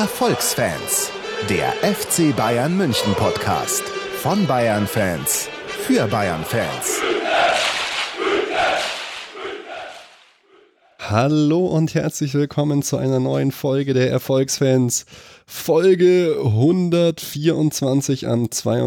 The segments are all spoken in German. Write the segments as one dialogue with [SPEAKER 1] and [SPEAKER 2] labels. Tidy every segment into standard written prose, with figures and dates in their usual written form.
[SPEAKER 1] Erfolgsfans, der FC Bayern München Podcast von Bayern-Fans für Bayern-Fans.
[SPEAKER 2] Hallo und herzlich willkommen zu einer neuen Folge der Erfolgsfans. Folge 124 am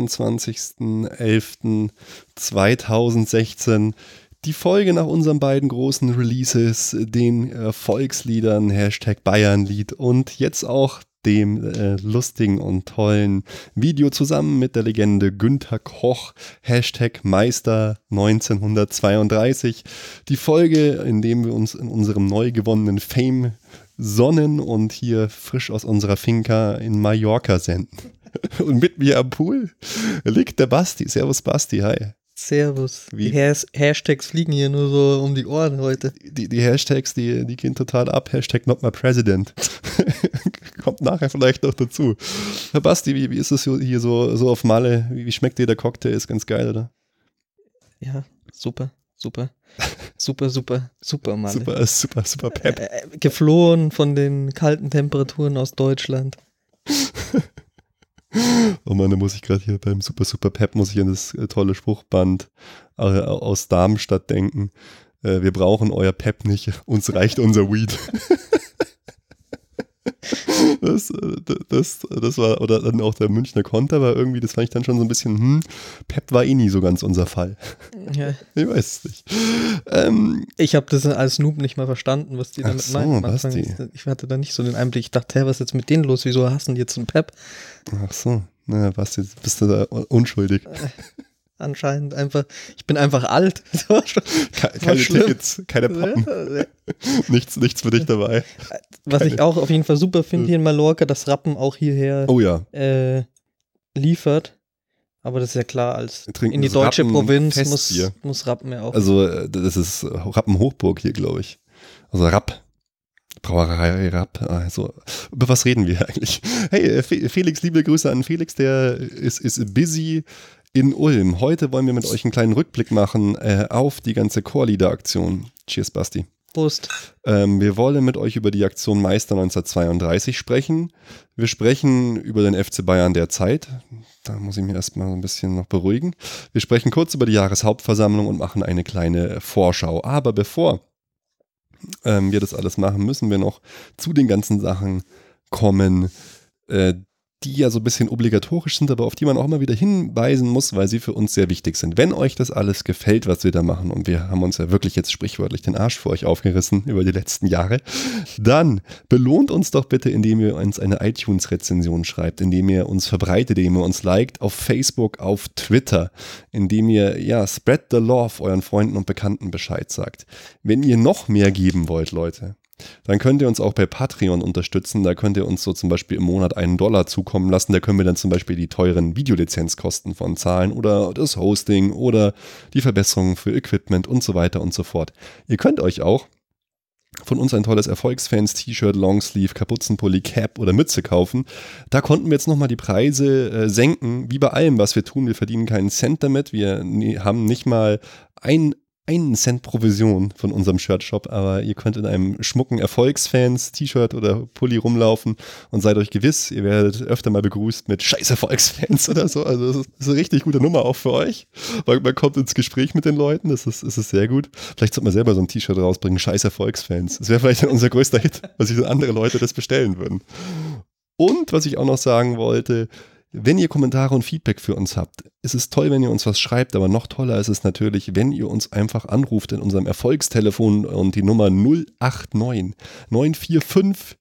[SPEAKER 2] 22.11.2016. Die Folge nach unseren beiden großen Releases, den Erfolgsliedern, Hashtag Bayernlied und jetzt auch dem lustigen und tollen Video zusammen mit der Legende Günther Koch, Hashtag Meister 1932. Die Folge, in dem wir uns in unserem neu gewonnenen Fame sonnen und hier frisch aus unserer Finca in Mallorca senden. Und mit mir am Pool liegt der Basti. Servus Basti, hi.
[SPEAKER 3] Servus. Die Hashtags fliegen hier nur so um die Ohren heute.
[SPEAKER 2] Die Hashtags, die gehen total ab. Hashtag not my president. Kommt nachher vielleicht noch dazu. Herr Basti, wie ist es hier so auf Malle? Wie schmeckt dir der Cocktail? Ist ganz geil, oder?
[SPEAKER 3] Ja, super Malle.
[SPEAKER 2] Super Pep.
[SPEAKER 3] Geflohen von den kalten Temperaturen aus Deutschland.
[SPEAKER 2] Oh Mann, da muss ich gerade hier beim Super Pep, muss ich an das tolle Spruchband aus Darmstadt denken. Wir brauchen euer Pep nicht, uns reicht unser Weed. Das war, oder dann auch der Münchner Konter war irgendwie, das fand ich dann schon so ein bisschen, Pep war eh nie so ganz unser Fall.
[SPEAKER 3] Ja.
[SPEAKER 2] Ich weiß es nicht.
[SPEAKER 3] Ich habe das als Noob nicht mal verstanden, was die damit meinten.
[SPEAKER 2] Basti.
[SPEAKER 3] Ich hatte da nicht so den Einblick. Ich dachte, was ist jetzt mit denen los? Wieso hassen die jetzt einen Pep?
[SPEAKER 2] Ach so, na Basti, bist du da unschuldig.
[SPEAKER 3] Anscheinend einfach, ich bin einfach alt.
[SPEAKER 2] Keine Tickets, keine Pappen. Nichts für dich dabei.
[SPEAKER 3] Was ich auch auf jeden Fall super finde hier in Mallorca, dass Rappen auch hierher liefert. Aber das ist ja klar, in die deutsche Provinz muss Rappen ja auch.
[SPEAKER 2] Also das ist Rappen-Hochburg hier, glaube ich. Also Rapp. Brauerei Rapp. Also, über was reden wir eigentlich? Hey, Felix, liebe Grüße an Felix, der ist busy in Ulm. Heute wollen wir mit euch einen kleinen Rückblick machen auf die ganze Chorlieder-Aktion. Cheers, Basti.
[SPEAKER 3] Prost.
[SPEAKER 2] Wir wollen mit euch über die Aktion Meister 1932 sprechen. Wir sprechen über den FC Bayern der Zeit. Da muss ich mich erstmal ein bisschen noch beruhigen. Wir sprechen kurz über die Jahreshauptversammlung und machen eine kleine Vorschau. Aber bevor wir das alles machen, müssen wir noch zu den ganzen Sachen kommen, die ja so ein bisschen obligatorisch sind, aber auf die man auch immer wieder hinweisen muss, weil sie für uns sehr wichtig sind. Wenn euch das alles gefällt, was wir da machen, und wir haben uns ja wirklich jetzt sprichwörtlich den Arsch für euch aufgerissen über die letzten Jahre, dann belohnt uns doch bitte, indem ihr uns eine iTunes-Rezension schreibt, indem ihr uns verbreitet, indem ihr uns liked auf Facebook, auf Twitter, indem ihr, spread the love euren Freunden und Bekannten Bescheid sagt. Wenn ihr noch mehr geben wollt, Leute, dann könnt ihr uns auch bei Patreon unterstützen. Da könnt ihr uns so zum Beispiel im Monat $1 zukommen lassen. Da können wir dann zum Beispiel die teuren Videolizenzkosten von zahlen oder das Hosting oder die Verbesserungen für Equipment und so weiter und so fort. Ihr könnt euch auch von uns ein tolles Erfolgsfans-T-Shirt, Longsleeve, Kapuzenpulli, Cap oder Mütze kaufen. Da konnten wir jetzt nochmal die Preise senken. Wie bei allem, was wir tun. Wir verdienen keinen Cent damit. Wir haben nicht mal einen Cent Provision von unserem Shirtshop, aber ihr könnt in einem schmucken Erfolgsfans-T-Shirt oder Pulli rumlaufen und seid euch gewiss, ihr werdet öfter mal begrüßt mit Scheiß Erfolgsfans oder so. Also das ist eine richtig gute Nummer auch für euch, weil man kommt ins Gespräch mit den Leuten, das ist sehr gut. Vielleicht sollte man selber so ein T-Shirt rausbringen, Scheiß Erfolgsfans. Das wäre vielleicht unser größter Hit, weil sich dann andere Leute das bestellen würden. Und was ich auch noch sagen wollte, wenn ihr Kommentare und Feedback für uns habt, ist es toll, wenn ihr uns was schreibt, aber noch toller ist es natürlich, wenn ihr uns einfach anruft in unserem Erfolgstelefon und die Nummer 089 945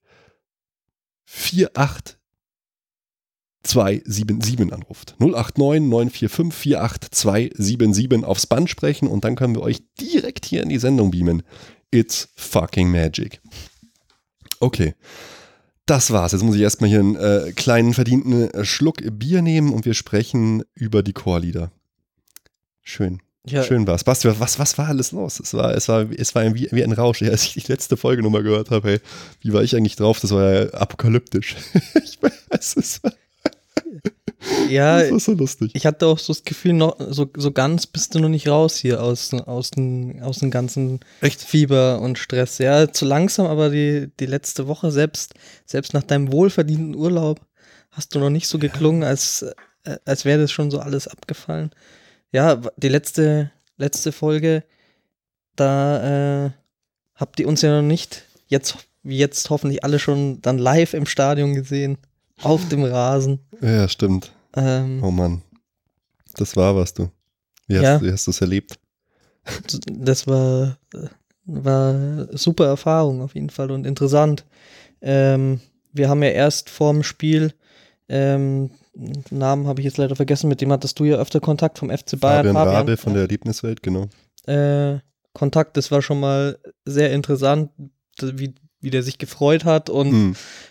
[SPEAKER 2] 48277 anruft. 089 945 48277 aufs Band sprechen und dann können wir euch direkt hier in die Sendung beamen. It's fucking magic. Okay. Das war's. Jetzt muss ich erstmal hier einen kleinen verdienten Schluck Bier nehmen und wir sprechen über die Chorlieder. Schön. Ja. Schön war's. Basti, was war alles los? Es war wie ein Rausch. Ja, als ich die letzte Folge nochmal gehört habe, hey, wie war ich eigentlich drauf? Das war ja apokalyptisch. Ich weiß es.
[SPEAKER 3] Ja,
[SPEAKER 2] das war so lustig.
[SPEAKER 3] Ich hatte auch so das Gefühl, noch so ganz bist du noch nicht raus hier aus dem ganzen Fieber und Stress. Ja, zu langsam, aber die letzte Woche, selbst nach deinem wohlverdienten Urlaub, hast du noch nicht so geklungen, als wäre das schon so alles abgefallen. Ja, die letzte Folge, da habt ihr uns ja noch nicht jetzt hoffentlich alle schon dann live im Stadion gesehen, auf dem Rasen.
[SPEAKER 2] Ja, stimmt. Oh Mann, das war was, du. Wie hast du es erlebt?
[SPEAKER 3] Das war super Erfahrung auf jeden Fall und interessant. Wir haben ja erst vorm Spiel, Namen habe ich jetzt leider vergessen, mit dem hattest du ja öfter Kontakt vom FC Bayern.
[SPEAKER 2] Fabian Rabe von der Erlebniswelt, genau.
[SPEAKER 3] Kontakt, das war schon mal sehr interessant, wie der sich gefreut hat und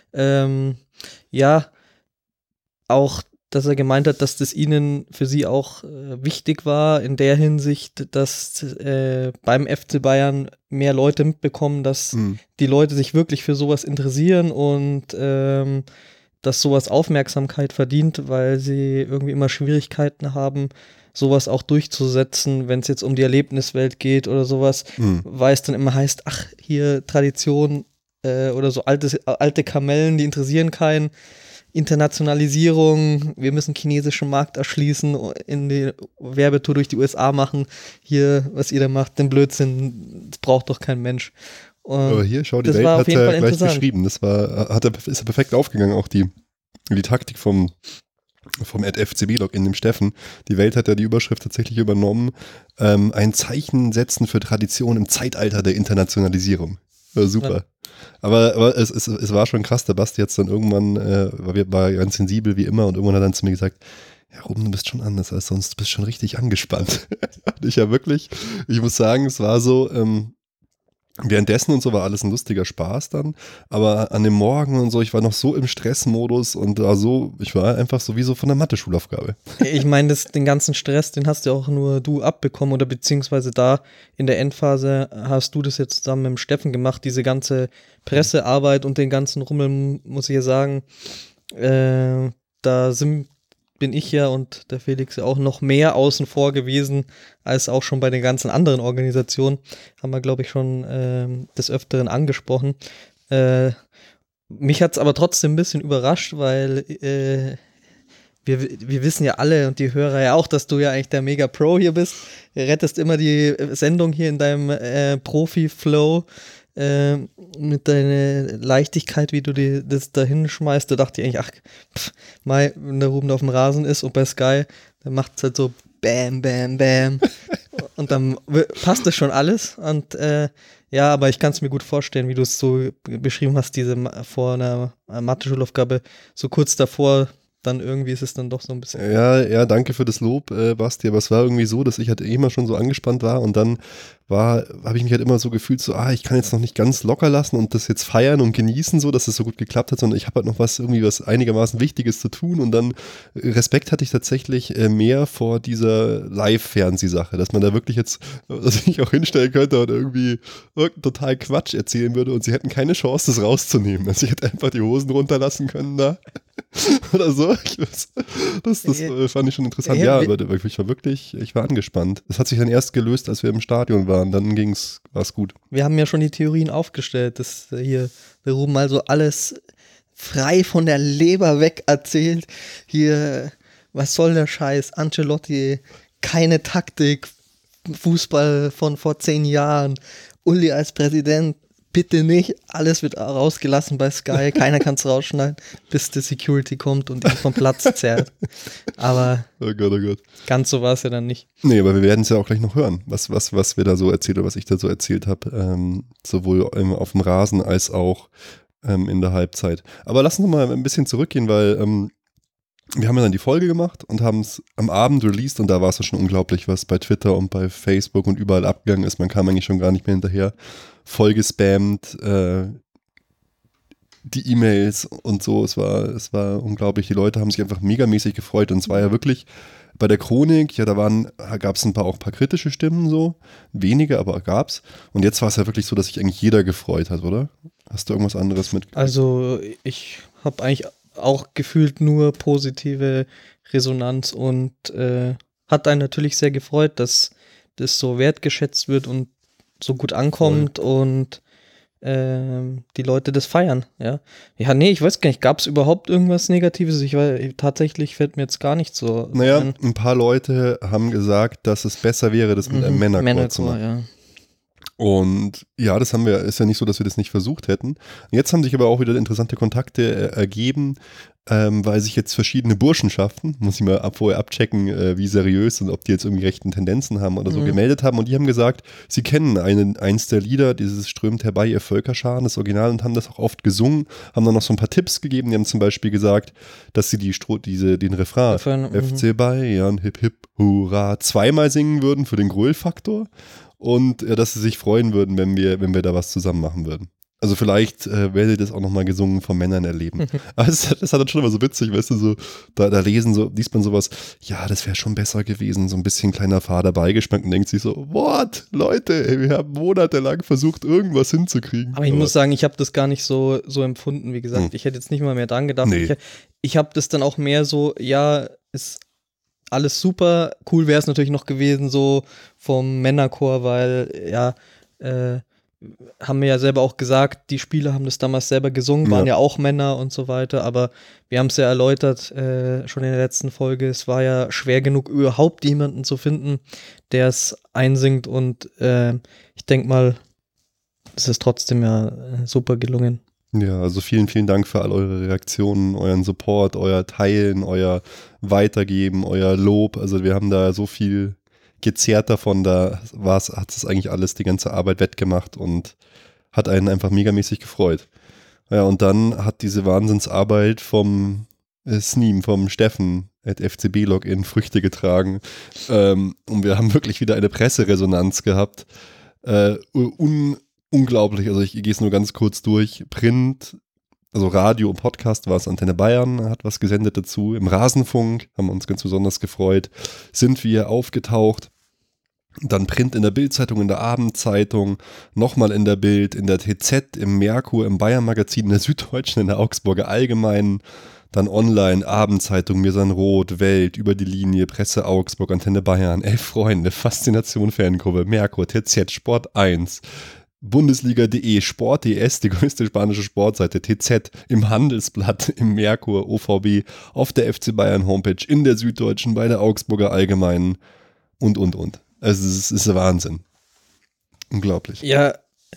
[SPEAKER 3] auch, dass er gemeint hat, dass das für sie auch wichtig war, in der Hinsicht, dass beim FC Bayern mehr Leute mitbekommen, dass die Leute sich wirklich für sowas interessieren und dass sowas Aufmerksamkeit verdient, weil sie irgendwie immer Schwierigkeiten haben, sowas auch durchzusetzen, wenn es jetzt um die Erlebniswelt geht oder sowas, weil es dann immer heißt, ach, hier Tradition oder so alte Kamellen, die interessieren keinen. Internationalisierung, wir müssen chinesischen Markt erschließen, in die Werbetour durch die USA machen, hier, was ihr da macht, den Blödsinn, das braucht doch kein Mensch. Und
[SPEAKER 2] aber hier, schau, die Welt hat er gleich geschrieben, ist er perfekt aufgegangen, auch die Taktik vom @FCB-Log in dem Steffen. Die Welt hat ja die Überschrift tatsächlich übernommen, ein Zeichen setzen für Tradition im Zeitalter der Internationalisierung. Super. Ja. Aber es war schon krass, der Basti jetzt dann irgendwann, war ganz sensibel wie immer und irgendwann hat er dann zu mir gesagt, ja Ruben, du bist schon anders als sonst, du bist schon richtig angespannt. Ich muss sagen, es war so, währenddessen und so war alles ein lustiger Spaß dann, aber an dem Morgen und so, ich war noch so im Stressmodus und ich war einfach so wie so von der Mathe-Schulaufgabe.
[SPEAKER 3] Ich meine, den ganzen Stress, den hast ja auch nur du abbekommen oder beziehungsweise da in der Endphase hast du das jetzt zusammen mit dem Steffen gemacht, diese ganze Pressearbeit und den ganzen Rummel, muss ich ja sagen, bin ich ja und der Felix ja auch noch mehr außen vor gewesen, als auch schon bei den ganzen anderen Organisationen. Haben wir, glaube ich, schon des Öfteren angesprochen. Mich hat es aber trotzdem ein bisschen überrascht, weil wir wissen ja alle und die Hörer ja auch, dass du ja eigentlich der Mega-Pro hier bist. Du rettest immer die Sendung hier in deinem Profi-Flow. Mit deiner Leichtigkeit, wie du das da hinschmeißt, da dachte ich eigentlich, wenn der Ruben auf dem Rasen ist und bei Sky, dann macht es halt so Bam, Bam, Bam und dann passt das schon alles und aber ich kann es mir gut vorstellen, wie du es so beschrieben hast, diese vor einer Mathe-Schulaufgabe, so kurz davor, dann irgendwie ist es dann doch so ein bisschen.
[SPEAKER 2] Ja, danke für das Lob, Basti, aber es war irgendwie so, dass ich halt immer schon so angespannt war und dann habe ich mich halt immer so gefühlt, so, ich kann jetzt noch nicht ganz locker lassen und das jetzt feiern und genießen, so, dass es so gut geklappt hat, sondern ich habe halt noch was einigermaßen Wichtiges zu tun und dann Respekt hatte ich tatsächlich mehr vor dieser Live-Fernsehsache, dass man da wirklich jetzt, dass ich auch hinstellen könnte und irgendwie total Quatsch erzählen würde und sie hätten keine Chance, das rauszunehmen. Also ich hätte einfach die Hosen runterlassen können da oder so. Das fand ich schon interessant. Ja, aber ich war angespannt. Das hat sich dann erst gelöst, als wir im Stadion waren. Dann war es gut.
[SPEAKER 3] Wir haben ja schon die Theorien aufgestellt, dass hier der Ruben mal so alles frei von der Leber weg erzählt. Hier, was soll der Scheiß? Ancelotti, keine Taktik, Fußball von vor 10 Jahren, Uli als Präsident, bitte nicht, alles wird rausgelassen bei Sky, keiner kann es rausschneiden, bis die Security kommt und ihn vom Platz zerrt. Aber
[SPEAKER 2] oh Gott.
[SPEAKER 3] Ganz so war es ja dann nicht.
[SPEAKER 2] Nee, aber wir werden es ja auch gleich noch hören, was wir da so erzählt oder was ich da so erzählt habe, sowohl auf dem Rasen als auch in der Halbzeit. Aber lassen Sie mal ein bisschen zurückgehen, weil wir haben ja dann die Folge gemacht und haben es am Abend released und da war es ja schon unglaublich, was bei Twitter und bei Facebook und überall abgegangen ist. Man kam eigentlich schon gar nicht mehr hinterher. Voll gespammt, die E-Mails und so. Es war unglaublich. Die Leute haben sich einfach megamäßig gefreut und es war ja wirklich bei der Chronik, ja, gab es ein paar kritische Stimmen so. Wenige, aber gab's. Und jetzt war es ja wirklich so, dass sich eigentlich jeder gefreut hat, oder? Hast du irgendwas anderes mitgekriegt?
[SPEAKER 3] Also ich habe eigentlich auch gefühlt nur positive Resonanz und hat einen natürlich sehr gefreut, dass das so wertgeschätzt wird und so gut ankommt und die Leute das feiern, ja. Ja, nee, ich weiß gar nicht, gab es überhaupt irgendwas Negatives? Tatsächlich fällt mir jetzt gar nicht so
[SPEAKER 2] Naja,
[SPEAKER 3] ein.
[SPEAKER 2] ein paar Leute haben gesagt, dass es besser wäre, das mit einem Männerchor zu machen.
[SPEAKER 3] Ja.
[SPEAKER 2] Und ja, das haben wir, ist ja nicht so, dass wir das nicht versucht hätten. Jetzt haben sich aber auch wieder interessante Kontakte ergeben, weil sich jetzt verschiedene Burschenschaften, muss ich mal vorher abchecken, wie seriös und ob die jetzt irgendwie rechten Tendenzen haben oder so, gemeldet haben. Und die haben gesagt, sie kennen eins der Lieder, dieses Strömt herbei, ihr Völkerscharen, das Original, und haben das auch oft gesungen, haben dann noch so ein paar Tipps gegeben. Die haben zum Beispiel gesagt, dass sie den Refrain FC Bayern, hip hip, hurra, zweimal singen würden für den Gröl-Faktor. Und dass sie sich freuen würden, wenn wir da was zusammen machen würden. Also vielleicht werdet ihr das auch nochmal gesungen von Männern erleben. Aber das ist dann schon immer so witzig, weißt du, so, da liest man sowas, ja, das wäre schon besser gewesen, so ein bisschen kleiner Fader beigeschmeckt und denkt sich so, what, Leute, ey, wir haben monatelang versucht, irgendwas hinzukriegen.
[SPEAKER 3] Aber ich muss sagen, ich habe das gar nicht so empfunden, wie gesagt. Ich hätte jetzt nicht mal mehr dran gedacht.
[SPEAKER 2] Nee.
[SPEAKER 3] Ich habe das dann auch mehr so, ja, ist alles super. Cool wäre es natürlich noch gewesen, so vom Männerchor, weil, ja, haben wir ja selber auch gesagt, die Spieler haben das damals selber gesungen, waren ja auch Männer und so weiter, aber wir haben es ja erläutert, schon in der letzten Folge, es war ja schwer genug, überhaupt jemanden zu finden, der es einsingt und ich denke mal, es ist trotzdem ja super gelungen.
[SPEAKER 2] Ja, also vielen, vielen Dank für all eure Reaktionen, euren Support, euer Teilen, euer Weitergeben, euer Lob. Also wir haben da so viel gezehrt davon, da hat es eigentlich alles, die ganze Arbeit wettgemacht und hat einen einfach megamäßig gefreut. Ja, und dann hat diese Wahnsinnsarbeit vom Sneem, vom Steffen at FCB-Login Früchte getragen. Und wir haben wirklich wieder eine Presseresonanz gehabt. Unglaublich, also ich gehe es nur ganz kurz durch. Print, also Radio und Podcast war es Antenne Bayern, hat was gesendet dazu. Im Rasenfunk haben wir uns ganz besonders gefreut. Sind wir aufgetaucht. Dann Print in der Bild-Zeitung, in der Abendzeitung, nochmal in der Bild, in der TZ, im Merkur, im Bayern-Magazin, in der Süddeutschen, in der Augsburger Allgemeinen. Dann online, Abendzeitung, Mir sein Rot, Welt, Über die Linie, Presse Augsburg, Antenne Bayern, 11 Freunde, Faszination Fangruppe, Merkur, TZ, Sport 1. Bundesliga.de, Sport.ds, die größte spanische Sportseite, TZ, im Handelsblatt, im Merkur, OVB, auf der FC Bayern Homepage, in der Süddeutschen, bei der Augsburger Allgemeinen und. Also es ist Wahnsinn. Unglaublich.
[SPEAKER 3] Ja,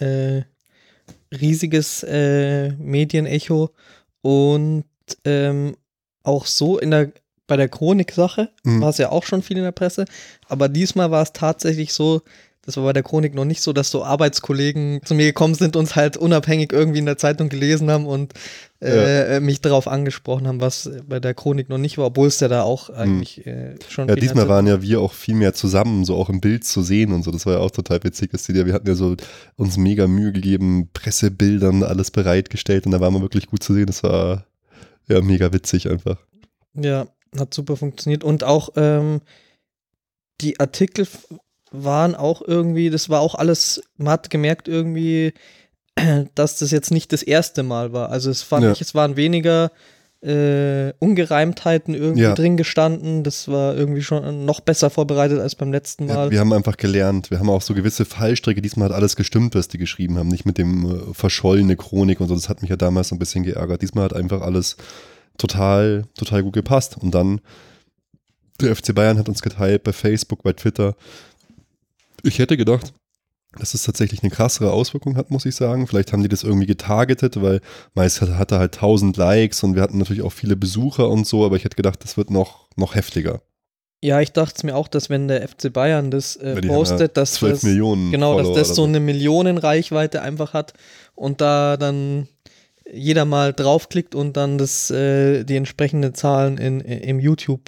[SPEAKER 3] riesiges Medienecho und auch so bei der Chronik-Sache war es ja auch schon viel in der Presse, aber diesmal war es tatsächlich so, das war bei der Chronik noch nicht so, dass so Arbeitskollegen zu mir gekommen sind und halt unabhängig irgendwie in der Zeitung gelesen haben und mich darauf angesprochen haben, was bei der Chronik noch nicht war, obwohl es ja da auch eigentlich schon.
[SPEAKER 2] Ja, diesmal waren ja wir auch viel mehr zusammen, so auch im Bild zu sehen und so. Das war ja auch total witzig. Wir hatten ja so uns mega Mühe gegeben, Pressebildern, alles bereitgestellt und da waren wir wirklich gut zu sehen. Das war ja mega witzig einfach.
[SPEAKER 3] Ja, hat super funktioniert und auch die Artikel waren auch irgendwie, das war auch alles, man hat gemerkt irgendwie, dass das jetzt nicht das erste Mal war. Also es waren weniger Ungereimtheiten irgendwie drin gestanden. Das war irgendwie schon noch besser vorbereitet als beim letzten Mal.
[SPEAKER 2] Ja, wir haben einfach gelernt. Wir haben auch so gewisse Fallstricke. Diesmal hat alles gestimmt, was die geschrieben haben. Nicht mit dem verschollene Chronik und so. Das hat mich ja damals so ein bisschen geärgert. Diesmal hat einfach alles total gut gepasst. Und dann, der FC Bayern hat uns geteilt bei Facebook, bei Twitter. Ich hätte gedacht, dass es tatsächlich eine krassere Auswirkung hat, muss ich sagen. Vielleicht haben die das irgendwie getargetet, weil meist hatte halt 1000 Likes und wir hatten natürlich auch viele Besucher und so, aber ich hätte gedacht, das wird noch heftiger.
[SPEAKER 3] Ja, ich dachte es mir auch, dass wenn der FC Bayern das postet, dass
[SPEAKER 2] 12 Millionen
[SPEAKER 3] dass das so eine Millionenreichweite einfach hat und da dann jeder mal draufklickt und dann die entsprechenden Zahlen im YouTube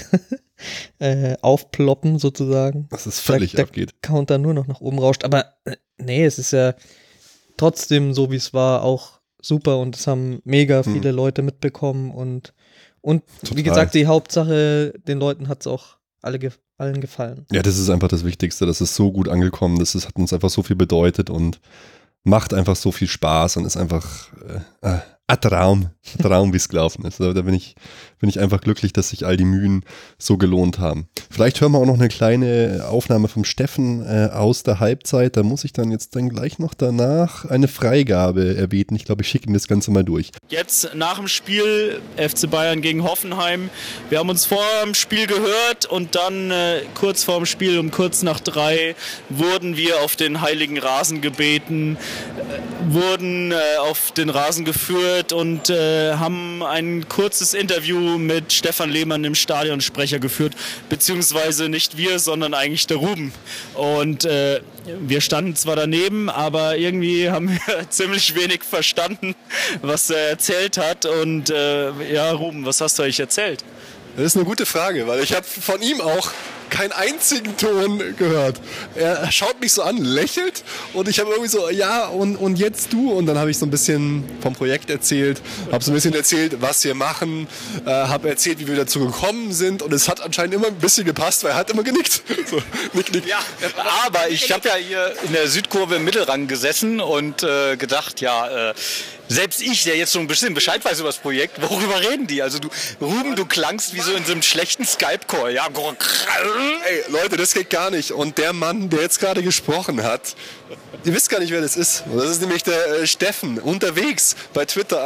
[SPEAKER 3] aufploppen sozusagen.
[SPEAKER 2] Dass es völlig abgeht.
[SPEAKER 3] Der Counter nur noch nach oben rauscht. Aber nee, es ist ja trotzdem, so wie es war, auch super und es haben mega viele Leute mitbekommen und wie gesagt, die Hauptsache, den Leuten hat es auch allen gefallen.
[SPEAKER 2] Ja, das ist einfach das Wichtigste. Das ist so gut angekommen. Das hat uns einfach so viel bedeutet und macht einfach so viel Spaß und ist einfach ein Traum, wie es gelaufen ist. Also da bin ich einfach glücklich, dass sich all die Mühen so gelohnt haben. Vielleicht hören wir auch noch eine kleine Aufnahme vom Steffen aus der Halbzeit. Da muss ich dann gleich noch danach eine Freigabe erbeten. Ich glaube, ich schicke ihm das Ganze mal durch.
[SPEAKER 4] Jetzt nach dem Spiel FC Bayern gegen Hoffenheim. Wir haben uns vor dem Spiel gehört und dann kurz vor dem Spiel um kurz nach 3 wurden wir auf den heiligen Rasen gebeten, wurden auf den Rasen geführt und haben ein kurzes Interview mit Stefan Lehmann, dem Stadionsprecher, geführt, beziehungsweise nicht wir, sondern eigentlich der Ruben. Und wir standen zwar daneben, aber irgendwie haben wir ziemlich wenig verstanden, was er erzählt hat. Und ja, Ruben, was hast du euch erzählt?
[SPEAKER 2] Das ist eine gute Frage, weil ich habe von ihm auch keinen einzigen Ton gehört. Er schaut mich so an, lächelt und ich habe irgendwie so, ja und jetzt du? Und dann habe ich so ein bisschen vom Projekt erzählt, habe so ein bisschen erzählt, was wir machen, habe erzählt, wie wir dazu gekommen sind und es hat anscheinend immer ein bisschen gepasst, weil er hat immer genickt. So, nick.
[SPEAKER 5] Ja, aber ich habe ja hier in der Südkurve im Mittelrang gesessen und gedacht, ja, selbst ich, der jetzt so ein bisschen Bescheid weiß über das Projekt, worüber reden die? Also Ruben, du klangst wie so in so einem schlechten Skype-Call. Ja.
[SPEAKER 2] Ey, Leute, das geht gar nicht. Und der Mann, der jetzt gerade gesprochen hat, ihr wisst gar nicht, wer das ist. Und das ist nämlich der Steffen, unterwegs bei Twitter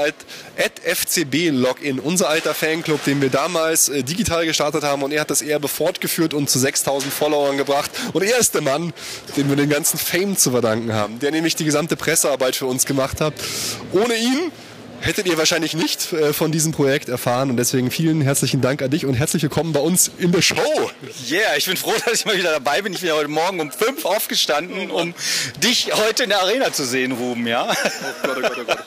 [SPEAKER 2] @FCB-Login, unser alter Fanclub, den wir damals digital gestartet haben. Und er hat das Erbe fortgeführt und zu 6.000 Followern gebracht. Und er ist der Mann, dem wir den ganzen Fame zu verdanken haben, der nämlich die gesamte Pressearbeit für uns gemacht hat. Ohne ihn hättet ihr wahrscheinlich nicht von diesem Projekt erfahren und deswegen vielen herzlichen Dank an dich und herzlich willkommen bei uns in der Show.
[SPEAKER 5] Yeah, ich bin froh, dass ich mal wieder dabei bin. Ich bin ja heute Morgen um 5 aufgestanden, um dich heute in der Arena zu sehen, Ruben, ja? Oh Gott.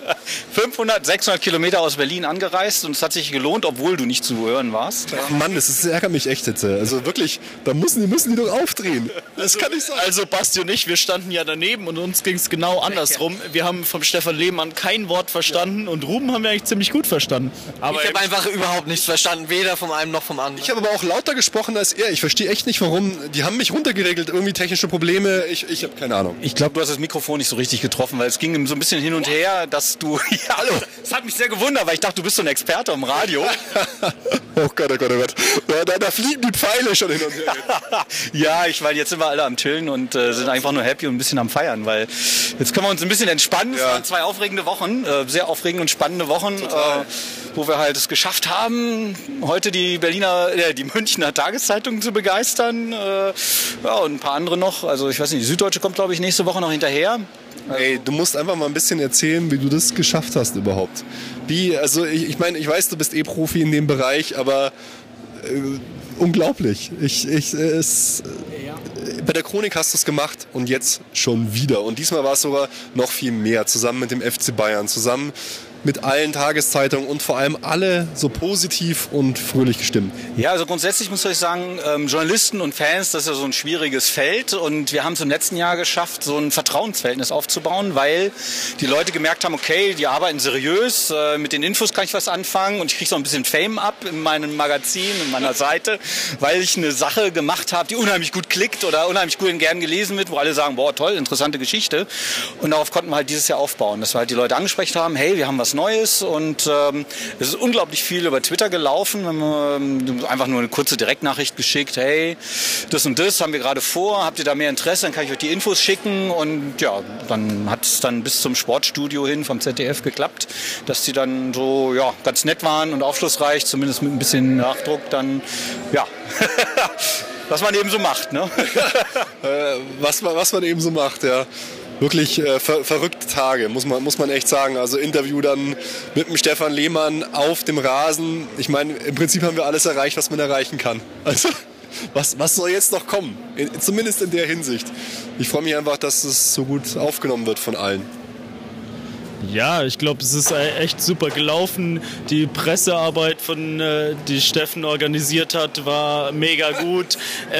[SPEAKER 5] 600 Kilometer aus Berlin angereist und es hat sich gelohnt, obwohl du nicht zu hören warst.
[SPEAKER 2] Ach Mann, das ärgert mich echt jetzt. Also wirklich, da müssen die doch aufdrehen. Das kann nicht sein.
[SPEAKER 4] Also Basti und ich, wir standen ja daneben und uns ging es genau andersrum. Wir haben vom Stefan Lehmann kein Wort verstanden und Ruben haben wir eigentlich ziemlich gut verstanden.
[SPEAKER 6] Aber ich habe einfach überhaupt nichts verstanden, weder vom einen noch vom anderen.
[SPEAKER 2] Ich habe aber auch lauter gesprochen als er. Ich verstehe echt nicht, warum. Die haben mich runtergeregelt, irgendwie technische Probleme. Ich habe keine Ahnung.
[SPEAKER 5] Ich glaube, du hast das Mikrofon nicht so richtig getroffen, weil es ging so ein bisschen hin und her, dass du... Ja, hallo. Das hat mich sehr gewundert, weil ich dachte, du bist so ein Experte im Radio.
[SPEAKER 2] Oh Gott. Da fliegen die Pfeile schon hin und her.
[SPEAKER 5] Ja, weil jetzt sind wir alle am Chillen und sind einfach nur happy und ein bisschen am Feiern, weil jetzt können wir uns ein bisschen entspannen. Es waren 2 aufregende Wochen, sehr aufregende und spannende Wochen, wo wir halt es geschafft haben, heute die Münchner Tageszeitung zu begeistern. Ja, und ein paar andere noch. Also ich weiß nicht, die Süddeutsche kommt, glaube ich, nächste Woche noch hinterher.
[SPEAKER 2] Ey, du musst einfach mal ein bisschen erzählen, wie du das geschafft hast überhaupt. Also ich meine, ich weiß, du bist Profi in dem Bereich, aber unglaublich. Bei der Chronik hast du es gemacht und jetzt schon wieder. Und diesmal war es sogar noch viel mehr, zusammen mit dem FC Bayern, zusammen mit allen Tageszeitungen und vor allem alle so positiv und fröhlich gestimmt.
[SPEAKER 5] Ja, also grundsätzlich muss ich sagen, Journalisten und Fans, das ist ja so ein schwieriges Feld und wir haben es im letzten Jahr geschafft, so ein Vertrauensverhältnis aufzubauen, weil die Leute gemerkt haben, okay, die arbeiten seriös, mit den Infos kann ich was anfangen und ich kriege so ein bisschen Fame ab in meinem Magazin, in meiner Seite, weil ich eine Sache gemacht habe, die unheimlich gut klickt oder unheimlich gut und gern gelesen wird, wo alle sagen, boah, toll, interessante Geschichte. Und darauf konnten wir halt dieses Jahr aufbauen, dass wir halt die Leute angesprochen haben, hey, wir haben was Neues und es ist unglaublich viel über Twitter gelaufen. Wir haben einfach nur eine kurze Direktnachricht geschickt, hey, das und das haben wir gerade vor, habt ihr da mehr Interesse, dann kann ich euch die Infos schicken und ja, dann hat es dann bis zum Sportstudio hin vom ZDF geklappt, dass die dann so ja, ganz nett waren und aufschlussreich, zumindest mit ein bisschen Nachdruck, dann ja, was man eben so macht, ne?
[SPEAKER 2] Was man eben so macht, ja. Wirklich verrückte Tage, muss man echt sagen. Also Interview dann mit dem Stefan Lehmann auf dem Rasen. Ich meine, im Prinzip haben wir alles erreicht, was man erreichen kann. Also was soll jetzt noch kommen? Zumindest in der Hinsicht. Ich freue mich einfach, dass es so gut aufgenommen wird von allen.
[SPEAKER 4] Ja, ich glaube, es ist echt super gelaufen. Die Pressearbeit, die Steffen organisiert hat, war mega gut.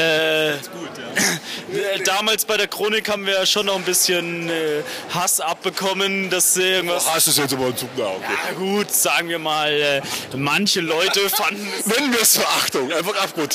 [SPEAKER 4] Damals bei der Chronik haben wir ja schon noch ein bisschen Hass abbekommen, dass irgendwas...
[SPEAKER 2] Hass ist jetzt aber ein Zugner, okay.
[SPEAKER 4] Ja gut, sagen wir mal, manche Leute fanden...
[SPEAKER 2] Nennen wir es Verachtung, einfach abgrundtief.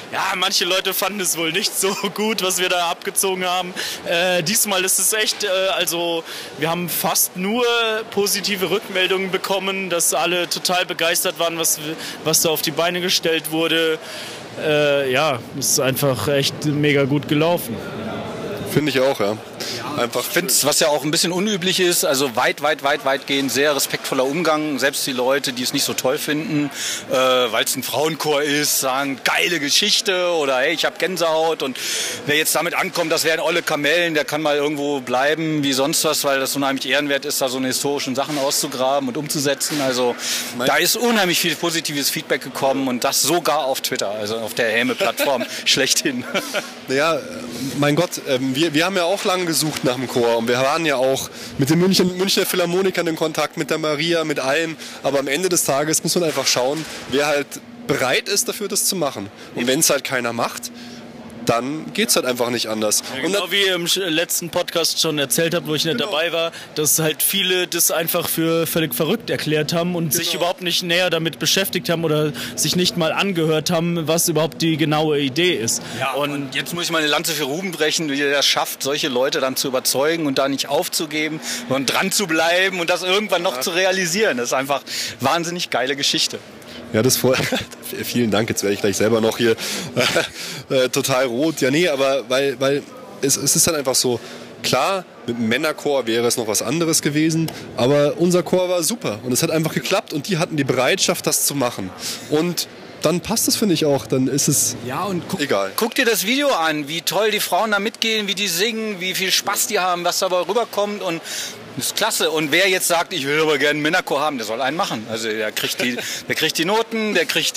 [SPEAKER 4] Ja, manche Leute fanden es wohl nicht so gut, was wir da abgezogen haben. Diesmal ist es echt, also wir haben fast nur positive Rückmeldungen bekommen, dass alle total begeistert waren, was da auf die Beine gestellt wurde. Ja, es ist einfach echt mega gut gelaufen.
[SPEAKER 2] Finde ich auch, ja.
[SPEAKER 5] Einfach, ich finde es, was ja auch ein bisschen unüblich ist, also weitgehend sehr respektvoller Umgang. Selbst die Leute, die es nicht so toll finden, weil es ein Frauenchor ist, sagen, geile Geschichte oder hey, ich habe Gänsehaut. Und wer jetzt damit ankommt, das wären olle Kamellen, der kann mal irgendwo bleiben wie sonst was, weil das unheimlich ehrenwert ist, da so eine historischen Sachen auszugraben und umzusetzen. Also da ist unheimlich viel positives Feedback gekommen und das sogar auf Twitter, also auf der Häme-Plattform schlechthin.
[SPEAKER 2] Ja, mein Gott, wir haben ja auch lange gesucht nach dem Chor und wir waren ja auch mit den Münchner Philharmonikern in Kontakt, mit der Maria, mit allen, aber am Ende des Tages muss man einfach schauen, wer halt bereit ist dafür, das zu machen. Und wenn es halt keiner macht, dann geht es halt einfach nicht anders.
[SPEAKER 4] Ja, genau wie ihr im letzten Podcast schon erzählt habt, wo ich nicht dabei war, dass halt viele das einfach für völlig verrückt erklärt haben und sich überhaupt nicht näher damit beschäftigt haben oder sich nicht mal angehört haben, was überhaupt die genaue Idee ist.
[SPEAKER 5] Ja, und jetzt muss ich mal eine Lanze für Ruben brechen, wie er das schafft, solche Leute dann zu überzeugen und da nicht aufzugeben und dran zu bleiben und das irgendwann noch zu realisieren. Das ist einfach wahnsinnig geile Geschichte.
[SPEAKER 2] Ja, vielen Dank, jetzt werde ich gleich selber noch hier total rot. Ja, nee, aber weil es ist dann einfach so, klar, mit einem Männerchor wäre es noch was anderes gewesen, aber unser Chor war super und es hat einfach geklappt und die hatten die Bereitschaft, das zu machen. Und dann passt es, finde ich auch, dann ist es egal.
[SPEAKER 5] Guck dir das Video an, wie toll die Frauen da mitgehen, wie die singen, wie viel Spaß die haben, was dabei rüberkommt und das ist klasse. Und wer jetzt sagt, ich will aber gerne einen Männerchor haben, der soll einen machen. Also der kriegt die Noten, der kriegt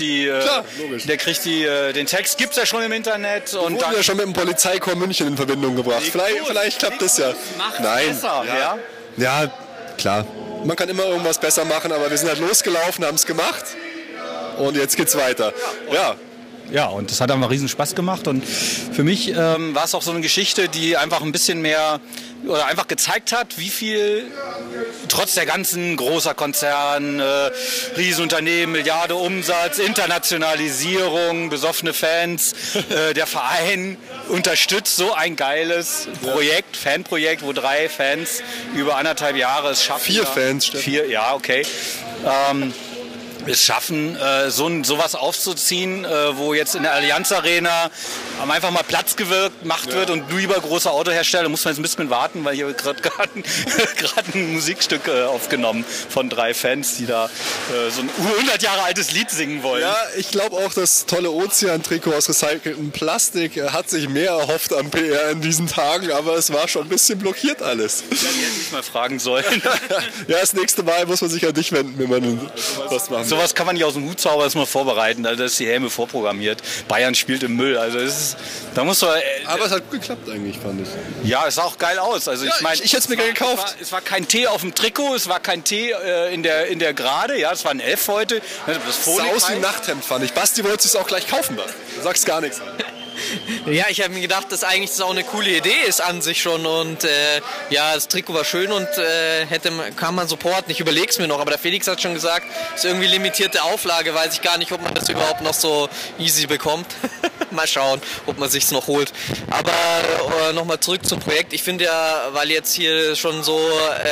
[SPEAKER 5] den Text, gibt's ja schon im Internet. Und
[SPEAKER 2] wurde ja schon mit dem Polizeichor München in Verbindung gebracht. Vielleicht klappt das ja. Nein.
[SPEAKER 5] Besser, ja.
[SPEAKER 2] Ja, klar. Man kann immer irgendwas besser machen, aber wir sind halt losgelaufen, haben es gemacht. Und jetzt geht's weiter.
[SPEAKER 5] Ja, und das hat einfach riesen Spaß gemacht und für mich war es auch so eine Geschichte, die einfach ein bisschen mehr oder einfach gezeigt hat, wie viel trotz der ganzen großer Konzern, Riesenunternehmen, Milliarde Umsatz, Internationalisierung, besoffene Fans, der Verein unterstützt so ein geiles Projekt, Fanprojekt, wo 3 Fans über 1,5 Jahre es schaffen.
[SPEAKER 2] 4 Fans, Steffen.
[SPEAKER 5] 4, ja, okay. Es schaffen, sowas aufzuziehen, wo jetzt in der Allianz Arena einfach mal Platz gemacht wird und lieber große Autohersteller, da muss man jetzt ein bisschen warten, weil hier wird gerade ein Musikstück aufgenommen von 3 Fans, die da so ein 100 Jahre altes Lied singen wollen.
[SPEAKER 2] Ja, ich glaube auch, das tolle Ozean-Trikot aus recyceltem Plastik hat sich mehr erhofft an PR in diesen Tagen, aber es war schon ein bisschen blockiert alles.
[SPEAKER 5] Ja, die hätte ich mal fragen sollen.
[SPEAKER 2] Ja, das nächste Mal muss man sich an dich wenden, wenn man was machen will.
[SPEAKER 5] Sowas kann man nicht aus dem Hut zaubern, das mal vorbereiten. Also das ist die Häme vorprogrammiert. Bayern spielt im Müll. Also da muss man.
[SPEAKER 2] Aber es hat gut geklappt eigentlich, fand ich.
[SPEAKER 5] Ja, es sah auch geil aus. Also
[SPEAKER 2] ja, ich hätte es mir gerne gekauft.
[SPEAKER 5] Es war kein T auf dem Trikot, es war kein T in der Gerade. Ja, es war ein F heute. Das
[SPEAKER 2] sah aus wie ein Nachthemd, fand ich. Basti wollte es auch gleich kaufen. Du sagst gar nichts.
[SPEAKER 6] Ja, ich habe mir gedacht, dass eigentlich das auch eine coole Idee ist an sich schon und ja, das Trikot war schön und kann man supporten. Ich überlege es mir noch, aber der Felix hat schon gesagt, es ist irgendwie limitierte Auflage, weiß ich gar nicht, ob man das überhaupt noch so easy bekommt. Mal schauen, ob man sich's noch holt. Aber nochmal zurück zum Projekt. Ich finde ja, weil jetzt hier schon so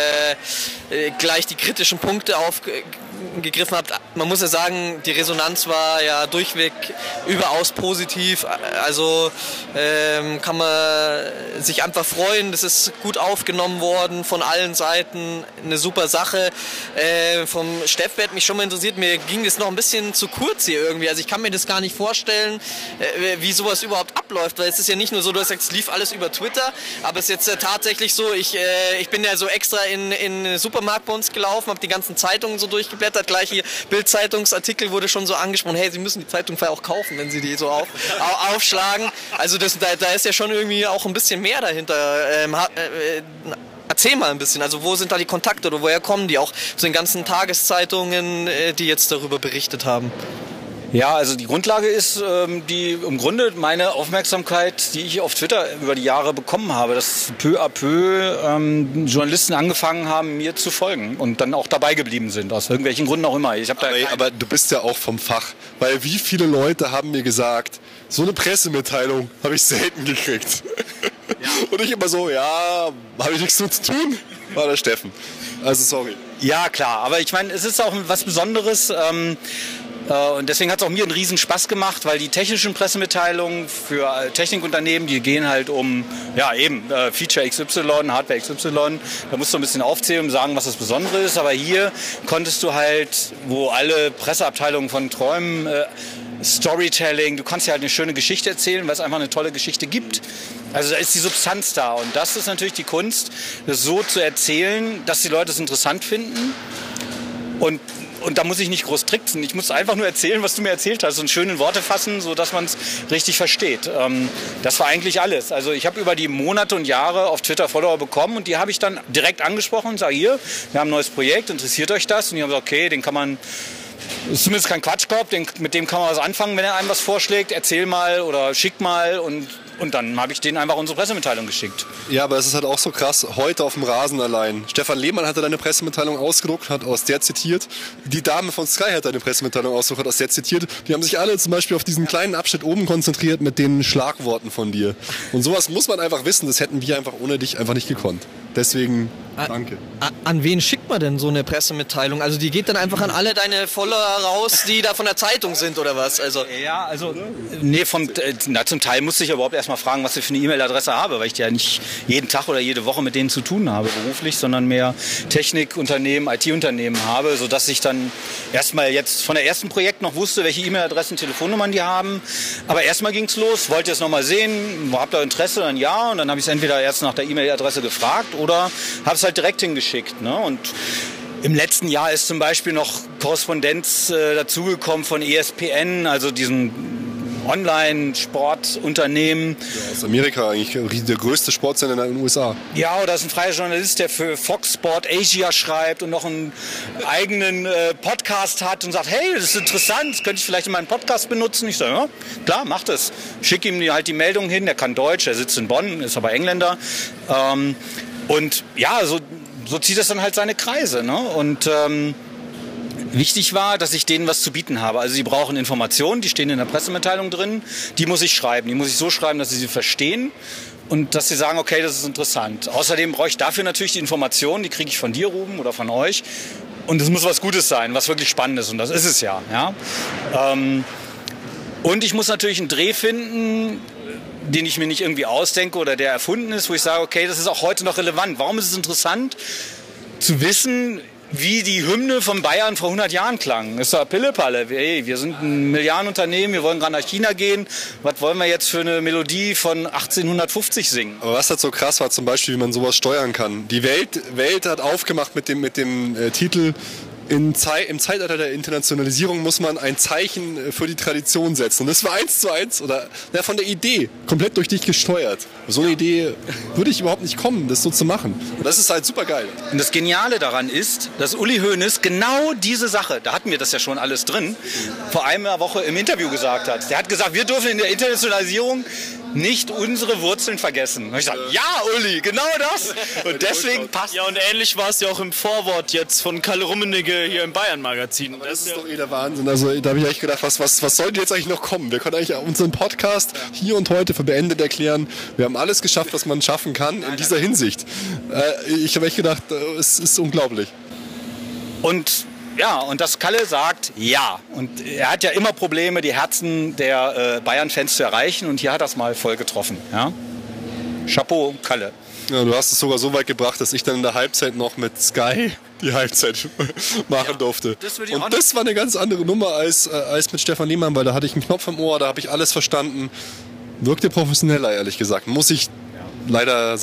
[SPEAKER 6] gleich die kritischen Punkte aufgegriffen habt, man muss ja sagen, die Resonanz war ja durchweg überaus positiv. Also kann man sich einfach freuen. Das ist gut aufgenommen worden von allen Seiten. Eine super Sache. Vom Steff hat mich schon mal interessiert. Mir ging das noch ein bisschen zu kurz hier irgendwie. Also ich kann mir das gar nicht vorstellen, wie sowas überhaupt abläuft. Weil es ist ja nicht nur so, du hast gesagt, es lief alles über Twitter. Aber es ist jetzt tatsächlich so, ich bin ja so extra in den Supermarkt bei uns gelaufen, habe die ganzen Zeitungen so durchgeblättert. Gleich hier Bild-Zeitungsartikel wurde schon so angesprochen, hey, Sie müssen die Zeitung vorher auch kaufen, wenn Sie die so aufschlagen. Also da ist ja schon irgendwie auch ein bisschen mehr dahinter. Erzähl mal ein bisschen, also wo sind da die Kontakte oder woher kommen die auch zu den ganzen Tageszeitungen, die jetzt darüber berichtet haben?
[SPEAKER 5] Ja, also die Grundlage ist die im Grunde meine Aufmerksamkeit, die ich auf Twitter über die Jahre bekommen habe, dass peu à peu Journalisten angefangen haben, mir zu folgen und dann auch dabei geblieben sind, aus irgendwelchen Gründen auch immer.
[SPEAKER 2] Aber du bist ja auch vom Fach, weil wie viele Leute haben mir gesagt, so eine Pressemitteilung habe ich selten gekriegt. Ja. Und ich immer so, ja, habe ich nichts zu tun, war der Steffen. Also sorry.
[SPEAKER 5] Ja, klar, aber ich meine, es ist auch was Besonderes. Und deswegen hat es auch mir einen riesen Spaß gemacht, weil die technischen Pressemitteilungen für Technikunternehmen, die gehen halt um, ja eben, Feature XY, Hardware XY. Da musst du ein bisschen aufzählen und sagen, was das Besondere ist. Aber hier konntest du halt, wo alle Presseabteilungen von träumen, Storytelling, du kannst ja halt eine schöne Geschichte erzählen, weil es einfach eine tolle Geschichte gibt. Also da ist die Substanz da und das ist natürlich die Kunst, das so zu erzählen, dass die Leute es interessant finden und da muss ich nicht groß tricksen. Ich muss einfach nur erzählen, was du mir erzählt hast und schön in Worte fassen, sodass man es richtig versteht. Das war eigentlich alles. Also ich habe über die Monate und Jahre auf Twitter Follower bekommen und die habe ich dann direkt angesprochen und sage, hier, wir haben ein neues Projekt, interessiert euch das? Und die haben gesagt, okay, den kann man, das ist zumindest kein Quatschkorb, mit dem kann man was anfangen, wenn er einem was vorschlägt, erzähl mal oder schick mal und dann habe ich denen einfach unsere Pressemitteilung geschickt.
[SPEAKER 2] Ja, aber es ist halt auch so krass, heute auf dem Rasen allein. Stefan Lehmann hatte deine Pressemitteilung ausgedruckt, hat aus der zitiert. Die Dame von Sky hat deine Pressemitteilung ausgedruckt, hat aus der zitiert. Die haben sich alle zum Beispiel auf diesen kleinen Abschnitt oben konzentriert mit den Schlagworten von dir. Und sowas muss man einfach wissen, das hätten wir einfach ohne dich einfach nicht gekonnt. Deswegen, danke.
[SPEAKER 6] An wen schickt man denn so eine Pressemitteilung? Also die geht dann einfach an alle deine Follower raus, die da von der Zeitung sind oder was? Also
[SPEAKER 5] ja, also nee, zum Teil musste ich überhaupt erstmal fragen, was ich für eine E-Mail-Adresse habe, weil ich ja nicht jeden Tag oder jede Woche mit denen zu tun habe beruflich, sondern mehr Technikunternehmen, IT-Unternehmen habe, sodass ich dann erstmal jetzt von der ersten Projekt noch wusste, welche E-Mail-Adressen, Telefonnummern die haben. Aber erstmal ging es los, wollt ihr es nochmal sehen, habt ihr Interesse? Dann ja, und dann habe ich es entweder erst nach der E-Mail-Adresse gefragt oder habe es halt direkt hingeschickt. Ne? Und im letzten Jahr ist zum Beispiel noch Korrespondenz dazugekommen von ESPN, also diesen Online-Sportunternehmen.
[SPEAKER 2] Ja, aus Amerika eigentlich, der größte Sportsender in den USA.
[SPEAKER 5] Ja, oder ist ein freier Journalist, der für Fox Sport Asia schreibt und noch einen eigenen Podcast hat und sagt, hey, das ist interessant, das könnte ich vielleicht in meinem Podcast benutzen. Ich sage, ja, klar, mach das. Schick ihm halt die Meldung hin, der kann Deutsch, der sitzt in Bonn, ist aber Engländer. Und ja, so zieht das dann halt seine Kreise. Ne? Und wichtig war, dass ich denen was zu bieten habe. Also sie brauchen Informationen, die stehen in der Pressemitteilung drin. Die muss ich schreiben. Die muss ich so schreiben, dass sie verstehen und dass sie sagen, okay, das ist interessant. Außerdem brauche ich dafür natürlich die Informationen, die kriege ich von dir, Ruben, oder von euch. Und es muss was Gutes sein, was wirklich Spannendes. Und das ist es ja. Und ich muss natürlich einen Dreh finden, den ich mir nicht irgendwie ausdenke oder der erfunden ist, wo ich sage, okay, das ist auch heute noch relevant. Warum ist es interessant zu wissen, wie die Hymne von Bayern vor 100 Jahren klang? Das ist doch Pillepalle. Hey, wir sind ein Milliardenunternehmen, wir wollen gerade nach China gehen. Was wollen wir jetzt für eine Melodie von 1850 singen?
[SPEAKER 2] Aber was halt so krass war zum Beispiel, wie man sowas steuern kann. Die Welt hat aufgemacht mit dem Titel im Zeitalter der Internationalisierung muss man ein Zeichen für die Tradition setzen. Und das war 1:1 oder von der Idee komplett durch dich gesteuert. So eine Idee würde ich überhaupt nicht kommen, das so zu machen. Und das ist halt super geil.
[SPEAKER 5] Und das Geniale daran ist, dass Uli Hoeneß genau diese Sache, da hatten wir das ja schon alles drin, vor einer Woche im Interview gesagt hat. Der hat gesagt, wir dürfen in der Internationalisierung nicht unsere Wurzeln vergessen. Und ich sage, ja, Uli, genau das. Und deswegen passt.
[SPEAKER 4] Ja, und ähnlich war es ja auch im Vorwort jetzt von Kalle Rummenigge hier im Bayern-Magazin.
[SPEAKER 2] Das ist doch der Wahnsinn. Also da habe ich echt gedacht, was sollte jetzt eigentlich noch kommen? Wir können eigentlich unseren Podcast hier und heute für beendet erklären. Wir haben alles geschafft, was man schaffen kann in dieser Hinsicht. Ich habe echt gedacht, es ist unglaublich.
[SPEAKER 5] Und ja, und dass Kalle sagt, ja. Und er hat ja immer Probleme, die Herzen der Bayern-Fans zu erreichen. Und hier hat er es mal voll getroffen. Ja? Chapeau, Kalle.
[SPEAKER 2] Ja, du hast es sogar so weit gebracht, dass ich dann in der Halbzeit noch mit Sky die Halbzeit machen durfte. Und das war eine ganz andere Nummer als mit Stefan Lehmann, weil da hatte ich einen Knopf im Ohr, da habe ich alles verstanden. Wirkte professioneller, ehrlich gesagt, muss ich leider sagen.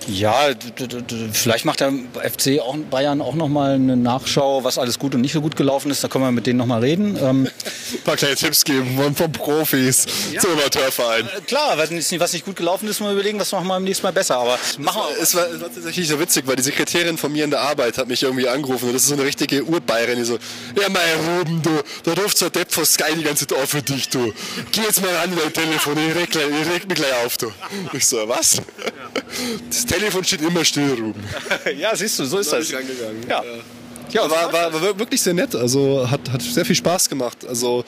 [SPEAKER 5] Ja, vielleicht macht der FC auch Bayern auch nochmal eine Nachschau, was alles gut und nicht so gut gelaufen ist. Da können wir mit denen nochmal reden.
[SPEAKER 2] Ein paar kleine Tipps geben von Profis zum Amateurverein.
[SPEAKER 5] Klar, was nicht gut gelaufen ist, mal überlegen, was machen wir beim nächsten Mal besser. Aber
[SPEAKER 2] es war tatsächlich so witzig, weil die Sekretärin von mir in der Arbeit hat mich irgendwie angerufen und das ist so eine richtige Urbayerin, die so, ja mein Ruben, du, da ruft so ein Depp von Sky die ganze Zeit auf für dich, du. Geh jetzt mal ran dein Telefon, ich reg mich gleich auf, du. Ich so, was? Ja. Das Telefon steht immer still, Ruben.
[SPEAKER 5] Ja, siehst du, so ist das.
[SPEAKER 2] Ja. Ja, war wirklich sehr nett. Also hat sehr viel Spaß gemacht. Also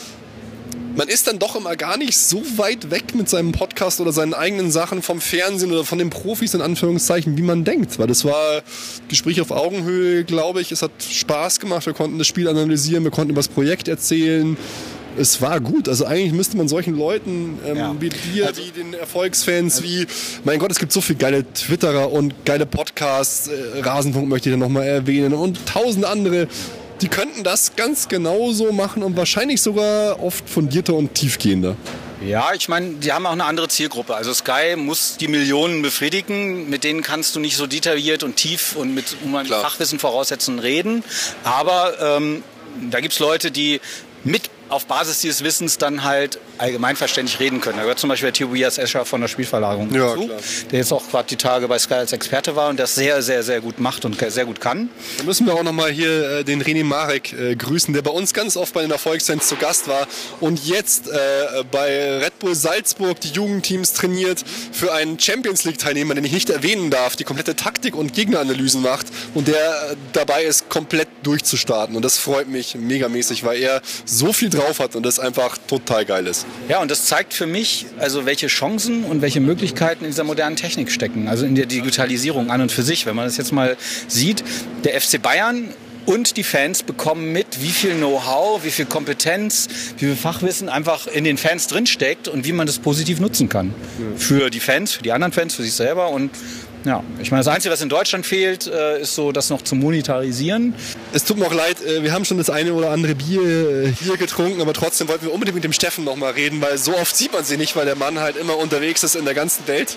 [SPEAKER 2] man ist dann doch immer gar nicht so weit weg mit seinem Podcast oder seinen eigenen Sachen vom Fernsehen oder von den Profis in Anführungszeichen, wie man denkt. Weil das war Gespräch auf Augenhöhe, glaube ich. Es hat Spaß gemacht. Wir konnten das Spiel analysieren, wir konnten über das Projekt erzählen. Es war gut. Also eigentlich müsste man solchen Leuten wie dir, wie den Erfolgsfans, wie, mein Gott, es gibt so viele geile Twitterer und geile Podcasts, Rasenfunk möchte ich dann nochmal erwähnen und 1000 andere, die könnten das ganz genauso machen und wahrscheinlich sogar oft fundierter und tiefgehender.
[SPEAKER 5] Ja, ich meine, die haben auch eine andere Zielgruppe. Also Sky muss die Millionen befriedigen, mit denen kannst du nicht so detailliert und tief und mit Fachwissen voraussetzen reden. Aber da gibt es Leute, die mit auf Basis dieses Wissens dann halt allgemeinverständlich reden können. Da gehört zum Beispiel der Tobias Escher von der Spielverlagerung dazu, der jetzt auch gerade die Tage bei Sky als Experte war und das sehr, sehr, sehr gut macht und sehr gut kann.
[SPEAKER 2] Da müssen wir auch nochmal hier den René Marek grüßen, der bei uns ganz oft bei den Erfolgsfans zu Gast war und jetzt bei Red Bull Salzburg die Jugendteams trainiert, für einen Champions-League-Teilnehmer, den ich nicht erwähnen darf, die komplette Taktik- und Gegneranalysen macht und der dabei ist, komplett durchzustarten. Und das freut mich megamäßig, weil er so viel drauf hat und das einfach total geil ist.
[SPEAKER 5] Ja, und das zeigt für mich, also welche Chancen und welche Möglichkeiten in dieser modernen Technik stecken, also in der Digitalisierung an und für sich. Wenn man das jetzt mal sieht, der FC Bayern und die Fans bekommen mit, wie viel Know-how, wie viel Kompetenz, wie viel Fachwissen einfach in den Fans drinsteckt und wie man das positiv nutzen kann. Für die Fans, für die anderen Fans, für sich selber und ja, ich meine, das Einzige, was in Deutschland fehlt, ist so, das noch zu monetarisieren.
[SPEAKER 2] Es tut mir auch leid, wir haben schon das eine oder andere Bier hier getrunken, aber trotzdem wollten wir unbedingt mit dem Steffen noch mal reden, weil so oft sieht man sie nicht, weil der Mann halt immer unterwegs ist in der ganzen Welt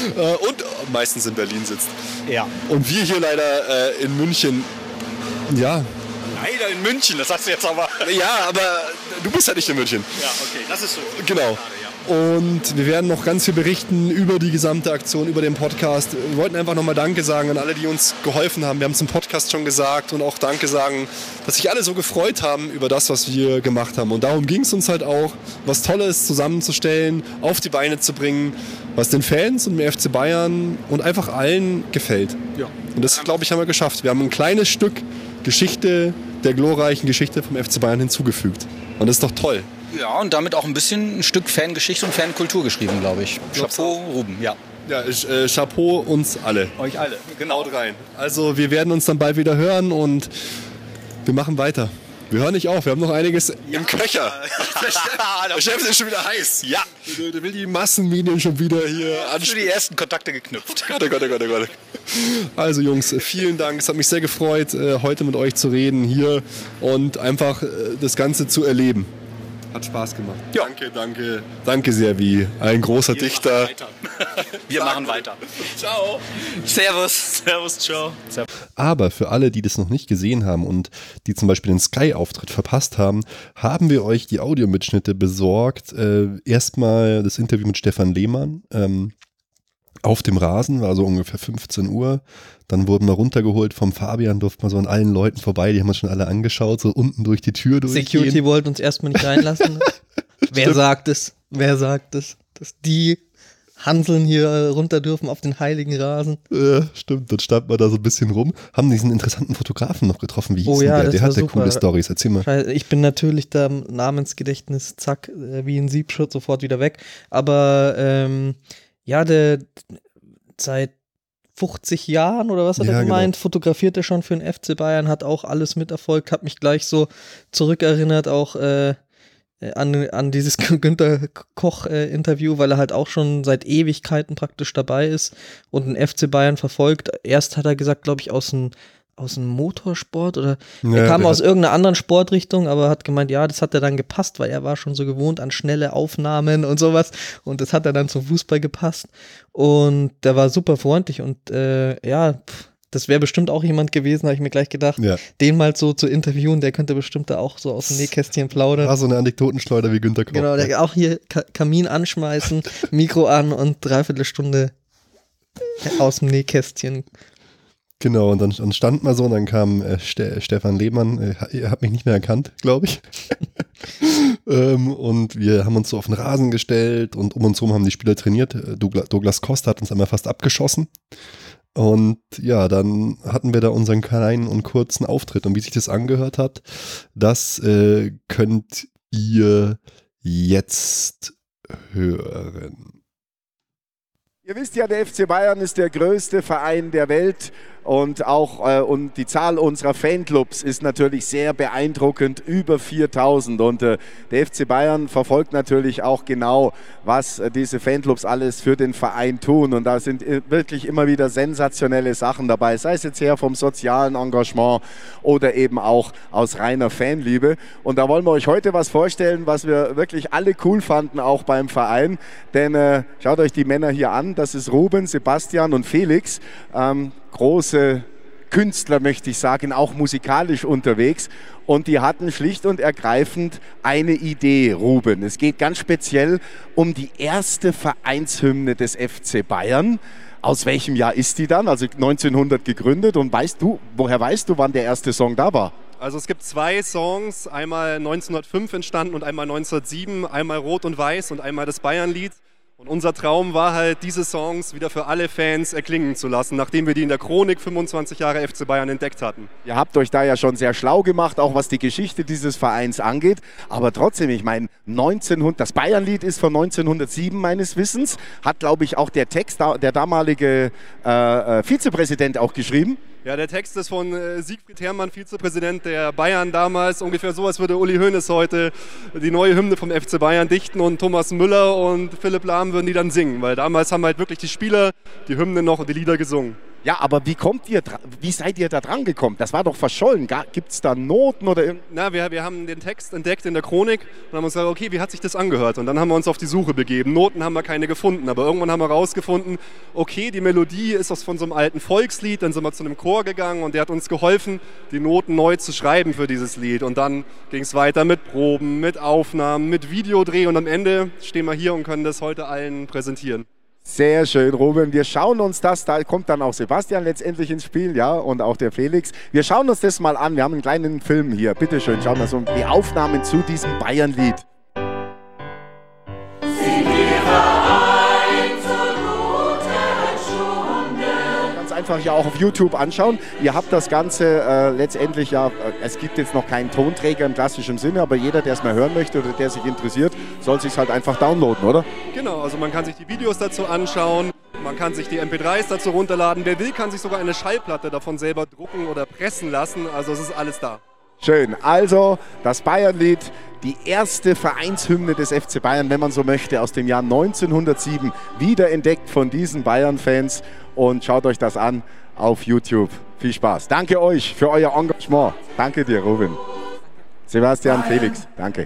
[SPEAKER 2] und meistens in Berlin sitzt.
[SPEAKER 5] Ja.
[SPEAKER 2] Und wir hier leider in München, ja.
[SPEAKER 5] Leider in München, das sagst du jetzt aber.
[SPEAKER 2] Ja, aber du bist ja nicht in München.
[SPEAKER 5] Ja, okay, das ist so.
[SPEAKER 2] Genau. Und wir werden noch ganz viel berichten über die gesamte Aktion, über den Podcast. Wir wollten einfach nochmal Danke sagen an alle, die uns geholfen haben. Wir haben es im Podcast schon gesagt und auch Danke sagen, dass sich alle so gefreut haben über das, was wir gemacht haben. Und darum ging es uns halt auch, was Tolles zusammenzustellen, auf die Beine zu bringen, was den Fans und dem FC Bayern und einfach allen gefällt.
[SPEAKER 5] Ja.
[SPEAKER 2] Und das, glaube ich, haben wir geschafft. Wir haben ein kleines Stück Geschichte der glorreichen Geschichte vom FC Bayern hinzugefügt. Und das ist doch toll.
[SPEAKER 5] Ja, und damit auch ein Stück Fangeschichte und Fankultur geschrieben, glaube ich. Chapeau, Ruben, ja.
[SPEAKER 2] Ja, Chapeau uns alle.
[SPEAKER 5] Euch alle, genau.
[SPEAKER 2] Haut rein. Also wir werden uns dann bald wieder hören und wir machen weiter. Wir hören nicht auf, wir haben noch einiges im Köcher. Der Chef ist schon wieder heiß.
[SPEAKER 5] Ja.
[SPEAKER 2] Der will die Massenmedien schon wieder hier
[SPEAKER 5] anschauen. Die ersten Kontakte geknüpft.
[SPEAKER 2] Gott. Also Jungs, vielen Dank. Es hat mich sehr gefreut, heute mit euch zu reden hier und einfach das Ganze zu erleben. Hat Spaß gemacht.
[SPEAKER 5] Ja.
[SPEAKER 2] Danke sehr, wie ein großer Dichter.
[SPEAKER 5] Wir machen weiter.
[SPEAKER 6] Ciao. Servus.
[SPEAKER 4] Servus, ciao.
[SPEAKER 2] Aber für alle, die das noch nicht gesehen haben und die zum Beispiel den Sky-Auftritt verpasst haben, haben wir euch die Audiomitschnitte besorgt. Erstmal das Interview mit Stefan Lehmann auf dem Rasen, war so ungefähr 15 Uhr. Dann wurden wir runtergeholt vom Fabian, durften wir so an allen Leuten vorbei, die haben uns schon alle angeschaut, so unten durch die Tür durchgehen.
[SPEAKER 3] Security wollte uns erstmal nicht reinlassen. Wer sagt es, dass die Hanseln hier runter dürfen auf den heiligen Rasen?
[SPEAKER 2] Ja, stimmt, dann stand man da so ein bisschen rum, haben diesen interessanten Fotografen noch getroffen, wie hieß der hat ja coole Storys, erzähl mal.
[SPEAKER 3] Ich bin natürlich da Namensgedächtnis, zack, wie ein Siebschutz, sofort wieder weg, aber der seit 50 Jahren oder was hat er gemeint, fotografiert er schon für den FC Bayern, hat auch alles miterfolgt, hat mich gleich so zurückerinnert, auch an dieses Günter Koch-Interview, weil er halt auch schon seit Ewigkeiten praktisch dabei ist und den FC Bayern verfolgt. Erst hat er gesagt, glaube ich, aus dem aus dem Motorsport oder er kam aus irgendeiner anderen Sportrichtung, aber hat gemeint, ja, das hat er dann gepasst, weil er war schon so gewohnt an schnelle Aufnahmen und sowas und das hat er dann zum Fußball gepasst und der war super freundlich und das wäre bestimmt auch jemand gewesen, habe ich mir gleich gedacht, den mal so zu interviewen, der könnte bestimmt da auch so aus dem Nähkästchen plaudern.
[SPEAKER 2] War so eine Anekdotenschleuder wie Günter Koch.
[SPEAKER 3] Genau, der auch hier Kamin anschmeißen, Mikro an und 3/4 Stunde aus dem Nähkästchen.
[SPEAKER 2] Genau, und dann stand mal so und dann kam Stefan Lehmann, er hat mich nicht mehr erkannt, glaube ich. Und wir haben uns so auf den Rasen gestellt und um uns herum haben die Spieler trainiert. Douglas Costa hat uns einmal fast abgeschossen. Und ja, dann hatten wir da unseren kleinen und kurzen Auftritt. Und wie sich das angehört hat, das könnt ihr jetzt hören.
[SPEAKER 1] Ihr wisst ja, der FC Bayern ist der größte Verein der Welt und auch und die Zahl unserer Fanclubs ist natürlich sehr beeindruckend, über 4000 und der FC Bayern verfolgt natürlich auch genau, was diese Fanclubs alles für den Verein tun und da sind wirklich immer wieder sensationelle Sachen dabei, sei es jetzt her vom sozialen Engagement oder eben auch aus reiner Fanliebe und da wollen wir euch heute was vorstellen, was wir wirklich alle cool fanden, auch beim Verein, denn schaut euch die Männer hier an, das ist Ruben, Sebastian und Felix, große Künstler, möchte ich sagen, auch musikalisch unterwegs. Und die hatten schlicht und ergreifend eine Idee, Ruben. Es geht ganz speziell um die erste Vereinshymne des FC Bayern. Aus welchem Jahr ist die dann? Also 1900 gegründet. Und woher weißt du, wann der erste Song da war?
[SPEAKER 7] Also es gibt 2 Songs, einmal 1905 entstanden und einmal 1907, einmal Rot und Weiß und einmal das Bayernlied. Und unser Traum war halt, diese Songs wieder für alle Fans erklingen zu lassen, nachdem wir die in der Chronik 25 Jahre FC Bayern entdeckt hatten.
[SPEAKER 1] Ihr habt euch da ja schon sehr schlau gemacht, auch was die Geschichte dieses Vereins angeht. Aber trotzdem, ich meine, das Bayernlied ist von 1907 meines Wissens. Hat, glaube ich, auch der Text, der damalige Vizepräsident auch geschrieben.
[SPEAKER 7] Ja, der Text ist von Siegfried Herrmann, Vizepräsident der Bayern damals. Ungefähr so, als würde Uli Hoeneß heute die neue Hymne vom FC Bayern dichten und Thomas Müller und Philipp Lahm würden die dann singen. Weil damals haben halt wirklich die Spieler die Hymne noch und die Lieder gesungen.
[SPEAKER 1] Ja, aber wie seid ihr da dran gekommen? Das war doch verschollen. Gibt es da Noten oder?
[SPEAKER 7] Na, wir haben den Text entdeckt in der Chronik und haben uns gesagt, okay, wie hat sich das angehört? Und dann haben wir uns auf die Suche begeben. Noten haben wir keine gefunden, aber irgendwann haben wir rausgefunden, okay, die Melodie ist von so einem alten Volkslied. Dann sind wir zu einem Chor gegangen und der hat uns geholfen, die Noten neu zu schreiben für dieses Lied. Und dann ging es weiter mit Proben, mit Aufnahmen, mit Videodreh und am Ende stehen wir hier und können das heute allen präsentieren.
[SPEAKER 1] Sehr schön, Ruben. Wir schauen uns das, da kommt dann auch Sebastian letztendlich ins Spiel, ja, und auch der Felix. Wir schauen uns das mal an. Wir haben einen kleinen Film hier. Bitte schön, schauen wir uns die Aufnahmen zu diesem Bayernlied. Einfach ja auch auf YouTube anschauen. Ihr habt das Ganze letztendlich ja, es gibt jetzt noch keinen Tonträger im klassischen Sinne, aber jeder, der es mal hören möchte oder der sich interessiert, soll sich halt einfach downloaden, oder?
[SPEAKER 7] Genau, also man kann sich die Videos dazu anschauen, man kann sich die MP3s dazu runterladen. Wer will, kann sich sogar eine Schallplatte davon selber drucken oder pressen lassen, also es ist alles da.
[SPEAKER 1] Schön, also das Bayernlied, die erste Vereinshymne des FC Bayern, wenn man so möchte, aus dem Jahr 1907, wiederentdeckt von diesen Bayern-Fans und schaut euch das an auf YouTube. Viel Spaß. Danke euch für euer Engagement. Danke dir, Ruben. Sebastian, Felix, danke.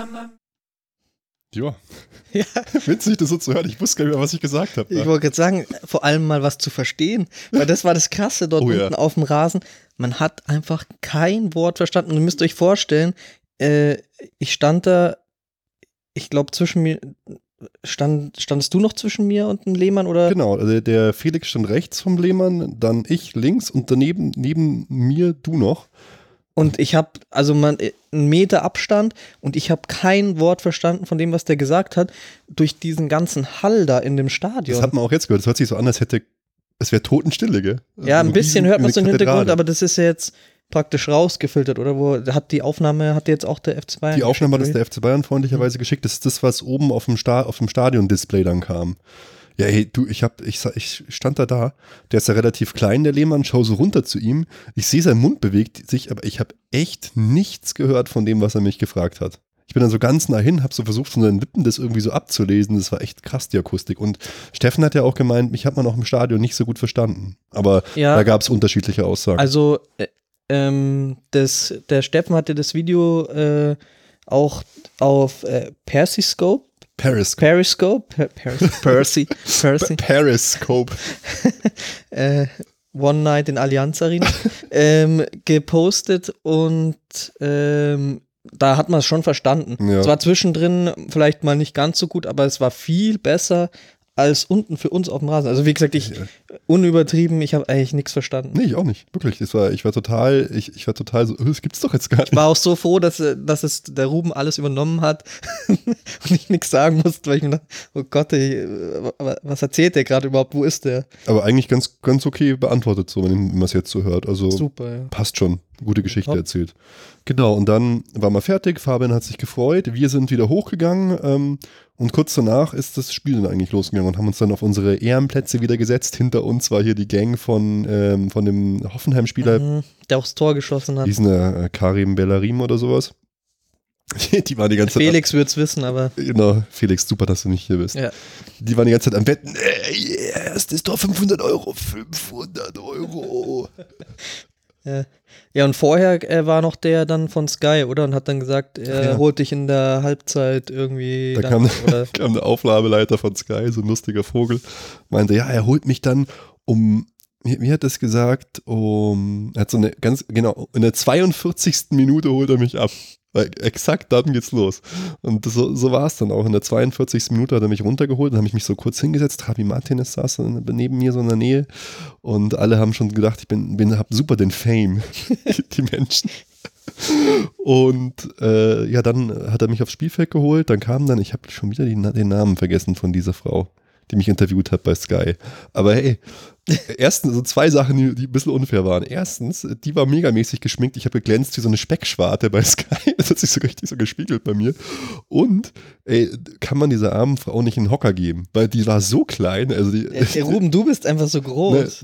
[SPEAKER 2] Ja. Witzig, das so zu hören. Ich wusste gar nicht mehr, was ich gesagt habe.
[SPEAKER 3] Ich wollte gerade sagen, vor allem mal was zu verstehen, weil das war das Krasse dort unten auf dem Rasen. Man hat einfach kein Wort verstanden. Und ihr müsst euch vorstellen, ich stand da, ich glaube zwischen mir, standest du noch zwischen mir und dem Lehmann? Oder?
[SPEAKER 2] Genau, also der Felix stand rechts vom Lehmann, dann ich links und daneben neben mir du noch.
[SPEAKER 3] Und ich habe, einen Meter Abstand und ich habe kein Wort verstanden von dem, was der gesagt hat, durch diesen ganzen Hall da in dem Stadion.
[SPEAKER 2] Das hat man auch jetzt gehört. Das hört sich so an, als es wäre Totenstille, gell?
[SPEAKER 3] Ja, ein bisschen hört man so im Hintergrund, aber das ist ja jetzt praktisch rausgefiltert, oder? Die Aufnahme hat jetzt auch der FC Bayern
[SPEAKER 2] Die Aufnahme hat der FC Bayern freundlicherweise geschickt. Das ist das, was oben auf dem Stadion-Display dann kam. Ja, hey, du, ich stand da, der ist ja relativ klein, der Lehmann, schau so runter zu ihm. Ich sehe, sein Mund bewegt sich, aber ich habe echt nichts gehört von dem, was er mich gefragt hat. Ich bin dann so ganz nah hin, habe so versucht, von seinen Lippen das irgendwie so abzulesen. Das war echt krass, die Akustik. Und Steffen hat ja auch gemeint, mich hat man auch im Stadion nicht so gut verstanden. Aber da gab es unterschiedliche Aussagen.
[SPEAKER 3] Also, der Steffen hatte das Video auch auf Periscope. One Night in Allianz Arena gepostet und da hat man es schon verstanden. Es war zwischendrin vielleicht mal nicht ganz so gut, aber es war viel besser als unten für uns auf dem Rasen. Also wie gesagt, unübertrieben, ich habe eigentlich nichts verstanden.
[SPEAKER 2] Nee, ich auch nicht, wirklich. Ich war total so, das gibt's doch jetzt gar nicht.
[SPEAKER 3] Ich war auch so froh, dass es der Ruben alles übernommen hat und ich nichts sagen musste, weil ich mir dachte, oh Gott, was erzählt der gerade überhaupt, wo ist der?
[SPEAKER 2] Aber eigentlich ganz okay beantwortet, so, wenn man es jetzt so hört. Also
[SPEAKER 3] super, ja.
[SPEAKER 2] Passt schon. Gute Geschichte erzählt. Genau, und dann waren wir fertig, Fabian hat sich gefreut, wir sind wieder hochgegangen und kurz danach ist das Spiel dann eigentlich losgegangen und haben uns dann auf unsere Ehrenplätze wieder gesetzt. Hinter uns war hier die Gang von dem Hoffenheim-Spieler.
[SPEAKER 3] Der auch das Tor geschossen hat.
[SPEAKER 2] Diesen Karim Bellarim oder sowas. Die waren die ganze Zeit.
[SPEAKER 3] Felix wird's wissen, aber.
[SPEAKER 2] Genau, Felix, super, dass du nicht hier bist.
[SPEAKER 3] Ja.
[SPEAKER 2] Die waren die ganze Zeit am Wetten. Erstes Tor 500 Euro. 500 Euro.
[SPEAKER 3] Ja, und vorher war noch der dann von Sky, oder? Und hat dann gesagt, er holt dich in der Halbzeit irgendwie.
[SPEAKER 2] Da kam der Aufnahmeleiter von Sky, so ein lustiger Vogel, meinte, ja, er holt mich dann wie hat das gesagt, er hat so eine in der 42. Minute holt er mich ab. Weil exakt dann geht's los. Und so war es dann auch. In der 42. Minute hat er mich runtergeholt, dann habe ich mich so kurz hingesetzt. Javi Martinez saß neben mir so in der Nähe und alle haben schon gedacht, ich hab super den Fame, die Menschen. Und dann hat er mich aufs Spielfeld geholt, dann ich habe schon wieder den Namen vergessen von dieser Frau, die mich interviewt hat bei Sky. Aber hey, erstens, so zwei Sachen, die ein bisschen unfair waren. Erstens, die war megamäßig geschminkt. Ich habe geglänzt wie so eine Speckschwarte bei Sky. Das hat sich so richtig so gespiegelt bei mir. Und, kann man dieser armen Frau nicht einen Hocker geben? Weil die war so klein. Also
[SPEAKER 3] Ruben, du bist einfach so groß.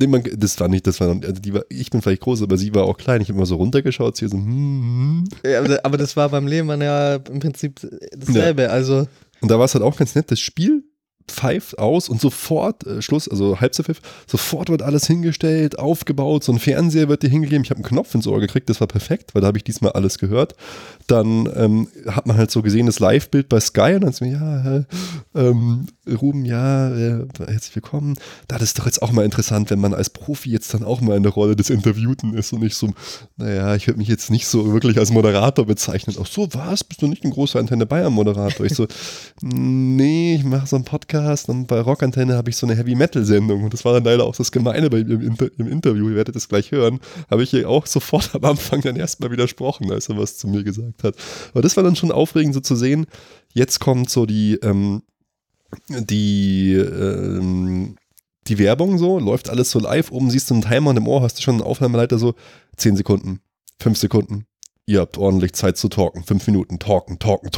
[SPEAKER 2] Ich bin vielleicht groß, aber sie war auch klein. Ich habe immer so runtergeschaut, sie so,
[SPEAKER 3] Ja, aber das war beim Lehmann ja im Prinzip dasselbe. Ja. Also.
[SPEAKER 2] Und da war es halt auch ganz nett, das Spiel pfeift aus und sofort, Schluss, also Halbzeitpfiff, sofort wird alles hingestellt, aufgebaut, so ein Fernseher wird dir hingegeben, ich habe einen Knopf ins Ohr gekriegt, das war perfekt, weil da habe ich diesmal alles gehört. Dann hat man halt so gesehen, das Live-Bild bei Sky und dann ist mir, Ruben, herzlich willkommen. Das ist doch jetzt auch mal interessant, wenn man als Profi jetzt dann auch mal in der Rolle des Interviewten ist und nicht so, ich würde mich jetzt nicht so wirklich als Moderator bezeichnen. Ach so, was? Bist du nicht ein großer Antenne Bayern-Moderator? Ich so, nee, ich mache so einen Podcast und bei Rockantenne habe ich so eine Heavy-Metal-Sendung und das war dann leider auch das Gemeine bei ihm im Interview, ihr werdet das gleich hören, habe ich hier auch sofort am Anfang dann erstmal widersprochen, als er was zu mir gesagt hat. Aber das war dann schon aufregend so zu sehen, jetzt kommt so die Werbung so, läuft alles so live, oben siehst du einen Timer und im Ohr hast du schon einen Aufnahmeleiter so 10 Sekunden, 5 Sekunden. Ihr habt ordentlich Zeit zu talken. 5 Minuten. Talken. Talken.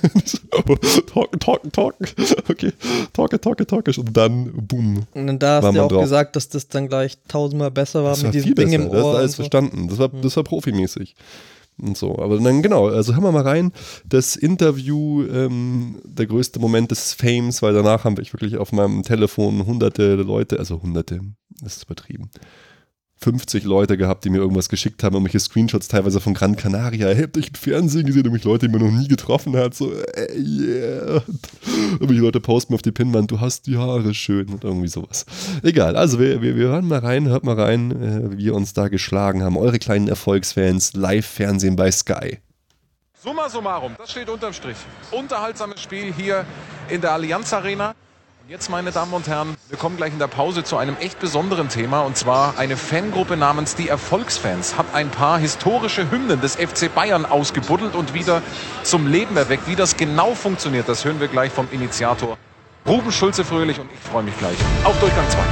[SPEAKER 2] Okay. Talke. Und dann, boom.
[SPEAKER 3] Und da hast du ja auch gesagt, dass das dann gleich 1000-mal besser war mit diesem Ding im Ohr.
[SPEAKER 2] Das ist alles verstanden. Das war profimäßig. Und so. Aber dann genau, also hören wir mal rein. Das Interview, der größte Moment des Fames, weil danach habe ich wirklich auf meinem Telefon hunderte Leute, das ist übertrieben. 50 Leute gehabt, die mir irgendwas geschickt haben, irgendwelche Screenshots teilweise von Gran Canaria. Ihr habt euch im Fernsehen gesehen, irgendwelche Leute, die man noch nie getroffen hat. So, yeah. Irgendwelche Leute posten auf die Pinnwand, du hast die Haare schön und irgendwie sowas. Egal, also wir hören mal rein, hört mal rein, wie wir uns da geschlagen haben. Eure kleinen Erfolgsfans, Live-Fernsehen bei Sky.
[SPEAKER 8] Summa summarum, das steht unterm Strich. Unterhaltsames Spiel hier in der Allianz Arena. Jetzt, meine Damen und Herren, wir kommen gleich in der Pause zu einem echt besonderen Thema. Und zwar eine Fangruppe namens Die Erfolgsfans hat ein paar historische Hymnen des FC Bayern ausgebuddelt und wieder zum Leben erweckt. Wie das genau funktioniert, das hören wir gleich vom Initiator Ruben Schulze-Fröhlich. Und ich freue mich gleich auf Durchgang 2.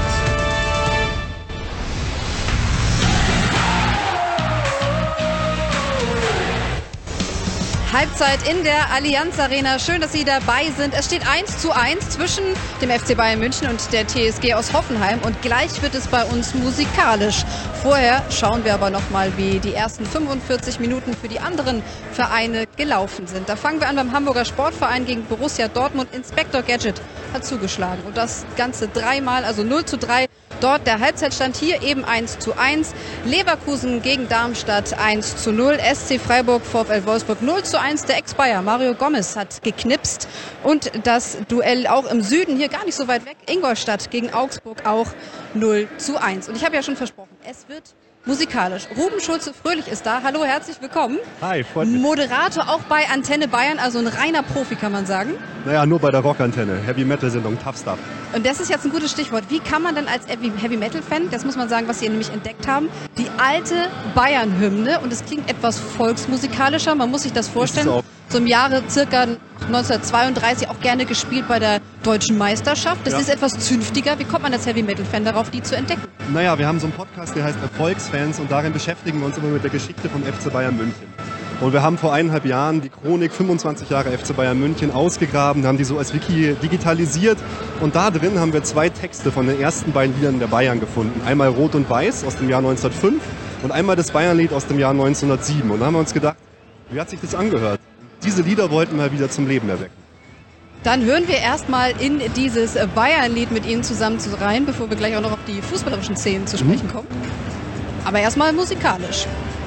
[SPEAKER 9] Halbzeit in der Allianz Arena. Schön, dass Sie dabei sind. Es steht 1:1 zwischen dem FC Bayern München und der TSG aus Hoffenheim und gleich wird es bei uns musikalisch. Vorher schauen wir aber nochmal, wie die ersten 45 Minuten für die anderen Vereine gelaufen sind. Da fangen wir an beim Hamburger Sportverein gegen Borussia Dortmund. Inspektor Gadget hat zugeschlagen und das Ganze dreimal, also 0:3. Dort der Halbzeitstand, hier eben 1:1. Leverkusen gegen Darmstadt 1:0. SC Freiburg, VfL Wolfsburg 0:1. Der Ex-Bayer Mario Gomez hat geknipst. Und das Duell auch im Süden, hier gar nicht so weit weg. Ingolstadt gegen Augsburg auch 0:1. Und ich habe ja schon versprochen, es wird musikalisch. Ruben Schulze-Fröhlich ist da. Hallo, herzlich willkommen.
[SPEAKER 7] Hi, freut mich.
[SPEAKER 9] Moderator auch bei Antenne Bayern, also ein reiner Profi, kann man sagen.
[SPEAKER 7] Naja, nur bei der Rockantenne. Heavy-Metal-Sendung, Tough Stuff.
[SPEAKER 9] Und das ist jetzt ein gutes Stichwort. Wie kann man denn als Heavy-Metal-Fan, das muss man sagen, was Sie nämlich entdeckt haben, die alte Bayern-Hymne, und es klingt etwas volksmusikalischer, man muss sich das vorstellen, so im Jahre circa 1932 auch gerne gespielt bei der Deutschen Meisterschaft. Das ist etwas zünftiger. Wie kommt man als Heavy-Metal-Fan darauf, die zu entdecken?
[SPEAKER 7] Naja, wir haben so einen Podcast, der heißt Erfolgsfans und darin beschäftigen wir uns immer mit der Geschichte vom FC Bayern München. Und wir haben vor 1,5 Jahren die Chronik 25 Jahre FC Bayern München ausgegraben, haben die so als Wiki digitalisiert und da drin haben wir 2 Texte von den ersten beiden Liedern der Bayern gefunden. Einmal Rot und Weiß aus dem Jahr 1905 und einmal das Bayernlied aus dem Jahr 1907. Und da haben wir uns gedacht, wie hat sich das angehört? Diese Lieder wollten wir wieder zum Leben erwecken.
[SPEAKER 9] Dann hören wir erstmal in dieses Bayern-Lied mit Ihnen zusammen rein, bevor wir gleich auch noch auf die fußballerischen Szenen zu sprechen kommen. Aber erstmal musikalisch.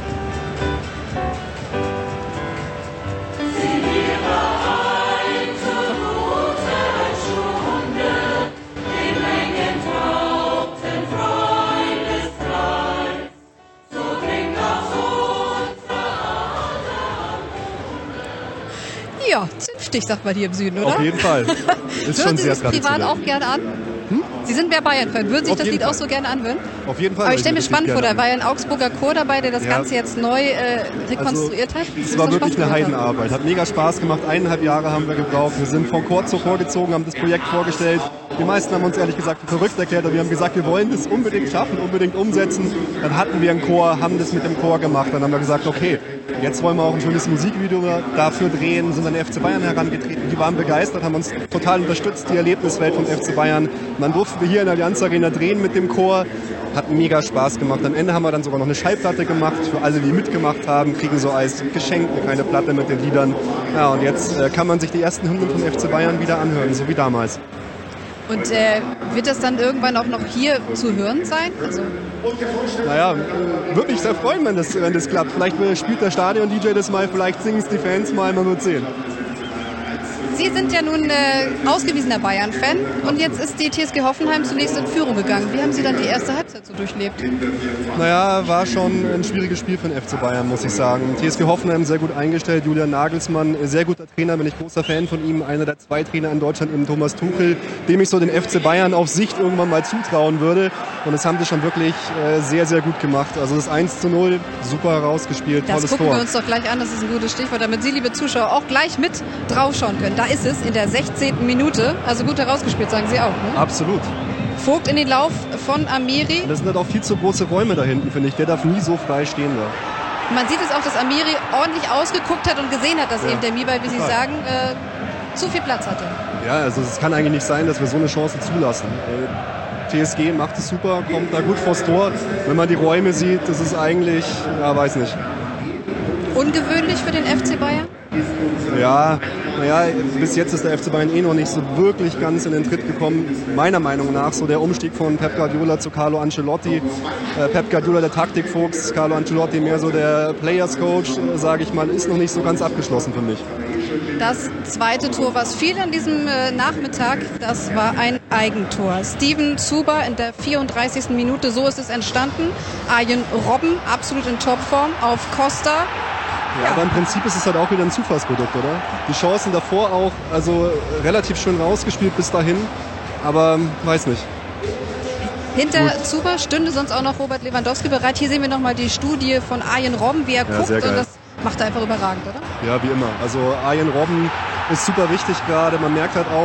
[SPEAKER 9] Ja, zünftig, sagt man hier im Süden, oder?
[SPEAKER 7] Auf jeden Fall. Ist schon sehr
[SPEAKER 9] traditionell. Hören Sie das privat auch gerne an? Sie sind mehr Bayern-Fan. Würden Sie sich das Lied auch so gerne anhören?
[SPEAKER 7] Auf jeden Fall.
[SPEAKER 9] Aber ich stelle mir spannend vor, da war ja ein Augsburger Chor dabei, der das Ganze jetzt neu rekonstruiert hat.
[SPEAKER 7] Es war wirklich eine Heidenarbeit. Hat mega Spaß gemacht. 1,5 Jahre haben wir gebraucht. Wir sind von Chor zu Chor gezogen, haben das Projekt vorgestellt. Die meisten haben uns ehrlich gesagt für verrückt erklärt, aber wir haben gesagt, wir wollen das unbedingt schaffen, unbedingt umsetzen. Dann hatten wir einen Chor, haben das mit dem Chor gemacht. Dann haben wir gesagt, okay, jetzt wollen wir auch ein schönes Musikvideo dafür drehen, sind an den FC Bayern herangetreten. Die waren begeistert, haben uns total unterstützt, die Erlebniswelt vom FC Bayern. Und dann durften wir hier in der Allianz Arena drehen mit dem Chor. Hat mega Spaß gemacht. Am Ende haben wir dann sogar noch eine Schallplatte gemacht für alle, die mitgemacht haben, kriegen so als Geschenk eine kleine Platte mit den Liedern. Ja, und jetzt kann man sich die ersten Hymnen vom FC Bayern wieder anhören, so wie damals.
[SPEAKER 9] Und wird das dann irgendwann auch noch hier zu hören sein? Also
[SPEAKER 7] naja, würde mich sehr freuen, wenn das klappt. Vielleicht spielt der Stadion-DJ das mal, vielleicht singen es die Fans mal, man wird sehen.
[SPEAKER 9] Sie sind ja nun ausgewiesener Bayern-Fan und jetzt ist die TSG Hoffenheim zunächst in Führung gegangen. Wie haben Sie dann die erste Halbzeit so durchlebt?
[SPEAKER 7] Naja, war schon ein schwieriges Spiel für den FC Bayern, muss ich sagen. TSG Hoffenheim sehr gut eingestellt, Julian Nagelsmann, sehr guter Trainer, bin ich großer Fan von ihm. Einer der 2 Trainer in Deutschland, eben Thomas Tuchel, dem ich so den FC Bayern auf Sicht irgendwann mal zutrauen würde. Und das haben sie schon wirklich sehr, sehr gut gemacht. Also das 1:0, super herausgespielt, tolles Tor.
[SPEAKER 9] Das gucken wir uns doch gleich an, das ist ein gutes Stichwort, damit Sie, liebe Zuschauer, auch gleich mit draufschauen können. Da ist es in der 16. Minute, also gut herausgespielt, sagen Sie auch, ne?
[SPEAKER 7] Absolut.
[SPEAKER 9] Vogt in den Lauf von Amiri.
[SPEAKER 7] Und das sind halt auch viel zu große Räume da hinten, finde ich. Der darf nie so frei stehen da.
[SPEAKER 9] Man sieht es auch, dass Amiri ordentlich ausgeguckt hat und gesehen hat, dass eben der Mibay, wie Sie sagen, zu viel Platz hatte. Ja,
[SPEAKER 7] also es kann eigentlich nicht sein, dass wir so eine Chance zulassen. TSG macht es super, kommt da gut vors Tor. Wenn man die Räume sieht, das ist eigentlich, ja, weiß nicht.
[SPEAKER 9] Ungewöhnlich für den FC Bayern?
[SPEAKER 7] Ja, naja, bis jetzt ist der FC Bayern noch nicht so wirklich ganz in den Tritt gekommen. Meiner Meinung nach so der Umstieg von Pep Guardiola zu Carlo Ancelotti. Pep Guardiola der Taktikfuchs, Carlo Ancelotti mehr so der Players Coach, sage ich mal, ist noch nicht so ganz abgeschlossen für mich.
[SPEAKER 9] Das zweite Tor, was fiel an diesem Nachmittag, das war ein Eigentor. Steven Zuber in der 34. Minute, so ist es entstanden. Arjen Robben, absolut in Topform, auf Costa.
[SPEAKER 7] Ja, aber im Prinzip ist es halt auch wieder ein Zufallsprodukt, oder? Die Chancen davor auch, also relativ schön rausgespielt bis dahin, aber weiß nicht.
[SPEAKER 9] Hinter Zuber stünde sonst auch noch Robert Lewandowski bereit. Hier sehen wir nochmal die Studie von Arjen Robben, wie er guckt, und das macht er einfach überragend, oder?
[SPEAKER 7] Ja, wie immer. Also Arjen Robben ist super wichtig gerade. Man merkt halt auch,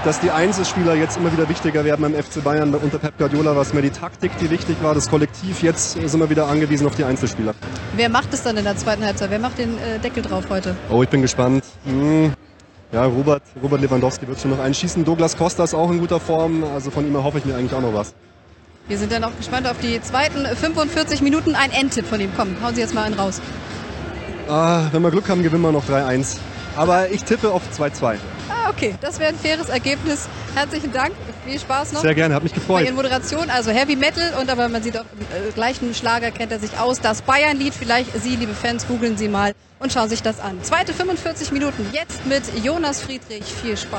[SPEAKER 7] dass die Einzelspieler jetzt immer wieder wichtiger werden beim FC Bayern. Unter Pep Guardiola war es mehr die Taktik, die wichtig war, das Kollektiv. Jetzt sind wir wieder angewiesen auf die Einzelspieler.
[SPEAKER 9] Wer macht es dann in der zweiten Halbzeit? Wer macht den Deckel drauf heute?
[SPEAKER 7] Oh, ich bin gespannt. Ja, Robert Lewandowski wird schon noch einen schießen. Douglas Costa ist auch in guter Form. Also von ihm erhoffe ich mir eigentlich auch noch was.
[SPEAKER 9] Wir sind dann auch gespannt auf die zweiten 45 Minuten. Ein Endtipp von ihm. Komm, hauen Sie jetzt mal einen raus.
[SPEAKER 7] Wenn wir Glück haben, gewinnen wir noch 3-1. Aber ich tippe auf 2-2.
[SPEAKER 9] Okay, das wäre ein faires Ergebnis. Herzlichen Dank, viel Spaß noch.
[SPEAKER 7] Sehr gerne, hat mich gefreut.
[SPEAKER 9] Bei Ihren Moderation, also Heavy Metal aber man sieht auch, im gleichen Schlager kennt er sich aus. Das Bayern-Lied, vielleicht Sie, liebe Fans, googeln Sie mal und schauen sich das an. Zweite 45 Minuten, jetzt mit Jonas Friedrich. Viel Spaß.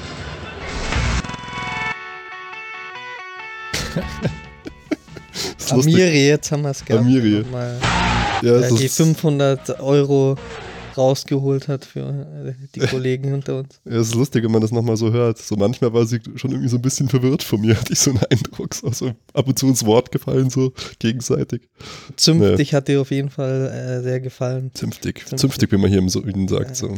[SPEAKER 3] Amiri, jetzt haben wir es gehabt.
[SPEAKER 2] Amiri.
[SPEAKER 3] Ja, die 500 € rausgeholt hat für die Kollegen hinter uns.
[SPEAKER 2] Ja, es ist lustig, wenn man das nochmal so hört. So manchmal war sie schon irgendwie so ein bisschen verwirrt von mir, hatte ich so einen Eindruck. So ab und zu ins Wort gefallen, so gegenseitig.
[SPEAKER 3] Zünftig hat dir auf jeden Fall sehr gefallen.
[SPEAKER 2] Zünftig, wie man hier im Süden sagt. So.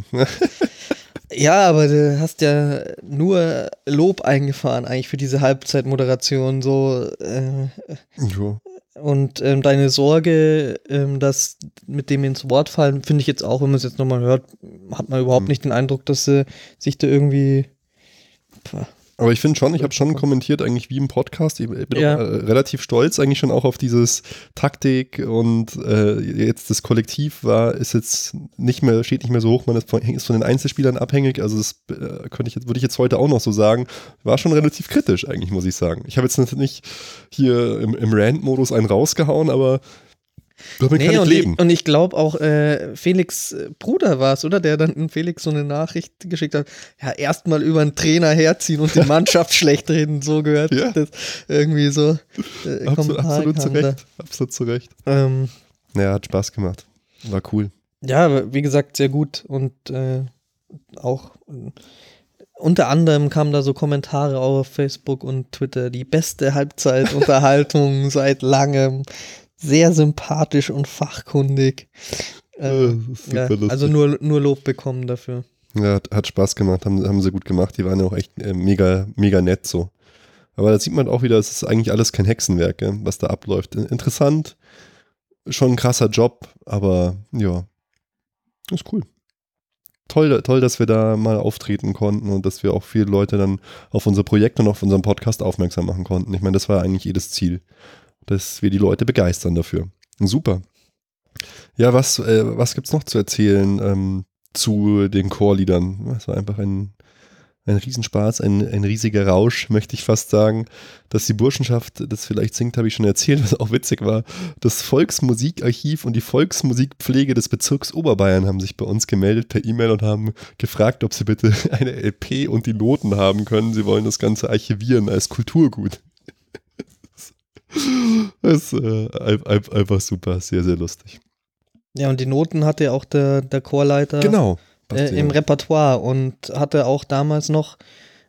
[SPEAKER 3] Ja, aber du hast ja nur Lob eingefahren eigentlich für diese Halbzeitmoderation. So,
[SPEAKER 2] ja.
[SPEAKER 3] Und deine Sorge, dass mit dem ins Wort fallen, finde ich jetzt auch, wenn man es jetzt nochmal hört, hat man überhaupt nicht den Eindruck, dass sie sich da irgendwie...
[SPEAKER 2] Aber ich finde schon, ich habe schon kommentiert, eigentlich wie im Podcast. Ich bin auch relativ stolz eigentlich schon auch auf dieses Taktik und jetzt das Kollektiv steht nicht mehr so hoch, man ist von den Einzelspielern abhängig. Also das würde ich jetzt heute auch noch so sagen. War schon relativ kritisch eigentlich, muss ich sagen. Ich habe jetzt nicht hier im Rant-Modus einen rausgehauen, aber damit kann ich leben.
[SPEAKER 3] Und ich glaube auch, Felix Bruder war es, oder? Der dann Felix so eine Nachricht geschickt hat, ja, erstmal über einen Trainer herziehen und die Mannschaft schlecht reden, so gehört das irgendwie so.
[SPEAKER 2] Absolut zu Recht. Ja, hat Spaß gemacht. War cool.
[SPEAKER 3] Ja, wie gesagt, sehr gut und auch unter anderem kamen da so Kommentare auf Facebook und Twitter, die beste Halbzeitunterhaltung seit langem. Sehr sympathisch und fachkundig. Also nur Lob bekommen dafür.
[SPEAKER 2] Ja, hat Spaß gemacht, haben sie gut gemacht. Die waren ja auch echt mega, mega nett so. Aber da sieht man auch wieder, es ist eigentlich alles kein Hexenwerk, was da abläuft. Interessant, schon ein krasser Job, aber ja, ist cool. Toll, dass wir da mal auftreten konnten und dass wir auch viele Leute dann auf unser Projekt und auf unseren Podcast aufmerksam machen konnten. Ich meine, das war eigentlich jedes Ziel, dass wir die Leute begeistern dafür. Super. Ja, was gibt's noch zu erzählen zu den Chorliedern? Es war einfach ein Riesenspaß, ein riesiger Rausch, möchte ich fast sagen. Dass die Burschenschaft das vielleicht singt, habe ich schon erzählt, was auch witzig war. Das Volksmusikarchiv und die Volksmusikpflege des Bezirks Oberbayern haben sich bei uns gemeldet per E-Mail und haben gefragt, ob sie bitte eine LP und die Noten haben können. Sie wollen das Ganze archivieren als Kulturgut. Das ist einfach super, sehr, sehr lustig.
[SPEAKER 3] Ja, und die Noten hatte auch der Chorleiter im Repertoire und hatte auch damals noch,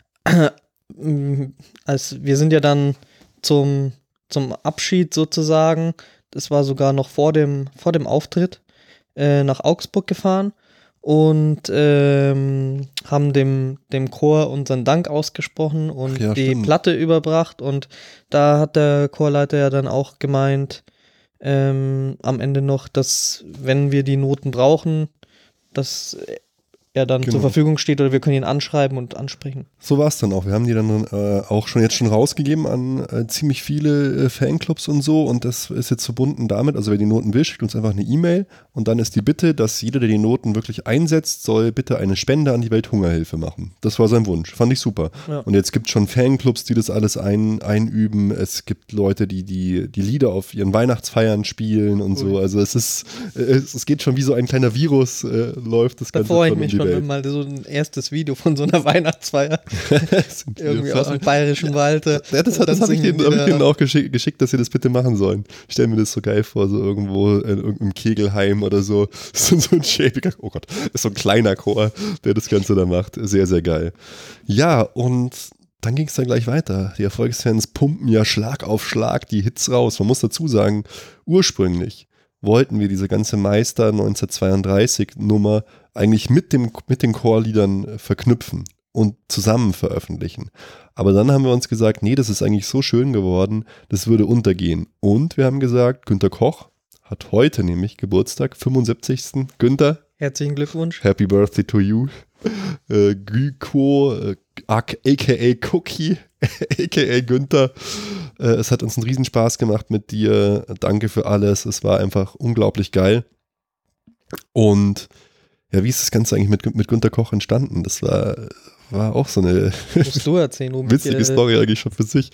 [SPEAKER 3] wir sind ja dann zum Abschied sozusagen, das war sogar noch vor dem Auftritt, nach Augsburg gefahren und haben dem Chor unseren Dank ausgesprochen und die Platte überbracht und da hat der Chorleiter ja dann auch gemeint, am Ende noch, dass wenn wir die Noten brauchen, dass er dann zur Verfügung steht oder wir können ihn anschreiben und ansprechen.
[SPEAKER 2] So war es dann auch. Wir haben die dann auch schon rausgegeben an ziemlich viele Fanclubs und so und das ist jetzt verbunden damit, also wer die Noten will, schickt uns einfach eine E-Mail und dann ist die Bitte, dass jeder, der die Noten wirklich einsetzt, soll bitte eine Spende an die Welthungerhilfe machen. Das war sein Wunsch. Fand ich super. Ja. Und jetzt gibt es schon Fanclubs, die das alles einüben. Es gibt Leute, die Lieder auf ihren Weihnachtsfeiern spielen und so. Also es geht schon wie so ein kleiner Virus, läuft das Ganze.
[SPEAKER 3] Da freue ich mich schon, wenn mal so ein erstes Video von so einer Weihnachtsfeier irgendwie aus dem Bayerischen Wald.
[SPEAKER 2] Das habe ich denen auch geschickt, dass sie das bitte machen sollen. Ich stelle mir das so geil vor, so irgendwo in irgendeinem Kegelheim oder so. So ein schäbiger, oh Gott, ist so ein kleiner Chor, der das Ganze da macht. Sehr, sehr geil. Ja, und dann ging es dann gleich weiter. Die Erfolgsfans pumpen ja Schlag auf Schlag die Hits raus. Man muss dazu sagen, ursprünglich wollten wir diese ganze Meister 1932 Nummer eigentlich mit den Chorliedern verknüpfen. und zusammen veröffentlichen. Aber dann haben wir uns gesagt, nee, das ist eigentlich so schön geworden, das würde untergehen. Und wir haben gesagt, Günter Koch hat heute nämlich Geburtstag, 75. Günther.
[SPEAKER 3] Herzlichen Glückwunsch.
[SPEAKER 2] Happy Birthday to you. Gyko, aka Cookie, aka Günther. Es hat uns einen Riesenspaß gemacht mit dir. Danke für alles. Es war einfach unglaublich geil. Und ja, wie ist das Ganze eigentlich mit Günter Koch entstanden? Das war auch so eine
[SPEAKER 3] Musst du erzählen,
[SPEAKER 2] witzige Story eigentlich schon für sich.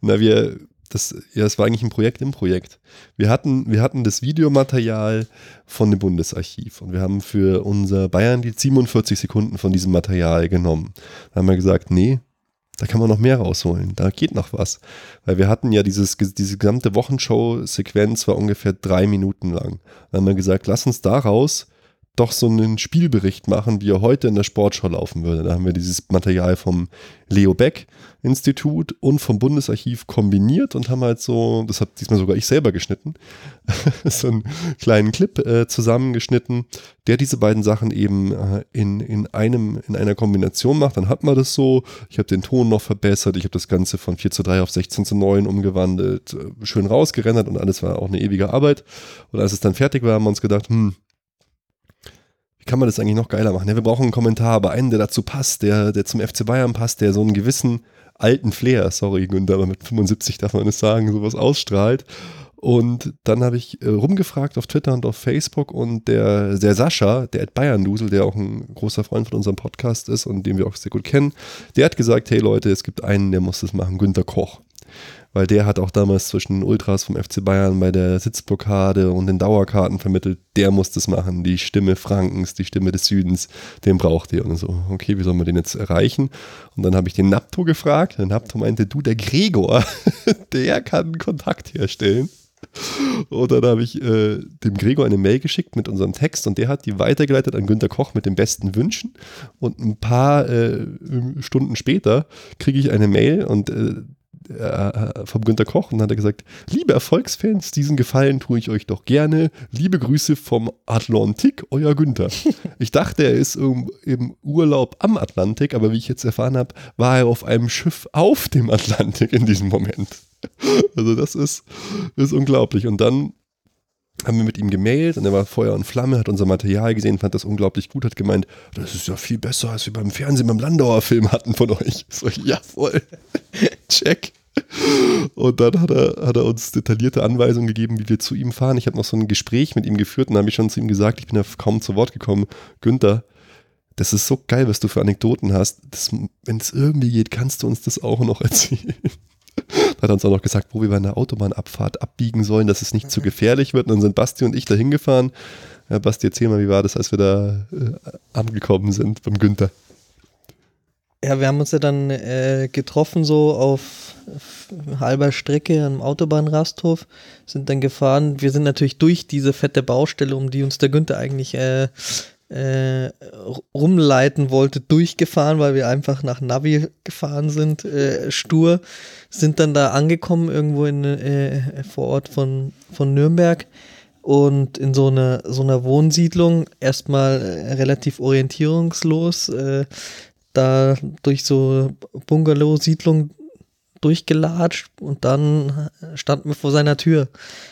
[SPEAKER 2] Es war eigentlich ein Projekt im Projekt. Wir hatten das Videomaterial von dem Bundesarchiv und wir haben für unser Bayern die 47 Sekunden von diesem Material genommen. Da haben wir gesagt, nee, da kann man noch mehr rausholen, da geht noch was. Weil wir hatten ja diese gesamte Wochenshow-Sequenz war ungefähr 3 Minuten lang. Da haben wir gesagt, lass uns daraus doch so einen Spielbericht machen, wie er heute in der Sportschau laufen würde. Da haben wir dieses Material vom Leo Beck Institut und vom Bundesarchiv kombiniert und haben halt so, das habe diesmal sogar ich selber geschnitten, so einen kleinen Clip zusammengeschnitten, der diese beiden Sachen eben in einer Kombination macht. Dann hat man das so, ich habe den Ton noch verbessert, ich habe das Ganze von 4:3 auf 16:9 umgewandelt, schön rausgerendert und alles war auch eine ewige Arbeit. Und als es dann fertig war, haben wir uns gedacht, kann man das eigentlich noch geiler machen? Ja, wir brauchen einen Kommentar, aber einen, der dazu passt, der zum FC Bayern passt, der so einen gewissen alten Flair, sorry Günther, aber mit 75 darf man es sagen, sowas ausstrahlt. Und dann habe ich rumgefragt auf Twitter und auf Facebook und der Sascha, der @Bayern-Dusel, der auch ein großer Freund von unserem Podcast ist und den wir auch sehr gut kennen, der hat gesagt, hey Leute, es gibt einen, der muss das machen, Günter Koch. Weil der hat auch damals zwischen den Ultras vom FC Bayern bei der Sitzblockade und den Dauerkarten vermittelt, der muss das machen, die Stimme Frankens, die Stimme des Südens, den braucht ihr. Und so, okay, wie sollen wir den jetzt erreichen? Und dann habe ich den Napto gefragt, und Napto meinte, du, der Gregor, der kann Kontakt herstellen. Und dann habe ich dem Gregor eine Mail geschickt mit unserem Text und der hat die weitergeleitet an Günter Koch mit den besten Wünschen. Und ein paar Stunden später kriege ich eine Mail und vom Günter Koch und dann hat er gesagt, liebe Erfolgsfans, diesen Gefallen tue ich euch doch gerne. Liebe Grüße vom Atlantik, euer Günther. Ich dachte, er ist im Urlaub am Atlantik, aber wie ich jetzt erfahren habe, war er auf einem Schiff auf dem Atlantik in diesem Moment. Also das ist unglaublich. Und dann haben wir mit ihm gemailt und er war Feuer und Flamme, hat unser Material gesehen, fand das unglaublich gut, hat gemeint, das ist ja viel besser, als wir beim Fernsehen, beim Landauer Film hatten von euch. So, ja, voll. Check. Und dann hat er uns detaillierte Anweisungen gegeben, wie wir zu ihm fahren. Ich habe noch so ein Gespräch mit ihm geführt und dann habe ich schon zu ihm gesagt, ich bin ja kaum zu Wort gekommen, Günther, das ist so geil, was du für Anekdoten hast. Wenn es irgendwie geht, kannst du uns das auch noch erzählen. Da hat er uns auch noch gesagt, wo wir bei einer Autobahnabfahrt abbiegen sollen, dass es nicht zu gefährlich wird. Und dann sind Basti und ich da hingefahren. Ja, Basti, erzähl mal, wie war das, als wir da angekommen sind beim Günther?
[SPEAKER 3] Ja, wir haben uns ja dann getroffen, so auf halber Strecke am Autobahnrasthof, sind dann gefahren. Wir sind natürlich durch diese fette Baustelle, um die uns der Günther eigentlich rumleiten wollte, durchgefahren, weil wir einfach nach Navi gefahren sind, stur, sind dann da angekommen, irgendwo vor Ort von Nürnberg und in so einer Wohnsiedlung, erstmal relativ orientierungslos, da durch so Bungalow-Siedlung durchgelatscht und dann standen wir vor seiner Tür.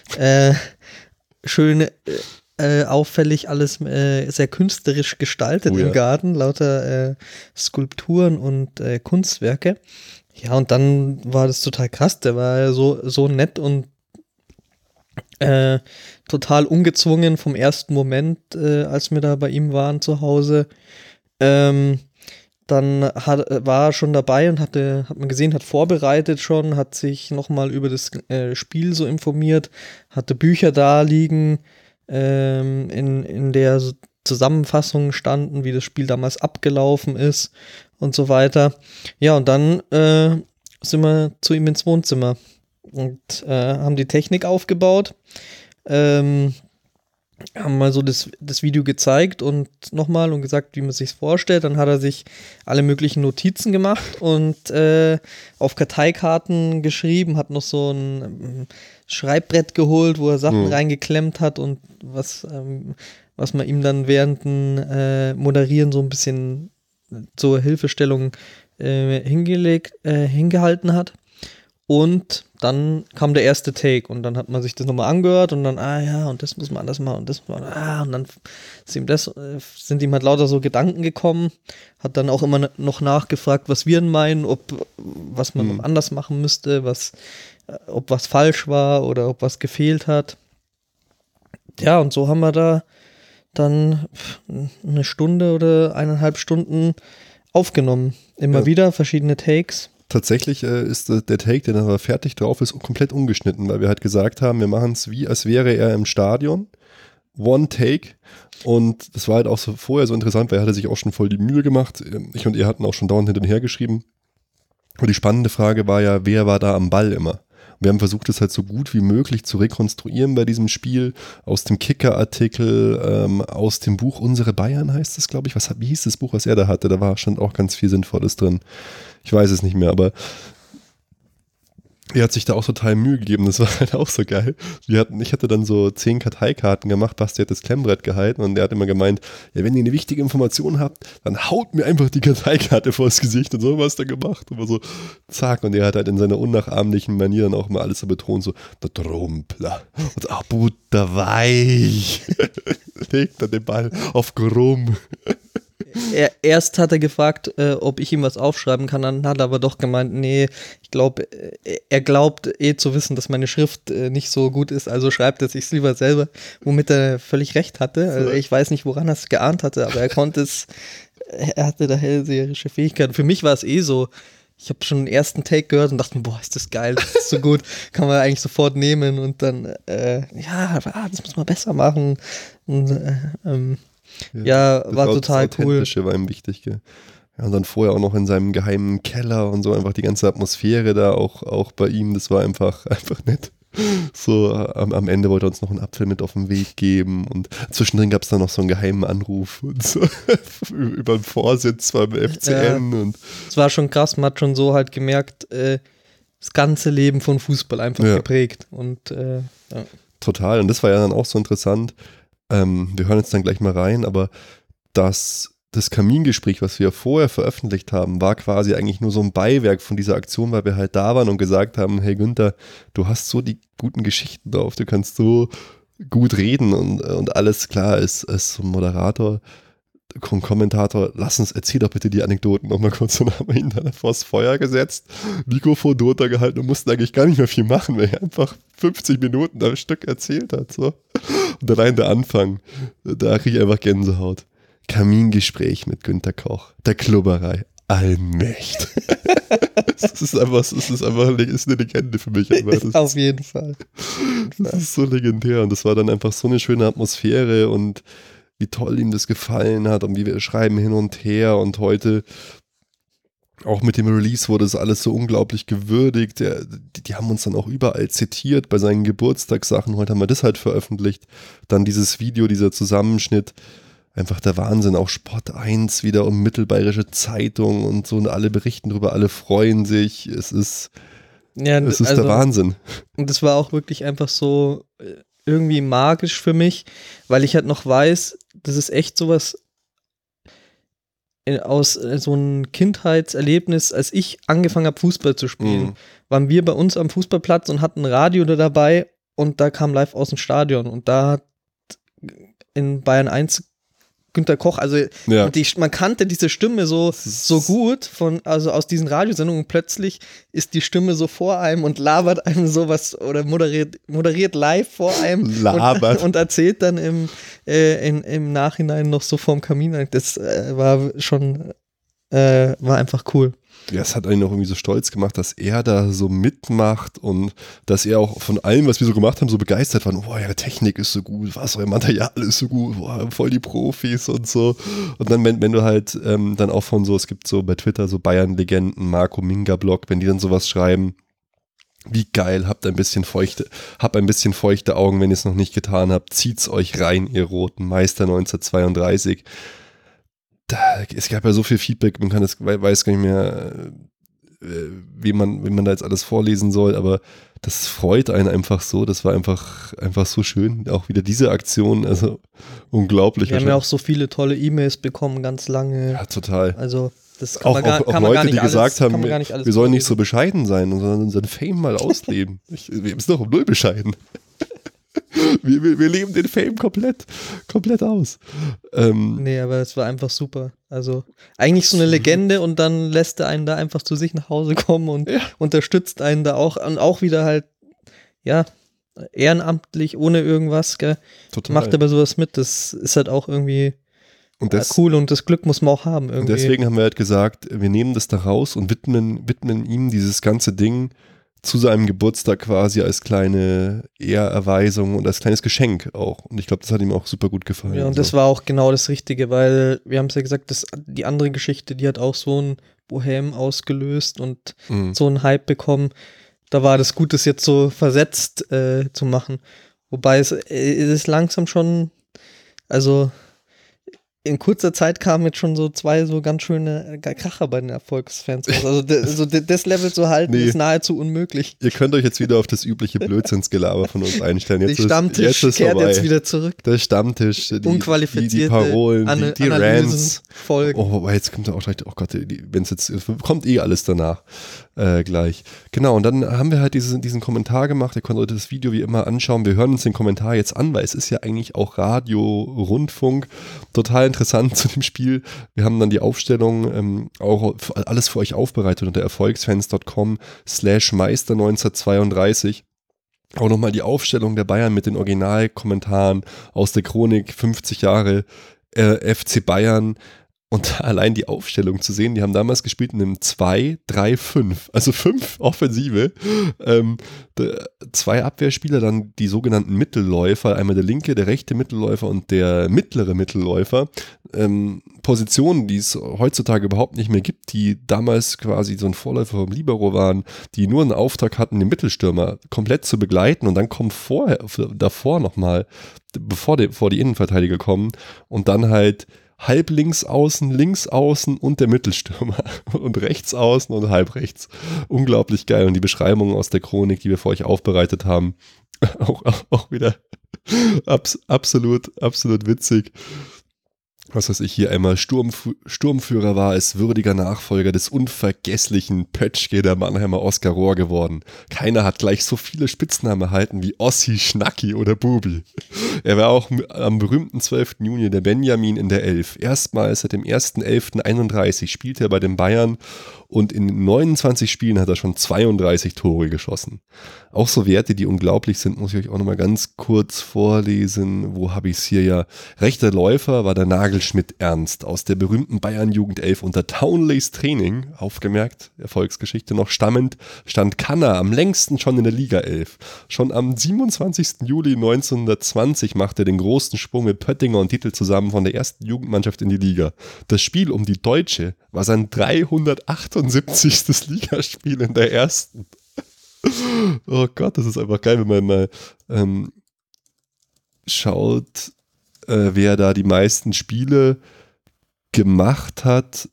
[SPEAKER 3] Schön auffällig, alles sehr künstlerisch gestaltet im Garten, lauter Skulpturen und Kunstwerke. Ja, und dann war das total krass, der war so nett und total ungezwungen vom ersten Moment, als wir da bei ihm waren zu Hause. Dann war er schon dabei und hat man gesehen, hat vorbereitet schon, hat sich nochmal über das Spiel so informiert, hatte Bücher da liegen, in der Zusammenfassung standen, wie das Spiel damals abgelaufen ist und so weiter. Ja, und dann sind wir zu ihm ins Wohnzimmer und haben die Technik aufgebaut, haben mal so das Video gezeigt und nochmal und gesagt, wie man sich vorstellt. Dann hat er sich alle möglichen Notizen gemacht und auf Karteikarten geschrieben, hat noch so ein Schreibbrett geholt, wo er Sachen reingeklemmt hat und was man ihm dann während dem Moderieren so ein bisschen zur Hilfestellung hingehalten hat. Und dann kam der erste Take und dann hat man sich das nochmal angehört und dann, und das muss man anders machen und das muss man, und dann sind ihm halt lauter so Gedanken gekommen, hat dann auch immer noch nachgefragt, was wir denn meinen, was man noch anders machen müsste, ob was falsch war oder ob was gefehlt hat. Ja, und so haben wir da dann eine Stunde oder 1,5 Stunden aufgenommen. Immer wieder verschiedene Takes.
[SPEAKER 2] Tatsächlich ist der Take, der dann aber fertig drauf ist, komplett ungeschnitten, weil wir halt gesagt haben, wir machen es wie, als wäre er im Stadion. One Take. Und das war halt auch so vorher so interessant, weil er hatte sich auch schon voll die Mühe gemacht. Ich und er hatten auch schon dauernd hinterher geschrieben. Und die spannende Frage war ja, wer war da am Ball immer? Wir haben versucht, es halt so gut wie möglich zu rekonstruieren bei diesem Spiel, aus dem Kicker-Artikel, aus dem Buch Unsere Bayern heißt es, glaube ich. Wie hieß das Buch, was er da hatte? Da stand auch ganz viel Sinnvolles drin. Ich weiß es nicht mehr, aber er hat sich da auch total Mühe gegeben, das war halt auch so geil. Ich hatte dann so 10 Karteikarten gemacht, Basti hat das Klemmbrett gehalten und er hat immer gemeint, ja, wenn ihr eine wichtige Information habt, dann haut mir einfach die Karteikarte vors Gesicht und so was da gemacht. Und so, zack, und er hat halt in seiner unnachahmlichen Manier dann auch mal alles so betont, so, der Trumpler und butterweich. Legt dann den Ball auf Grumm.
[SPEAKER 3] Erst hat er gefragt, ob ich ihm was aufschreiben kann, dann hat er aber doch gemeint, nee, ich glaube, er glaubt zu wissen, dass meine Schrift nicht so gut ist, also schreibt er sich lieber selber, womit er völlig recht hatte. Also ich weiß nicht, woran er es geahnt hatte, aber er hatte da hellseherische Fähigkeiten. Für mich war es so, ich habe schon den ersten Take gehört und dachte mir, boah, ist das geil, das ist so gut, kann man eigentlich sofort nehmen und dann, das muss man besser machen und war total cool. Das
[SPEAKER 2] war ihm wichtig, gell? Ja, und dann vorher auch noch in seinem geheimen Keller und so, einfach die ganze Atmosphäre da auch bei ihm, das war einfach nett. So, am Ende wollte er uns noch einen Apfel mit auf den Weg geben und zwischendrin gab es dann noch so einen geheimen Anruf und so über den Vorsitz beim FCN. Und
[SPEAKER 3] es war schon krass, man hat schon so halt gemerkt, das ganze Leben von Fußball einfach geprägt. Und
[SPEAKER 2] total, und das war ja dann auch so interessant. Wir hören jetzt dann gleich mal rein, aber das Kamingespräch, was wir vorher veröffentlicht haben, war quasi eigentlich nur so ein Beiwerk von dieser Aktion, weil wir halt da waren und gesagt haben, hey Günther, du hast so die guten Geschichten drauf, du kannst so gut reden und alles klar ist so ein Moderator, Kommentator, erzähl doch bitte die Anekdoten nochmal kurz, und haben wir ihn dann vors Feuer gesetzt, Mikrofon drunter gehalten und mussten eigentlich gar nicht mehr viel machen, weil er einfach 50 Minuten am Stück erzählt hat. So. Und allein der Anfang, da kriege ich einfach Gänsehaut. Kamingespräch mit Günther Koch, der Klubberei, allmächt. Es ist eine Legende für mich.
[SPEAKER 3] Auf jeden Fall.
[SPEAKER 2] Das ist so legendär und das war dann einfach so eine schöne Atmosphäre und wie toll ihm das gefallen hat und wie wir schreiben hin und her und heute auch mit dem Release wurde das alles so unglaublich gewürdigt. Die haben uns dann auch überall zitiert bei seinen Geburtstagssachen. Heute haben wir das halt veröffentlicht. Dann dieses Video, dieser Zusammenschnitt. Einfach der Wahnsinn. Auch Sport 1 wieder und Mittelbayerische Zeitung und so und alle berichten drüber, alle freuen sich. Es ist der Wahnsinn.
[SPEAKER 3] Und das war auch wirklich einfach so irgendwie magisch für mich, weil ich halt noch weiß, das ist echt sowas aus so einem Kindheitserlebnis, als ich angefangen habe, Fußball zu spielen, waren wir bei uns am Fußballplatz und hatten ein Radio dabei und da kam live aus dem Stadion und da hat in Bayern 1 Günther Koch, also man kannte diese Stimme so gut also aus diesen Radiosendungen und plötzlich ist die Stimme so vor einem und labert einem sowas oder moderiert live vor einem und erzählt dann im Nachhinein noch so vorm Kamin. Das war einfach cool.
[SPEAKER 2] Ja, es hat einen auch irgendwie so stolz gemacht, dass er da so mitmacht und dass er auch von allem, was wir so gemacht haben, so begeistert war. Boah, ihre Technik ist so gut, was, euer Material ist so gut, boah, voll die Profis und so. Und dann, wenn du halt dann auch von so, es gibt so bei Twitter so Bayern-Legenden, Marco Minga-Blog, wenn die dann sowas schreiben, wie geil, habt ein bisschen feuchte Augen, wenn ihr es noch nicht getan habt, zieht's euch rein, ihr roten Meister 1932. Es gab ja so viel Feedback, man kann das, weiß gar nicht mehr, wie man da jetzt alles vorlesen soll, aber das freut einen einfach so. Das war einfach so schön. Auch wieder diese Aktion, also unglaublich.
[SPEAKER 3] Wir haben ja auch so viele tolle E-Mails bekommen, ganz lange.
[SPEAKER 2] Ja, total.
[SPEAKER 3] Also das kann
[SPEAKER 2] auch
[SPEAKER 3] man gar,
[SPEAKER 2] auch
[SPEAKER 3] kann man
[SPEAKER 2] Leute,
[SPEAKER 3] gar nicht
[SPEAKER 2] die gesagt
[SPEAKER 3] alles,
[SPEAKER 2] haben, wir sollen nicht so bescheiden sein, sondern unseren Fame mal ausleben. Wir sind doch um null bescheiden. Wir leben den Fame komplett aus.
[SPEAKER 3] Nee, aber es war einfach super. Also eigentlich so eine Legende und dann lässt er einen da einfach zu sich nach Hause kommen und unterstützt einen da auch. Und auch wieder halt, ja, ehrenamtlich, ohne irgendwas, gell?
[SPEAKER 2] Total.
[SPEAKER 3] Macht aber sowas mit. Das ist halt auch irgendwie cool und das Glück muss man auch haben irgendwie.
[SPEAKER 2] Und deswegen haben wir halt gesagt, wir nehmen das da raus und widmen ihm dieses ganze Ding zu seinem Geburtstag quasi als kleine Ehrerweisung und als kleines Geschenk auch. Und ich glaube, das hat ihm auch super gut gefallen.
[SPEAKER 3] Ja, und das war auch genau das Richtige, weil wir haben es ja gesagt, die andere Geschichte, die hat auch so ein Bohem ausgelöst und so einen Hype bekommen. Da war das gut, das jetzt so versetzt zu machen. Wobei es ist langsam schon, also in kurzer Zeit kamen jetzt schon so 2 so ganz schöne Kracher bei den Erfolgsfans raus. Also das Level zu halten ist nahezu unmöglich.
[SPEAKER 2] Ihr könnt euch jetzt wieder auf das übliche Blödsinnsgelaber von uns einstellen. Jetzt
[SPEAKER 3] der Stammtisch kehrt
[SPEAKER 2] vorbei.
[SPEAKER 3] Jetzt wieder zurück.
[SPEAKER 2] Der Stammtisch,
[SPEAKER 3] unqualifizierte
[SPEAKER 2] die Parolen, die Rants.
[SPEAKER 3] Folgen.
[SPEAKER 2] Oh, jetzt kommt auch gleich, oh Gott, wenn es jetzt kommt alles danach gleich. Genau, und dann haben wir halt diesen Kommentar gemacht. Ihr könnt euch das Video wie immer anschauen. Wir hören uns den Kommentar jetzt an, weil es ist ja eigentlich auch Radio, Rundfunk. Total interessant zu dem Spiel. Wir haben dann die Aufstellung auch alles für euch aufbereitet unter erfolgsfans.com/Meister 1932. Auch nochmal die Aufstellung der Bayern mit den Originalkommentaren aus der Chronik 50 Jahre FC Bayern. Und allein die Aufstellung zu sehen, die haben damals gespielt in einem 2-3-5, also 5 Offensive, 2 Abwehrspieler, dann die sogenannten Mittelläufer, einmal der linke, der rechte Mittelläufer und der mittlere Mittelläufer, Positionen, die es heutzutage überhaupt nicht mehr gibt, die damals quasi so ein Vorläufer vom Libero waren, die nur einen Auftrag hatten, den Mittelstürmer komplett zu begleiten und dann kommen davor nochmal, bevor die Innenverteidiger kommen und dann halt halb links außen und der Mittelstürmer und rechts außen und halb rechts. Unglaublich geil. Und die Beschreibungen aus der Chronik, die wir für euch aufbereitet haben, auch wieder absolut witzig. Was weiß ich, hier einmal Sturmführer war als würdiger Nachfolger des unvergesslichen Pötschke der Mannheimer Oskar Rohr geworden. Keiner hat gleich so viele Spitznamen erhalten wie Ossi, Schnacki oder Bubi. Er war auch am berühmten 12. Juni der Benjamin in der 11. Erstmals seit dem 1.11.31 spielte er bei den Bayern und in 29 Spielen hat er schon 32 Tore geschossen. Auch so Werte, die unglaublich sind, muss ich euch auch nochmal ganz kurz vorlesen. Wo habe ich es hier? Ja, rechter Läufer war der Nagelschmidt Ernst aus der berühmten Bayern-Jugend 11 unter Townleys Training, aufgemerkt, Erfolgsgeschichte noch stammend, stand Kanner am längsten schon in der Liga 11. Schon am 27. Juli 1920 machte er den großen Sprung mit Pöttinger und Titel zusammen von der ersten Jugendmannschaft in die Liga. Das Spiel um die Deutsche war sein 378. Ligaspiel in der ersten. Oh Gott, das ist einfach geil, wenn man mal schaut, wer da die meisten Spiele gemacht hat.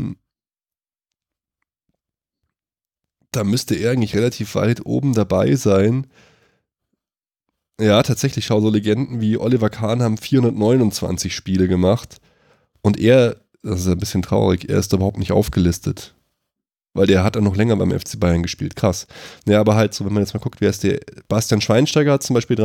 [SPEAKER 2] Da müsste er eigentlich relativ weit oben dabei sein. Ja, tatsächlich, schau, so Legenden wie Oliver Kahn haben 429 Spiele gemacht und er, das ist ein bisschen traurig, er ist überhaupt nicht aufgelistet. Weil der hat dann noch länger beim FC Bayern gespielt. Krass. Ja, aber halt so, wenn man jetzt mal guckt, wer ist der? Bastian Schweinsteiger hat zum Beispiel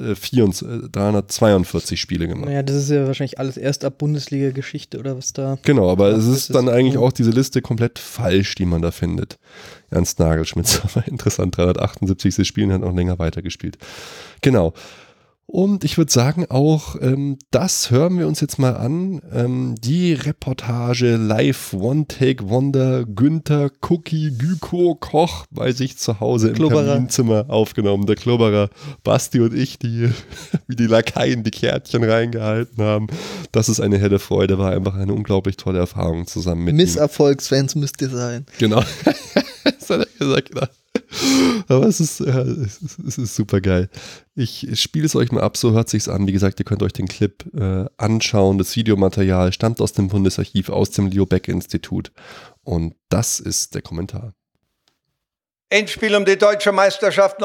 [SPEAKER 2] 342 Spiele gemacht.
[SPEAKER 3] Naja, das ist ja wahrscheinlich alles erst ab Bundesliga-Geschichte oder was da.
[SPEAKER 2] Genau, aber es ist dann eigentlich auch diese Liste komplett falsch, die man da findet. Ernst Nagelschmidt, aber interessant, 378. Spielen, hat noch länger weitergespielt. Genau. Und ich würde sagen auch, das hören wir uns jetzt mal an. Die Reportage live One Take Wonder Günther Cookie Gyko Koch bei sich zu Hause im Kaminzimmer aufgenommen. Der Klubberer, Basti und ich, die wie die Lakaien die Kärtchen reingehalten haben. Das ist eine helle Freude, war einfach eine unglaublich tolle Erfahrung zusammen mit
[SPEAKER 3] Misserfolgsfans müsst ihr sein.
[SPEAKER 2] Genau. Das hat er gesagt, genau. Aber es ist super geil. Ich spiele es euch mal ab, so hört sich's an. Wie gesagt, ihr könnt euch den Clip anschauen. Das Videomaterial stammt aus dem Bundesarchiv, aus dem Leo Beck Institut. Und das ist der Kommentar.
[SPEAKER 10] Endspiel um die Deutsche Meisterschaft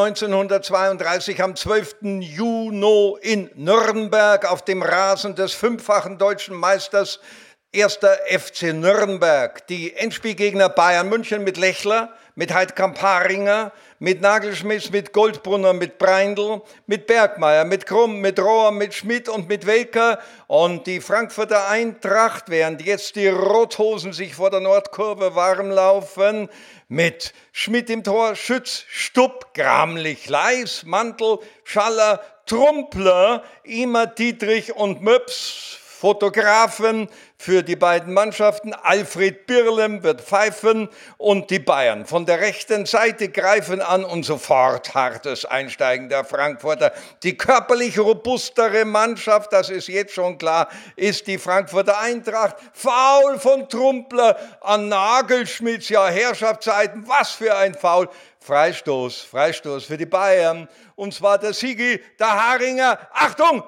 [SPEAKER 10] 1932 am 12. Juni in Nürnberg auf dem Rasen des fünffachen deutschen Meisters 1. FC Nürnberg. Die Endspielgegner Bayern München mit Lechler, mit Heidkamp-Haringer, mit Nagelschmidt, mit Goldbrunner, mit Breindl, mit Bergmeier, mit Krumm, mit Rohr, mit Schmidt und mit Welker. Und die Frankfurter Eintracht, während jetzt die Rothosen sich vor der Nordkurve warm laufen, mit Schmidt im Tor, Schütz, Stupp, Gramlich, Leis, Mantel, Schaller, Trumpler, Imer, Dietrich und Möps, Fotografen für die beiden Mannschaften. Alfred Birlem wird pfeifen und die Bayern von der rechten Seite greifen an und sofort hartes Einsteigen der Frankfurter. Die körperlich robustere Mannschaft, das ist jetzt schon klar, ist die Frankfurter Eintracht. Foul von Trumpler an Nagelschmidt, ja Herrschaftszeiten, was für ein Foul. Freistoß für die Bayern. Und zwar der Sigi, der Haringer. Achtung,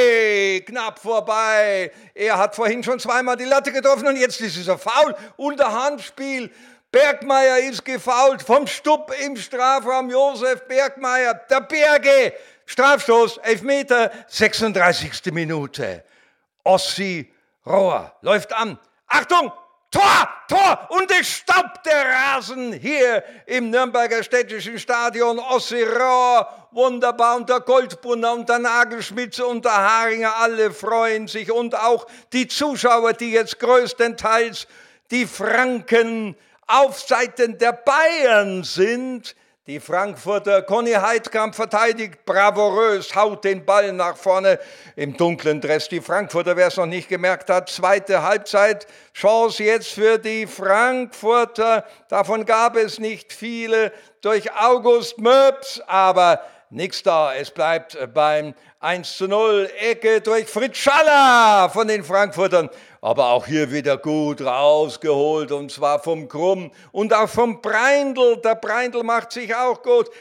[SPEAKER 10] knapp vorbei. Er hat vorhin schon zweimal die Latte getroffen und jetzt ist es ein Foul. Unterhandspiel. Bergmeier ist gefoult vom Stupp im Strafraum. Josef Bergmeier, der Berge. Strafstoß, Elfmeter, 36. Minute. Ossi Rohr läuft an. Achtung! Tor! Und es staubt der Rasen hier im Nürnberger Städtischen Stadion. Ossi Rohr, wunderbar, und der Goldbrunner und der Nagelschmidt und der Haringer, alle freuen sich. Und auch die Zuschauer, die jetzt größtenteils die Franken auf Seiten der Bayern sind. Die Frankfurter, Conny Heidkamp verteidigt bravourös, haut den Ball nach vorne im dunklen Dress. Die Frankfurter, wer es noch nicht gemerkt hat, zweite Halbzeit, Chance jetzt für die Frankfurter. Davon gab es nicht viele durch August Möps, aber nichts da. Es bleibt beim 1:0, Ecke durch Fritz Schaller von den Frankfurtern. Aber auch hier wieder gut rausgeholt, und zwar vom Krumm und auch vom Breindl. Der Breindl macht sich auch gut.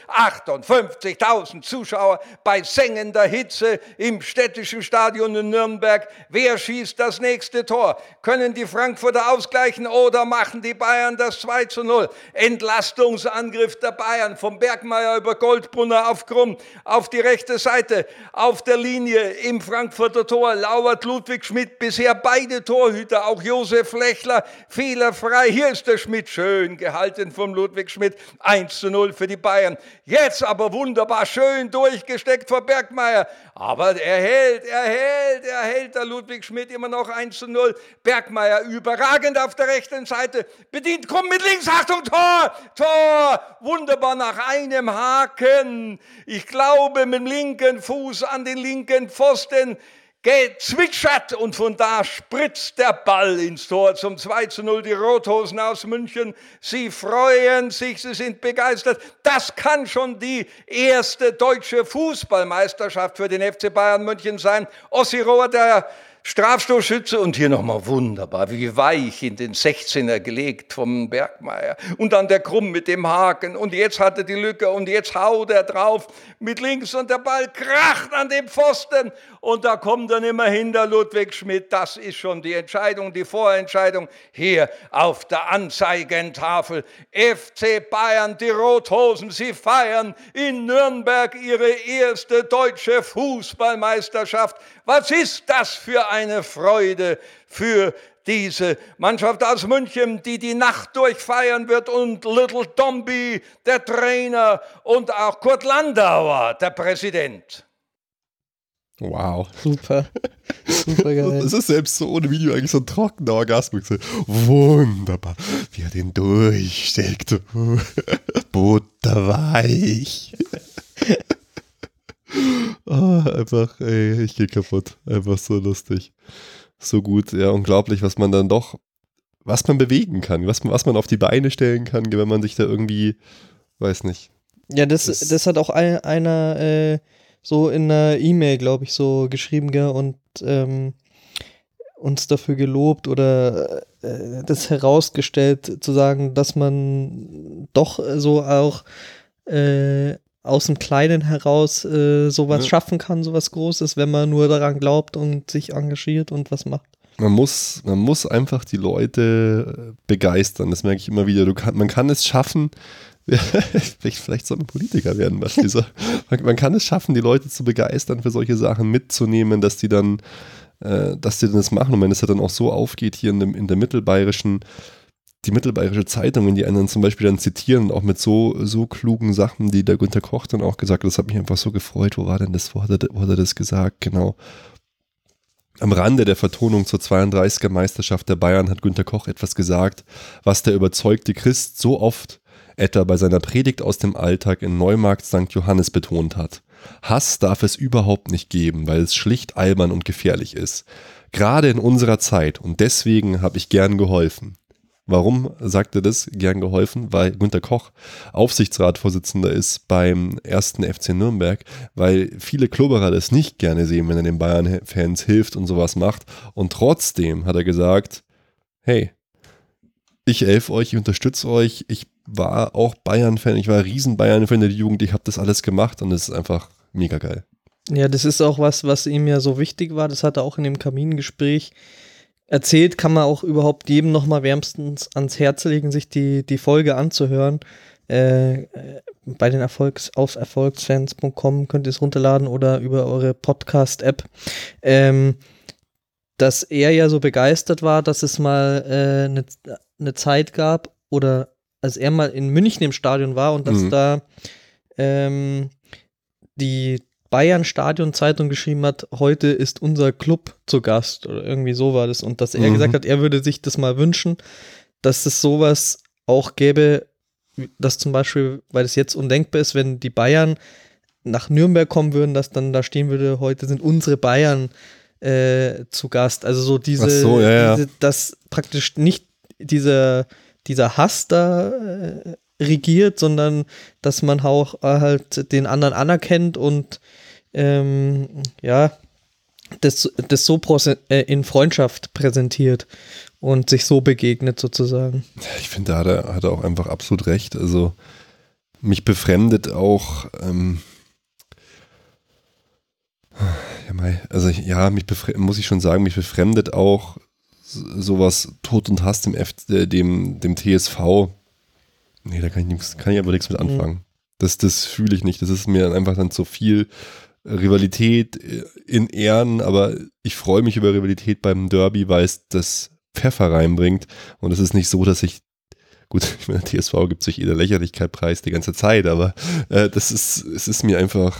[SPEAKER 10] 58.000 Zuschauer bei sengender Hitze im städtischen Stadion in Nürnberg. Wer schießt das nächste Tor? Können die Frankfurter ausgleichen oder machen die Bayern das 2:0? Entlastungsangriff der Bayern vom Bergmeier über Goldbrunner auf Krumm, auf die rechte Seite, auf der Linie im Frankfurter Tor lauert Ludwig Schmidt, bisher beide Torhüter, auch Josef Lechler, fehlerfrei. Hier ist der Schmidt, schön gehalten vom Ludwig Schmidt. 1:0 für die Bayern. Jetzt aber wunderbar, schön durchgesteckt vor Bergmeier. Aber er hält der Ludwig Schmidt immer noch 1:0. Bergmeier überragend auf der rechten Seite. Bedient, kommt mit links, Achtung, Tor! Wunderbar nach einem Haken. Ich glaube, mit dem linken Fuß an den linken Pfosten gezwitschert und von da spritzt der Ball ins Tor zum 2:0. Die Rothosen aus München, sie freuen sich, sie sind begeistert. Das kann schon die erste deutsche Fußballmeisterschaft für den FC Bayern München sein. Ossi Rohr, der Strafstoßschütze, und hier nochmal wunderbar, wie weich in den 16er gelegt vom Bergmeier. Und dann der Krumm mit dem Haken und jetzt hat er die Lücke und jetzt haut er drauf mit links und der Ball kracht an den Pfosten und da kommt dann immerhin der Ludwig Schmidt. Das ist schon die Entscheidung, die Vorentscheidung hier auf der Anzeigentafel. FC Bayern, die Rothosen, sie feiern in Nürnberg ihre erste deutsche Fußballmeisterschaft. Was ist das für eine Freude für diese Mannschaft aus München, die die Nacht durchfeiern wird, und Little Dombey, der Trainer, und auch Kurt Landauer, der Präsident.
[SPEAKER 2] Wow.
[SPEAKER 3] Super geil.
[SPEAKER 2] Das ist selbst so ohne Video eigentlich so ein trockener Orgasmus. Wunderbar, wie er den durchsteckt. Butterweich. Einfach, ich gehe kaputt. Einfach so lustig. So gut, ja, unglaublich, was man bewegen kann, was man auf die Beine stellen kann, wenn man sich da irgendwie, weiß nicht.
[SPEAKER 3] Ja, das hat auch einer so in einer E-Mail, glaube ich, so geschrieben, gell, und uns dafür gelobt oder das herausgestellt, zu sagen, dass man doch so auch aus dem Kleinen heraus sowas schaffen kann, sowas Großes, wenn man nur daran glaubt und sich engagiert und was macht.
[SPEAKER 2] Man muss einfach die Leute begeistern, das merke ich immer wieder. Man kann es schaffen, Vielleicht soll man Politiker werden, was dieser. Man kann es schaffen, die Leute zu begeistern, für solche Sachen mitzunehmen, dass die dann das machen. Und wenn es ja dann auch so aufgeht hier in der mittelbayerische Zeitung, wenn die einen zum Beispiel dann zitieren, auch mit so klugen Sachen, die der Günter Koch dann auch gesagt hat, das hat mich einfach so gefreut. Wo war denn das? Wo hat er das gesagt? Genau. Am Rande der Vertonung zur 32er Meisterschaft der Bayern hat Günter Koch etwas gesagt, was der überzeugte Christ so oft etwa bei seiner Predigt aus dem Alltag in Neumarkt St. Johannes betont hat. Hass darf es überhaupt nicht geben, weil es schlicht albern und gefährlich ist. Gerade in unserer Zeit, und deswegen habe ich gern geholfen. Warum sagt er das, gern geholfen? Weil Günter Koch Aufsichtsratsvorsitzender ist beim 1. FC Nürnberg, weil viele Klubberer das nicht gerne sehen, wenn er den Bayern-Fans hilft und sowas macht. Und trotzdem hat er gesagt, hey, ich helfe euch, ich unterstütze euch, ich war auch Bayern-Fan, ich war riesen Bayern-Fan in der Jugend, ich habe das alles gemacht und es ist einfach mega geil.
[SPEAKER 3] Ja, das ist auch was ihm ja so wichtig war, das hat er auch in dem Kamingespräch erzählt, kann man auch überhaupt jedem nochmal wärmstens ans Herz legen, sich die Folge anzuhören. Bei den auf erfolgsfans.com könnt ihr es runterladen oder über eure Podcast-App. Dass er ja so begeistert war, dass es mal eine Zeit gab, oder als er mal in München im Stadion war und dass da die Bayern-Stadion-Zeitung geschrieben hat, heute ist unser Club zu Gast oder irgendwie so war das, und dass er gesagt hat, er würde sich das mal wünschen, dass es sowas auch gäbe, dass zum Beispiel, weil es jetzt undenkbar ist, wenn die Bayern nach Nürnberg kommen würden, dass dann da stehen würde, heute sind unsere Bayern zu Gast, also so diese dass praktisch nicht dieser Hass da regiert, sondern dass man auch halt den anderen anerkennt und das so in Freundschaft präsentiert und sich so begegnet sozusagen.
[SPEAKER 2] Ich finde, da hat er auch einfach absolut recht. Also mich befremdet auch muss ich schon sagen, mich befremdet auch sowas Tod und Hass dem TSV. Nee, da kann ich aber nichts mit anfangen. Das fühle ich nicht. Das ist mir einfach dann zu viel Rivalität in Ehren, aber ich freue mich über Rivalität beim Derby, weil es das Pfeffer reinbringt. Und es ist nicht so, dass ich der TSV gibt sich der Lächerlichkeit preis die ganze Zeit, aber es ist mir einfach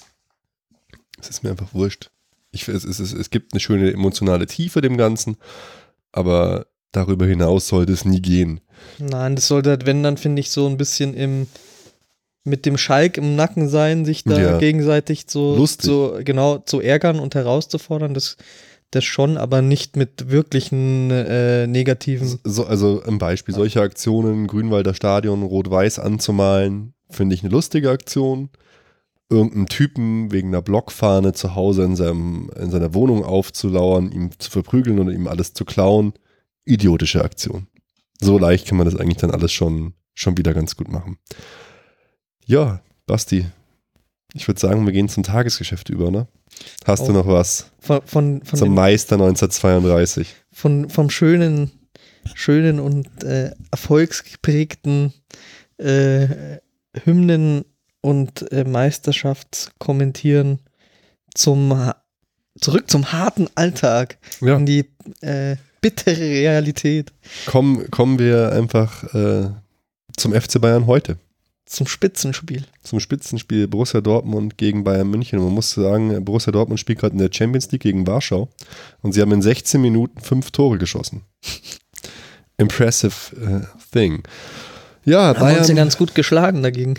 [SPEAKER 2] wurscht. Es gibt eine schöne emotionale Tiefe dem Ganzen, aber darüber hinaus sollte es nie gehen.
[SPEAKER 3] Nein, das sollte halt, wenn dann, finde ich, so ein bisschen mit dem Schalk im Nacken sein, sich da gegenseitig zu ärgern und herauszufordern, das schon, aber nicht mit wirklichen negativen.
[SPEAKER 2] Also ein Beispiel, solche Aktionen, Grünwalder Stadion rot-weiß anzumalen, finde ich eine lustige Aktion. Irgendeinen Typen wegen einer Blockfahne zu Hause in seiner Wohnung aufzulauern, ihm zu verprügeln und ihm alles zu klauen, idiotische Aktion. So leicht kann man das eigentlich dann alles schon wieder ganz gut machen. Ja, Basti, ich würde sagen, wir gehen zum Tagesgeschäft über, ne? Hast du noch was
[SPEAKER 3] von
[SPEAKER 2] zum Meister 1932?
[SPEAKER 3] Vom schönen und erfolgsgeprägten Hymnen und Meisterschaftskommentieren zurück zum harten Alltag, in die bittere Realität.
[SPEAKER 2] Kommen wir einfach zum FC Bayern heute.
[SPEAKER 3] Zum Spitzenspiel.
[SPEAKER 2] Borussia Dortmund gegen Bayern München. Man muss sagen, Borussia Dortmund spielt gerade in der Champions League gegen Warschau und sie haben in 16 Minuten 5 Tore geschossen. Impressive thing. Ja,
[SPEAKER 3] Bayern haben uns ja ganz gut geschlagen dagegen.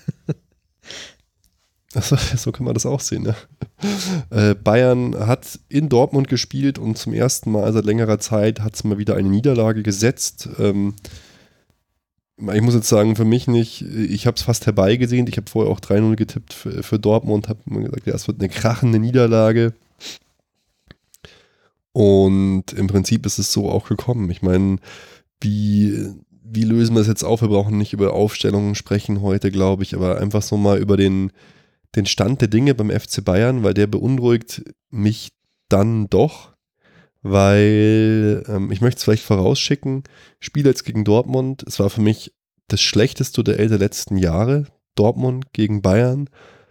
[SPEAKER 2] So kann man das auch sehen. Ne? Bayern hat in Dortmund gespielt und zum ersten Mal seit längerer Zeit hat es mal wieder eine Niederlage gesetzt. Ich muss jetzt sagen, für mich nicht, ich habe es fast herbeigesehnt. Ich habe vorher auch 3-0 getippt für Dortmund, habe mir gesagt, ja, es wird eine krachende Niederlage. Und im Prinzip ist es so auch gekommen. Ich meine, wie lösen wir das jetzt auf? Wir brauchen nicht über Aufstellungen sprechen heute, glaube ich, aber einfach so mal über den Stand der Dinge beim FC Bayern, weil der beunruhigt mich dann doch, weil ich möchte es vielleicht vorausschicken, Spiel jetzt gegen Dortmund, es war für mich das schlechteste Duell der letzten Jahre, Dortmund gegen Bayern.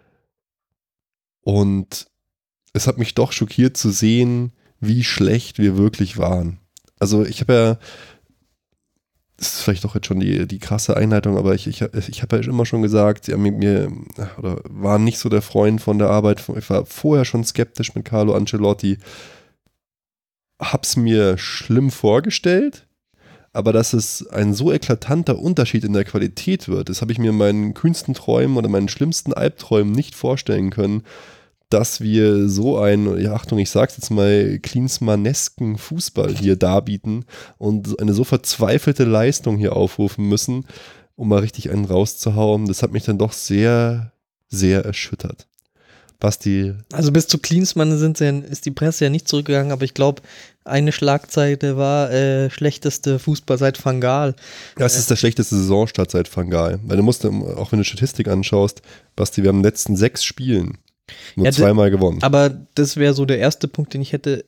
[SPEAKER 2] Und es hat mich doch schockiert zu sehen, wie schlecht wir wirklich waren. Also ich habe ja, das ist vielleicht doch jetzt schon die krasse Einleitung, aber ich habe ja immer schon gesagt, sie haben mir oder waren nicht so der Freund von der Arbeit. Ich war vorher schon skeptisch mit Carlo Ancelotti. Hab's mir schlimm vorgestellt, aber dass es ein so eklatanter Unterschied in der Qualität wird, das habe ich mir in meinen kühnsten Träumen oder meinen schlimmsten Albträumen nicht vorstellen können, dass wir so einen, ja Achtung, ich sag's jetzt mal, Klinsmannesken Fußball hier darbieten und eine so verzweifelte Leistung hier aufrufen müssen, um mal richtig einen rauszuhauen. Das hat mich dann doch sehr, sehr erschüttert. Basti?
[SPEAKER 3] Also bis zu Klinsmann ist die Presse ja nicht zurückgegangen, aber ich glaube, eine Schlagzeile war schlechteste Fußball seit Van Gaal.
[SPEAKER 2] Ja, es ist der schlechteste Saisonstart seit Van Gaal. Weil du musst, auch wenn du Statistik anschaust, Basti, wir haben in den letzten 6 Spielen nur zweimal gewonnen.
[SPEAKER 3] Aber das wäre so der erste Punkt, den ich hätte.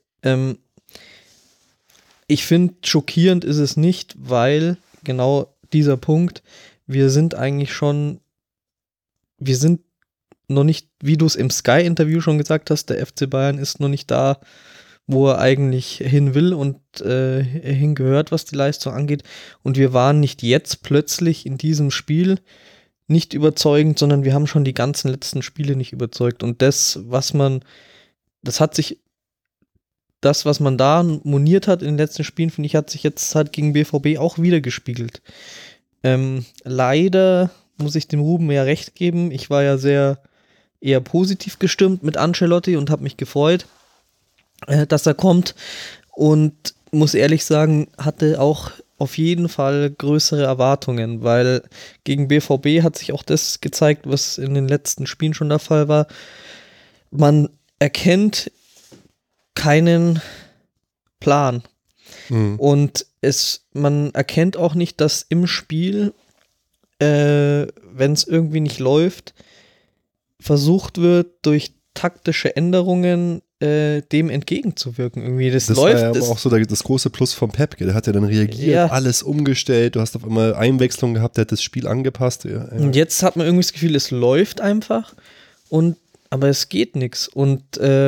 [SPEAKER 3] Ich finde, schockierend ist es nicht, weil genau dieser Punkt, wir sind noch nicht, wie du es im Sky-Interview schon gesagt hast, der FC Bayern ist noch nicht da, wo er eigentlich hin will und hingehört, was die Leistung angeht. Und wir waren nicht jetzt plötzlich in diesem Spiel nicht überzeugend, sondern wir haben schon die ganzen letzten Spiele nicht überzeugt. Und das, was man da moniert hat in den letzten Spielen, finde ich, hat sich jetzt halt gegen BVB auch wieder gespiegelt. Leider muss ich dem Ruben ja recht geben. Ich war ja eher positiv gestimmt mit Ancelotti und habe mich gefreut, dass er kommt. Und muss ehrlich sagen, hatte auch auf jeden Fall größere Erwartungen, weil gegen BVB hat sich auch das gezeigt, was in den letzten Spielen schon der Fall war. Man erkennt keinen Plan. Und man erkennt auch nicht, dass im Spiel, wenn es irgendwie nicht läuft, versucht wird, durch taktische Änderungen dem entgegenzuwirken. Irgendwie. Das läuft,
[SPEAKER 2] war ja aber auch so das große Plus von Pep. Der hat ja dann reagiert, alles umgestellt, du hast auf einmal Einwechslung gehabt, der hat das Spiel angepasst. Ja.
[SPEAKER 3] Und jetzt hat man irgendwie das Gefühl, es läuft einfach, aber es geht nichts. Und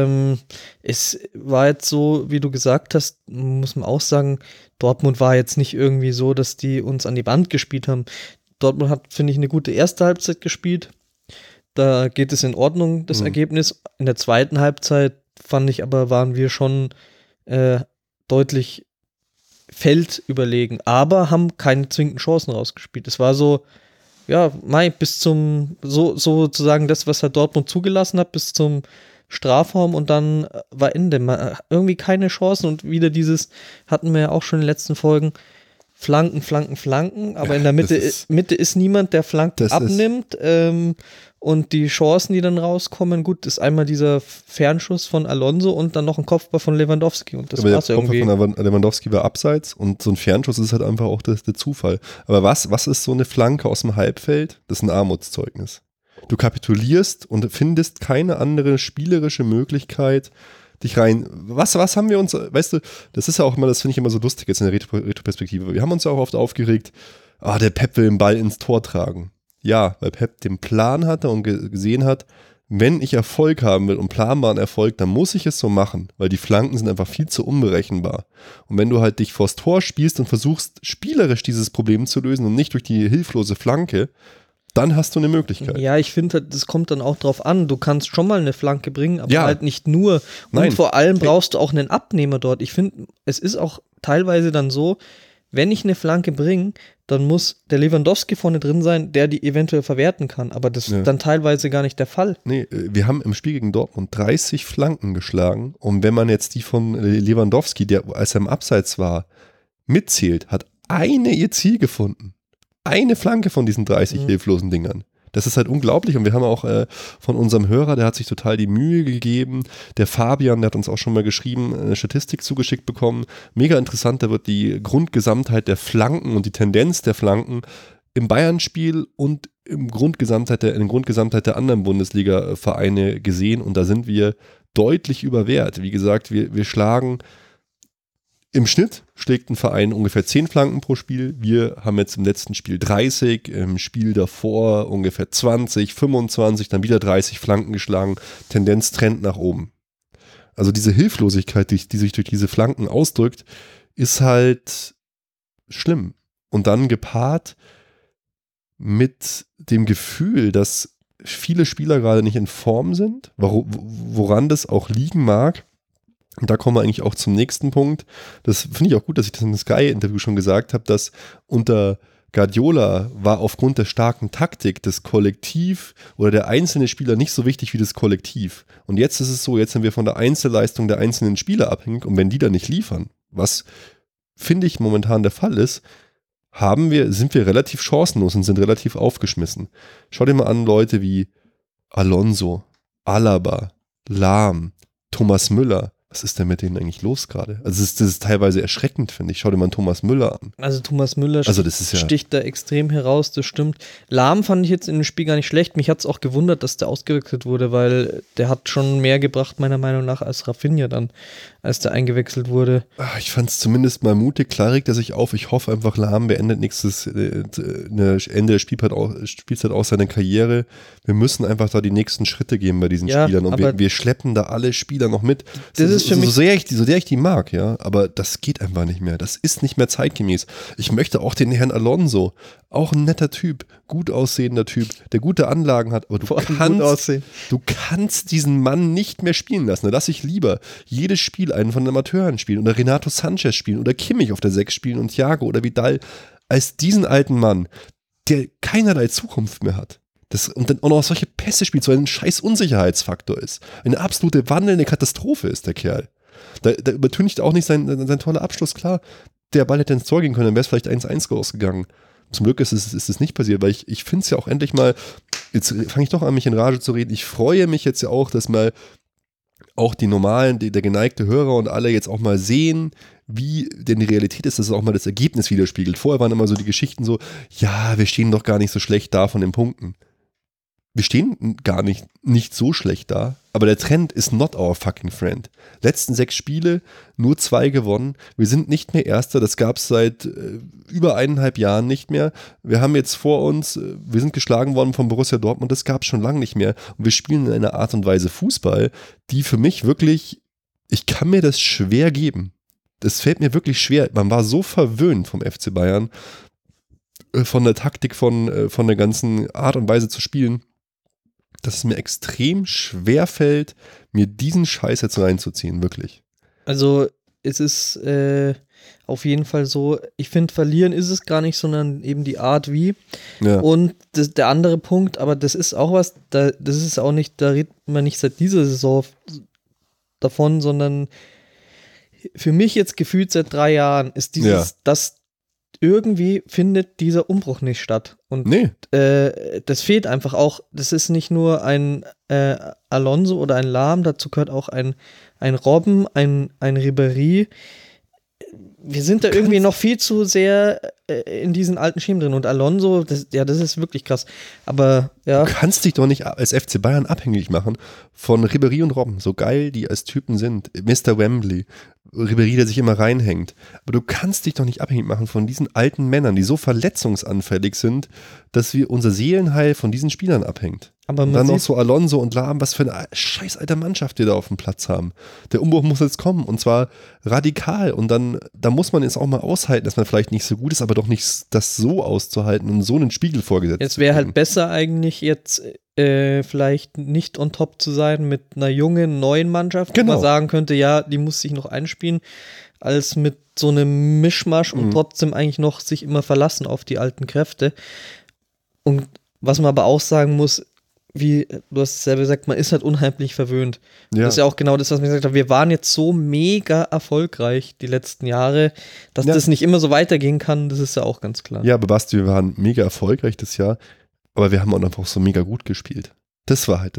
[SPEAKER 3] es war jetzt so, wie du gesagt hast, muss man auch sagen, Dortmund war jetzt nicht irgendwie so, dass die uns an die Wand gespielt haben. Dortmund hat, finde ich, eine gute erste Halbzeit gespielt. Da geht es in Ordnung, das Ergebnis. In der zweiten Halbzeit fand ich aber, waren wir schon deutlich feldüberlegen, aber haben keine zwingenden Chancen rausgespielt. Es war so, ja, bis zum, sozusagen das, was halt Dortmund zugelassen hat, bis zum Strafraum und dann war Ende. Irgendwie keine Chancen und wieder hatten wir ja auch schon in den letzten Folgen, Flanken, aber ja, in der Mitte ist niemand, der Flanken abnimmt. Und die Chancen, die dann rauskommen, gut, ist einmal dieser Fernschuss von Alonso und dann noch ein Kopfball von Lewandowski. Und das war's irgendwie. Der Kopfball von
[SPEAKER 2] Lewandowski war abseits und so ein Fernschuss ist halt einfach auch der Zufall. Aber was ist so eine Flanke aus dem Halbfeld? Das ist ein Armutszeugnis. Du kapitulierst und findest keine andere spielerische Möglichkeit, dich rein. Was haben wir uns, weißt du, das ist ja auch immer, das finde ich immer so lustig jetzt in der Retroperspektive. Wir haben uns ja auch oft aufgeregt, der Pep will den Ball ins Tor tragen. Ja, weil Pep den Plan hatte und gesehen hat, wenn ich Erfolg haben will und planbaren Erfolg, dann muss ich es so machen, weil die Flanken sind einfach viel zu unberechenbar. Und wenn du halt dich vors Tor spielst und versuchst, spielerisch dieses Problem zu lösen und nicht durch die hilflose Flanke, dann hast du eine Möglichkeit.
[SPEAKER 3] Ja, ich finde, das kommt dann auch drauf an. Du kannst schon mal eine Flanke bringen, aber halt nicht nur. Und vor allem brauchst du auch einen Abnehmer dort. Ich finde, es ist auch teilweise dann so, wenn ich eine Flanke bringe, dann muss der Lewandowski vorne drin sein, der die eventuell verwerten kann. Aber das ist dann teilweise gar nicht der Fall.
[SPEAKER 2] Nee, wir haben im Spiel gegen Dortmund 30 Flanken geschlagen. Und wenn man jetzt die von Lewandowski, der als er im Abseits war, mitzählt, hat eine ihr Ziel gefunden. Eine Flanke von diesen 30 hilflosen Dingern. Das ist halt unglaublich und wir haben auch von unserem Hörer, der hat sich total die Mühe gegeben, der Fabian, der hat uns auch schon mal geschrieben, eine Statistik zugeschickt bekommen. Mega interessant, da wird die Grundgesamtheit der Flanken und die Tendenz der Flanken im Bayern-Spiel und in der Grundgesamtheit der anderen Bundesliga-Vereine gesehen und da sind wir deutlich über Wert. Wie gesagt, wir schlagen Im Schnitt schlägt ein Verein ungefähr 10 Flanken pro Spiel. Wir haben jetzt im letzten Spiel 30, im Spiel davor ungefähr 20, 25, dann wieder 30 Flanken geschlagen. Tendenz Trend nach oben. Also diese Hilflosigkeit, die sich durch diese Flanken ausdrückt, ist halt schlimm. Und dann gepaart mit dem Gefühl, dass viele Spieler gerade nicht in Form sind, woran das auch liegen mag. Und da kommen wir eigentlich auch zum nächsten Punkt. Das finde ich auch gut, dass ich das im Sky-Interview schon gesagt habe, dass unter Guardiola war aufgrund der starken Taktik das Kollektiv oder der einzelne Spieler nicht so wichtig wie das Kollektiv. Und jetzt ist es so, jetzt sind wir von der Einzelleistung der einzelnen Spieler abhängig und wenn die dann nicht liefern, was finde ich momentan der Fall ist, sind wir relativ chancenlos und sind relativ aufgeschmissen. Schau dir mal an Leute wie Alonso, Alaba, Lahm, Thomas Müller. Was ist denn mit denen eigentlich los gerade? Also das ist teilweise erschreckend, finde ich. Schau dir mal Thomas Müller an.
[SPEAKER 3] Also Thomas Müller sticht da extrem heraus, das stimmt. Lahm fand ich jetzt in dem Spiel gar nicht schlecht. Mich hat es auch gewundert, dass der ausgewechselt wurde, weil der hat schon mehr gebracht, meiner Meinung nach, als Rafinha dann, als der eingewechselt wurde.
[SPEAKER 2] Ich fand es zumindest mal mutig. Klar regt er sich auf. Ich hoffe einfach, Lahm beendet Ende der Spielzeit auch seine Karriere. Wir müssen einfach da die nächsten Schritte gehen bei diesen Spielern. Und wir schleppen da alle Spieler noch mit.
[SPEAKER 3] Das ist für mich
[SPEAKER 2] so sehr ich die mag, ja, aber das geht einfach nicht mehr. Das ist nicht mehr zeitgemäß. Ich möchte auch den Herrn Alonso, auch ein netter Typ, gut aussehender Typ, der gute Anlagen hat, aber du kannst diesen Mann nicht mehr spielen lassen. Da lasse ich lieber jedes Spiel einen von den Amateuren spielen oder Renato Sanchez spielen oder Kimmich auf der 6 spielen und Thiago oder Vidal, als diesen alten Mann, der keinerlei Zukunft mehr hat. Und dann auch noch solche Pässe spielt, so ein scheiß Unsicherheitsfaktor ist. Eine absolute wandelnde Katastrophe ist der Kerl. Da übertüncht auch nicht sein toller Abschluss, klar. Der Ball hätte ins Tor gehen können, dann wäre es vielleicht 1-1 ausgegangen. Zum Glück ist es nicht passiert, weil ich finde es ja auch endlich mal, jetzt fange ich doch an, mich in Rage zu reden. Ich freue mich jetzt ja auch, dass mal auch die normalen, der geneigte Hörer und alle jetzt auch mal sehen, wie denn die Realität ist, dass es auch mal das Ergebnis widerspiegelt. Vorher waren immer so die Geschichten so, ja, wir stehen doch gar nicht so schlecht da von den Punkten. Wir stehen gar nicht so schlecht da, aber der Trend ist not our fucking friend. Letzten 6 Spiele, nur 2 gewonnen. Wir sind nicht mehr Erster, das gab es seit über 1,5 Jahren nicht mehr. Wir haben jetzt vor uns, wir sind geschlagen worden von Borussia Dortmund, das gab es schon lange nicht mehr. Und wir spielen in einer Art und Weise Fußball, die für mich wirklich, ich kann mir das schwer geben. Das fällt mir wirklich schwer. Man war so verwöhnt vom FC Bayern, von der Taktik, von der ganzen Art und Weise zu spielen, dass es mir extrem schwer fällt, mir diesen Scheiß jetzt reinzuziehen, wirklich.
[SPEAKER 3] Also es ist auf jeden Fall so, ich finde, verlieren ist es gar nicht, sondern eben die Art wie.
[SPEAKER 2] Ja.
[SPEAKER 3] Und der andere Punkt, aber das ist auch was, das ist auch nicht, da redet man nicht seit dieser Saison davon, sondern für mich jetzt gefühlt seit 3 Jahren ist das irgendwie findet dieser Umbruch nicht statt. Und das fehlt einfach auch. Das ist nicht nur ein Alonso oder ein Lahm, dazu gehört auch ein Robben, ein Ribéry. Wir sind da irgendwie noch viel zu sehr in diesen alten Schemen drin. Und Alonso, das ist wirklich krass. Aber ja.
[SPEAKER 2] Du kannst dich doch nicht als FC Bayern abhängig machen von Ribéry und Robben, so geil die als Typen sind. Mr. Wembley, Ribéry, der sich immer reinhängt. Aber du kannst dich doch nicht abhängig machen von diesen alten Männern, die so verletzungsanfällig sind, dass wir unser Seelenheil von diesen Spielern abhängt.
[SPEAKER 3] Aber
[SPEAKER 2] und dann noch so Alonso und Lahm, was für eine scheiß alte Mannschaft wir da auf dem Platz haben. Der Umbruch muss jetzt kommen und zwar radikal und dann da muss man es auch mal aushalten, dass man vielleicht nicht so gut ist, aber doch nicht das so auszuhalten und so einen Spiegel vorgesetzt.
[SPEAKER 3] Jetzt wäre halt besser eigentlich jetzt vielleicht nicht on top zu sein mit einer jungen, neuen Mannschaft, wo man sagen könnte, ja, die muss sich noch einspielen, als mit so einem Mischmasch und trotzdem eigentlich noch sich immer verlassen auf die alten Kräfte. Und was man aber auch sagen muss, wie du hast es selber gesagt, man ist halt unheimlich verwöhnt. Ja. Das ist ja auch genau das, was mir gesagt hat. Wir waren jetzt so mega erfolgreich die letzten Jahre, dass das nicht immer so weitergehen kann, das ist ja auch ganz klar.
[SPEAKER 2] Ja, aber Basti, wir waren mega erfolgreich das Jahr, aber wir haben auch einfach so mega gut gespielt. Das war halt das.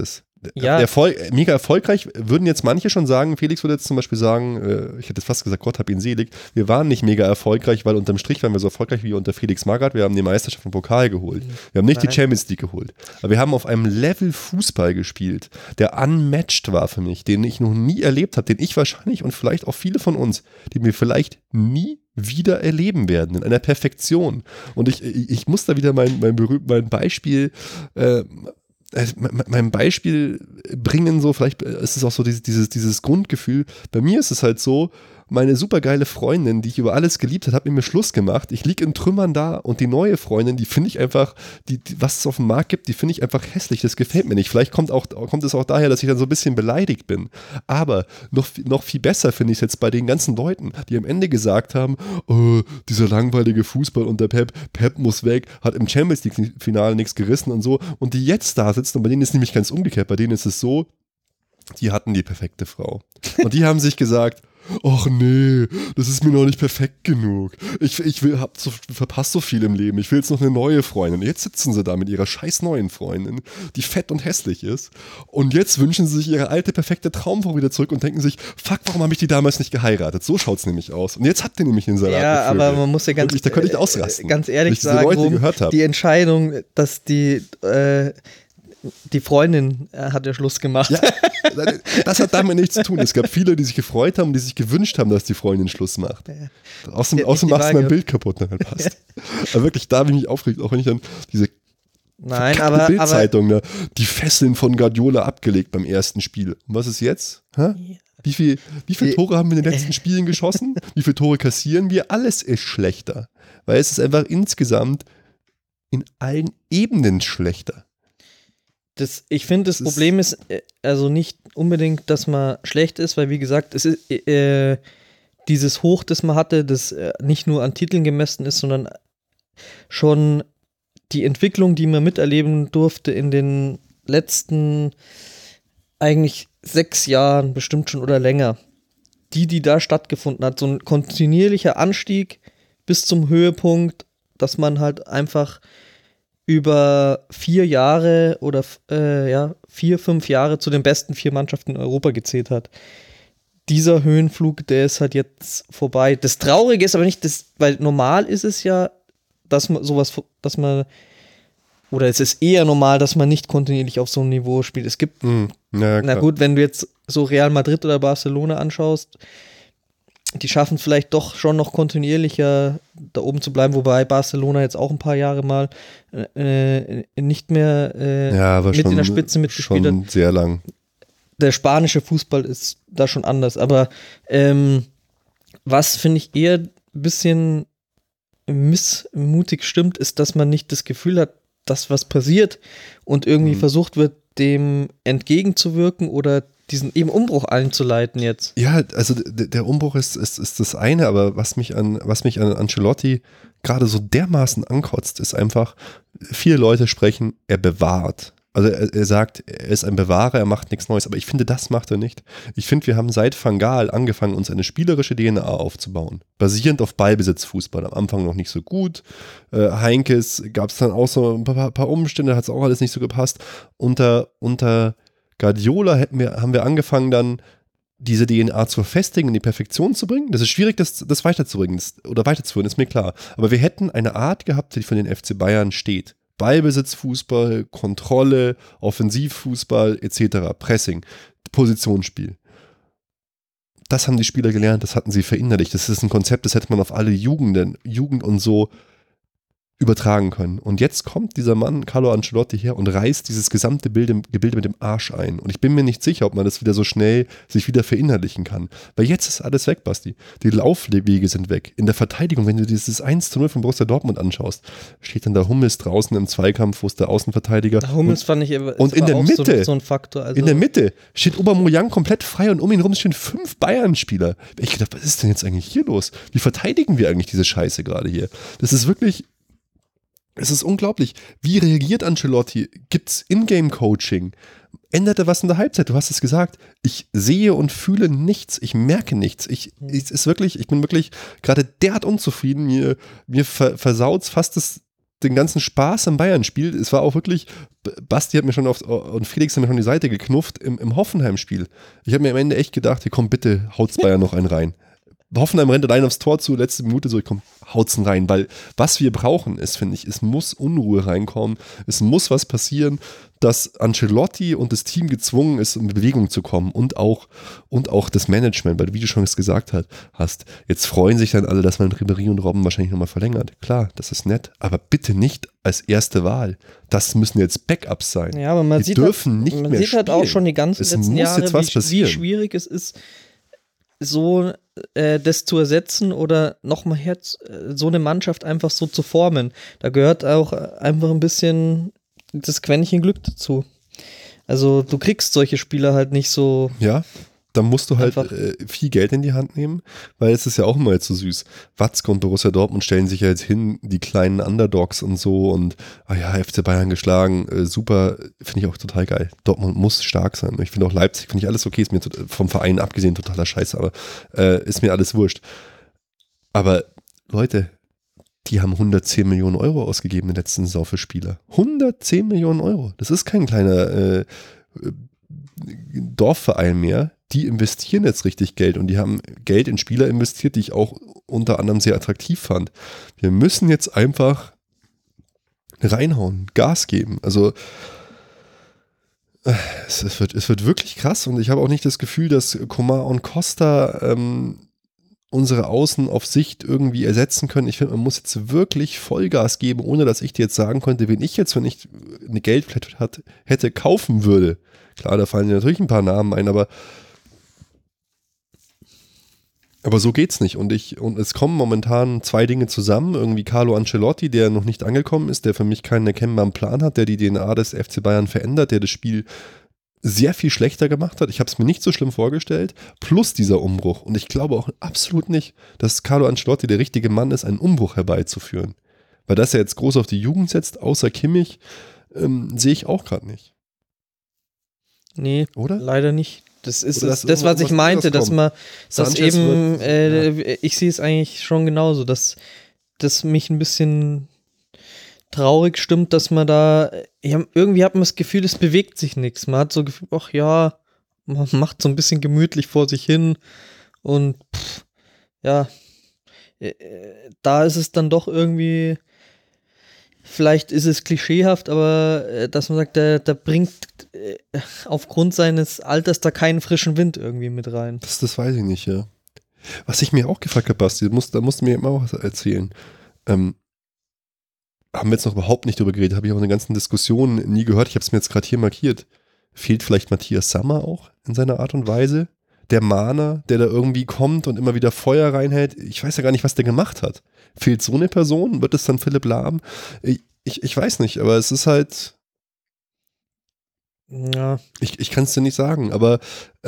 [SPEAKER 2] mega erfolgreich, würden jetzt manche schon sagen, Felix würde jetzt zum Beispiel sagen, ich hätte fast gesagt, Gott hab ihn selig, wir waren nicht mega erfolgreich, weil unterm Strich waren wir so erfolgreich wie unter Felix Magath, wir haben die Meisterschaft im Pokal geholt. Wir haben nicht die Champions League geholt. Aber wir haben auf einem Level Fußball gespielt, der unmatched war für mich, den ich noch nie erlebt habe, den ich wahrscheinlich und vielleicht auch viele von uns, die wir vielleicht nie wieder erleben werden, in einer Perfektion. Und ich muss da wieder mein Beispiel mein Beispiel bringen, so vielleicht ist es auch so dieses Grundgefühl. Bei mir ist es halt so, meine supergeile Freundin, die ich über alles geliebt habe, hat mit mir Schluss gemacht. Ich liege in Trümmern da und die neue Freundin, die finde ich einfach, was es auf dem Markt gibt, die finde ich einfach hässlich. Das gefällt mir nicht. Vielleicht kommt es auch daher, dass ich dann so ein bisschen beleidigt bin. Aber noch viel besser finde ich es jetzt bei den ganzen Leuten, die am Ende gesagt haben, oh, dieser langweilige Fußball unter Pep muss weg, hat im Champions League-Finale nichts gerissen und so. Und die jetzt da sitzen, und bei denen ist es nämlich ganz umgekehrt. Bei denen ist es so, die hatten die perfekte Frau. Und die haben sich gesagt, ach nee, das ist mir noch nicht perfekt genug. Ich verpasse so viel im Leben. Ich will jetzt noch eine neue Freundin. Jetzt sitzen sie da mit ihrer scheiß neuen Freundin, die fett und hässlich ist. Und jetzt wünschen sie sich ihre alte, perfekte Traumfrau wieder zurück und denken sich, fuck, warum habe ich die damals nicht geheiratet? So schaut es nämlich aus. Und jetzt habt ihr nämlich den Salat.
[SPEAKER 3] Ja, aber man muss ja
[SPEAKER 2] da könnte ich ausrasten,
[SPEAKER 3] ganz ehrlich sagen, die Entscheidung, dass die Freundin hat ja Schluss gemacht. Ja,
[SPEAKER 2] das hat damit nichts zu tun. Es gab viele, die sich gefreut haben, die sich gewünscht haben, dass die Freundin Schluss macht. Ja. Außerdem machst du mein Bild kaputt. Dann passt. Aber wirklich, da habe ich mich aufgeregt, auch wenn ich dann diese Bildzeitung, die Fesseln von Guardiola abgelegt beim ersten Spiel. Und was ist jetzt? Wie viele Tore haben wir in den letzten Spielen geschossen? Wie viele Tore kassieren wir? Alles ist schlechter. Weil es ist einfach insgesamt in allen Ebenen schlechter.
[SPEAKER 3] Ich finde, das Problem ist also nicht unbedingt, dass man schlecht ist, weil wie gesagt, es ist dieses Hoch, das man hatte, das nicht nur an Titeln gemessen ist, sondern schon die Entwicklung, die man miterleben durfte in den letzten eigentlich 6 Jahren bestimmt schon oder länger, die da stattgefunden hat, so ein kontinuierlicher Anstieg bis zum Höhepunkt, dass man halt einfach über 4 Jahre oder 4-5 Jahre zu den besten 4 Mannschaften in Europa gezählt hat. Dieser Höhenflug, der ist halt jetzt vorbei. Das Traurige ist aber nicht, weil normal ist es ja, dass man oder es ist eher normal, dass man nicht kontinuierlich auf so einem Niveau spielt. Es gibt, na gut, wenn du jetzt so Real Madrid oder Barcelona anschaust, die schaffen es vielleicht doch schon noch kontinuierlicher da oben zu bleiben, wobei Barcelona jetzt auch ein paar Jahre mal nicht mehr mit in der Spitze mitgespielt hat.
[SPEAKER 2] Schon sehr lang.
[SPEAKER 3] Der spanische Fußball ist da schon anders, aber was finde ich eher ein bisschen missmutig stimmt, ist, dass man nicht das Gefühl hat, dass was passiert und irgendwie versucht wird, dem entgegenzuwirken oder diesen eben Umbruch einzuleiten jetzt.
[SPEAKER 2] Ja, also der Umbruch ist das eine, aber was mich an Ancelotti gerade so dermaßen ankotzt, ist einfach, viele Leute sprechen, er bewahrt. Also er sagt, er ist ein Bewahrer, er macht nichts Neues, aber ich finde, das macht er nicht. Ich finde, wir haben seit Van Gaal angefangen, uns eine spielerische DNA aufzubauen, basierend auf Ballbesitzfußball. Am Anfang noch nicht so gut. Heinkes gab es dann auch so ein paar Umstände, hat es auch alles nicht so gepasst. Unter Guardiola haben wir angefangen dann, diese DNA zu verfestigen, in die Perfektion zu bringen. Das ist schwierig, das weiterzubringen oder weiterzuführen, ist mir klar. Aber wir hätten eine Art gehabt, die für den FC Bayern steht. Ballbesitzfußball, Kontrolle, Offensivfußball etc., Pressing, Positionsspiel. Das haben die Spieler gelernt, das hatten sie verinnerlicht. Das ist ein Konzept, das hätte man auf alle Jugend und so übertragen können. Und jetzt kommt dieser Mann, Carlo Ancelotti, her und reißt dieses gesamte Gebilde mit dem Arsch ein. Und ich bin mir nicht sicher, ob man das wieder so schnell sich wieder verinnerlichen kann. Weil jetzt ist alles weg, Basti. Die Laufwege sind weg. In der Verteidigung, wenn du dieses 1:0 von Borussia Dortmund anschaust, steht dann da Hummels draußen im Zweikampf, wo ist der Außenverteidiger.
[SPEAKER 3] Hummels fand ich
[SPEAKER 2] und in der Mitte,
[SPEAKER 3] so ein Faktor. Also
[SPEAKER 2] in der Mitte steht Aubameyang komplett frei und um ihn rum stehen 5 Bayern-Spieler. Ich gedacht, was ist denn jetzt eigentlich hier los? Wie verteidigen wir eigentlich diese Scheiße gerade hier? Das ist wirklich... Es ist unglaublich. Wie reagiert Ancelotti? Gibt es Ingame-Coaching? Ändert er was in der Halbzeit? Du hast es gesagt. Ich sehe und fühle nichts. Ich merke nichts. Ich bin wirklich gerade derart unzufrieden. Mir versaut fast den ganzen Spaß am Bayern-Spiel, es war auch wirklich, Basti hat mir schon und Felix haben mir schon die Seite geknufft im Hoffenheim-Spiel. Ich habe mir am Ende echt gedacht, hier komm bitte, haut's Bayern noch einen rein. Hoffenheim rennt allein aufs Tor zu, letzte Minute so, komm, haut's rein, weil was wir brauchen ist, finde ich, es muss Unruhe reinkommen, es muss was passieren, dass Ancelotti und das Team gezwungen ist, in Bewegung zu kommen und auch das Management, weil wie du schon gesagt hast, jetzt freuen sich dann alle, dass man Ribéry und Robben wahrscheinlich nochmal verlängert. Klar, das ist nett, aber bitte nicht als erste Wahl. Das müssen jetzt Backups sein.
[SPEAKER 3] Ja, aber man sieht halt auch schon die ganzen letzten Jahre, wie schwierig es ist, so das zu ersetzen oder nochmal so eine Mannschaft einfach so zu formen. Da gehört auch einfach ein bisschen das Quäntchen Glück dazu. Also du kriegst solche Spieler halt nicht so.
[SPEAKER 2] Ja, dann musst du halt viel Geld in die Hand nehmen, weil es ist ja auch immer jetzt so süß. Watzke und Borussia Dortmund stellen sich ja jetzt hin, die kleinen Underdogs und so und FC Bayern geschlagen, super, finde ich auch total geil. Dortmund muss stark sein. Ich finde auch Leipzig, finde ich alles okay, ist mir vom Verein abgesehen totaler Scheiß, aber ist mir alles wurscht. Aber Leute, die haben 110 Millionen Euro ausgegeben in der letzten Saison für Spieler. 110 Millionen Euro. Das ist kein kleiner Dorfverein mehr. Die investieren jetzt richtig Geld und die haben Geld in Spieler investiert, die ich auch unter anderem sehr attraktiv fand. Wir müssen jetzt einfach reinhauen, Gas geben. Also es wird wirklich krass und ich habe auch nicht das Gefühl, dass Coman und Costa unsere Außen auf Sicht irgendwie ersetzen können. Ich finde, man muss jetzt wirklich Vollgas geben, ohne dass ich dir jetzt sagen könnte, wen ich jetzt, wenn ich eine Geldflat hätte, kaufen würde. Klar, da fallen dir natürlich ein paar Namen ein, aber so geht's nicht. Und es kommen momentan zwei Dinge zusammen. Irgendwie Carlo Ancelotti, der noch nicht angekommen ist, der für mich keinen erkennbaren Plan hat, der die DNA des FC Bayern verändert, der das Spiel sehr viel schlechter gemacht hat. Ich habe es mir nicht so schlimm vorgestellt. Plus dieser Umbruch. Und ich glaube auch absolut nicht, dass Carlo Ancelotti der richtige Mann ist, einen Umbruch herbeizuführen. Weil dass er jetzt groß auf die Jugend setzt, außer Kimmich, sehe ich auch gerade nicht.
[SPEAKER 3] Nee, oder? Leider nicht. Das ist
[SPEAKER 2] das,
[SPEAKER 3] was ich meinte, dass eben, ich sehe es eigentlich schon genauso, dass das mich ein bisschen traurig stimmt, dass man da, irgendwie hat man das Gefühl, es bewegt sich nichts. Man hat so Gefühl, ach ja, man macht so ein bisschen gemütlich vor sich hin und da ist es dann doch irgendwie, vielleicht ist es klischeehaft, aber dass man sagt, der bringt aufgrund seines Alters da keinen frischen Wind irgendwie mit rein.
[SPEAKER 2] Das weiß ich nicht, ja. Was ich mir auch gefragt habe, Basti, da musst du mir immer was erzählen. Haben wir jetzt noch überhaupt nicht drüber geredet, habe ich auch in den ganzen Diskussionen nie gehört. Ich habe es mir jetzt gerade hier markiert. Fehlt vielleicht Matthias Sammer auch in seiner Art und Weise? Der Mahner, der da irgendwie kommt und immer wieder Feuer reinhält. Ich weiß ja gar nicht, was der gemacht hat. Fehlt so eine Person? Wird es dann Philipp Lahm? Ich weiß nicht, aber es ist halt.
[SPEAKER 3] Ja.
[SPEAKER 2] Ich kann es dir nicht sagen, aber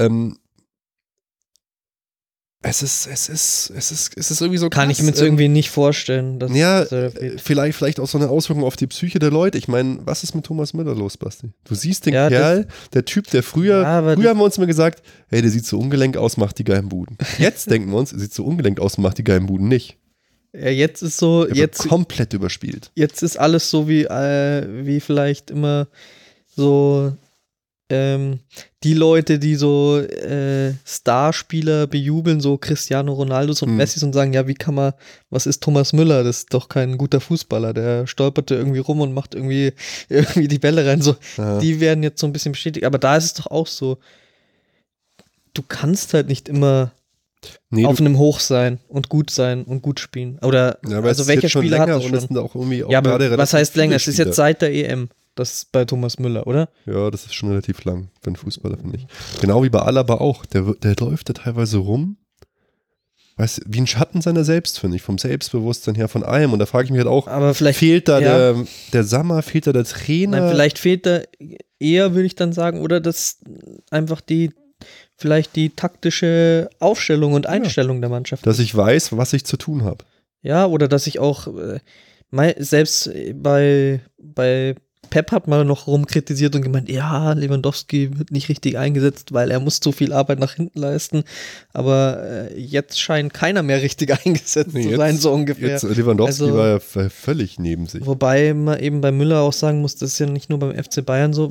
[SPEAKER 2] es ist irgendwie so krass.
[SPEAKER 3] Kann ich mir jetzt irgendwie nicht vorstellen. Dass
[SPEAKER 2] vielleicht auch so eine Auswirkung auf die Psyche der Leute. Ich meine, was ist mit Thomas Müller los, Basti? Du siehst den Kerl, der Typ, der früher haben wir uns immer gesagt, hey, der sieht so ungelenk aus, macht die geilen Buden. Jetzt denken wir uns, er sieht so ungelenk aus, macht die geilen Buden nicht.
[SPEAKER 3] Ja, jetzt ist so,
[SPEAKER 2] wird komplett überspielt.
[SPEAKER 3] Jetzt ist alles so wie vielleicht immer so die Leute, die so Starspieler bejubeln, so Cristiano Ronaldos und Messis und sagen, ja, was ist Thomas Müller? Das ist doch kein guter Fußballer, der stolperte irgendwie rum und macht irgendwie die Bälle rein. So, die werden jetzt so ein bisschen bestätigt. Aber da ist es doch auch so, du kannst halt nicht immer auf einem Hoch sein und gut spielen. Oder also welcher Spieler hat das schon?
[SPEAKER 2] Und auch irgendwie auch
[SPEAKER 3] aber was heißt länger? Es ist jetzt seit der EM. Das ist bei Thomas Müller, oder?
[SPEAKER 2] Ja, das ist schon relativ lang für einen Fußballer, finde ich. Genau wie bei Alaba auch. Der läuft da teilweise rum, weißt du, wie ein Schatten seiner selbst, finde ich. Vom Selbstbewusstsein her, von allem. Und da frage ich mich halt auch,
[SPEAKER 3] aber vielleicht
[SPEAKER 2] fehlt da der Sammer, fehlt da der Trainer?
[SPEAKER 3] Nein, vielleicht fehlt da eher, würde ich dann sagen, oder das einfach vielleicht die taktische Aufstellung und Einstellung der Mannschaft.
[SPEAKER 2] Dass ich weiß, was ich zu tun habe.
[SPEAKER 3] Ja, oder dass ich auch selbst bei Pep hat mal noch rumkritisiert und gemeint, ja, Lewandowski wird nicht richtig eingesetzt, weil er muss zu viel Arbeit nach hinten leisten. Aber jetzt scheint keiner mehr richtig eingesetzt zu sein, so ungefähr.
[SPEAKER 2] Jetzt Lewandowski war ja völlig neben sich.
[SPEAKER 3] Wobei man eben bei Müller auch sagen muss, das ist ja nicht nur beim FC Bayern so,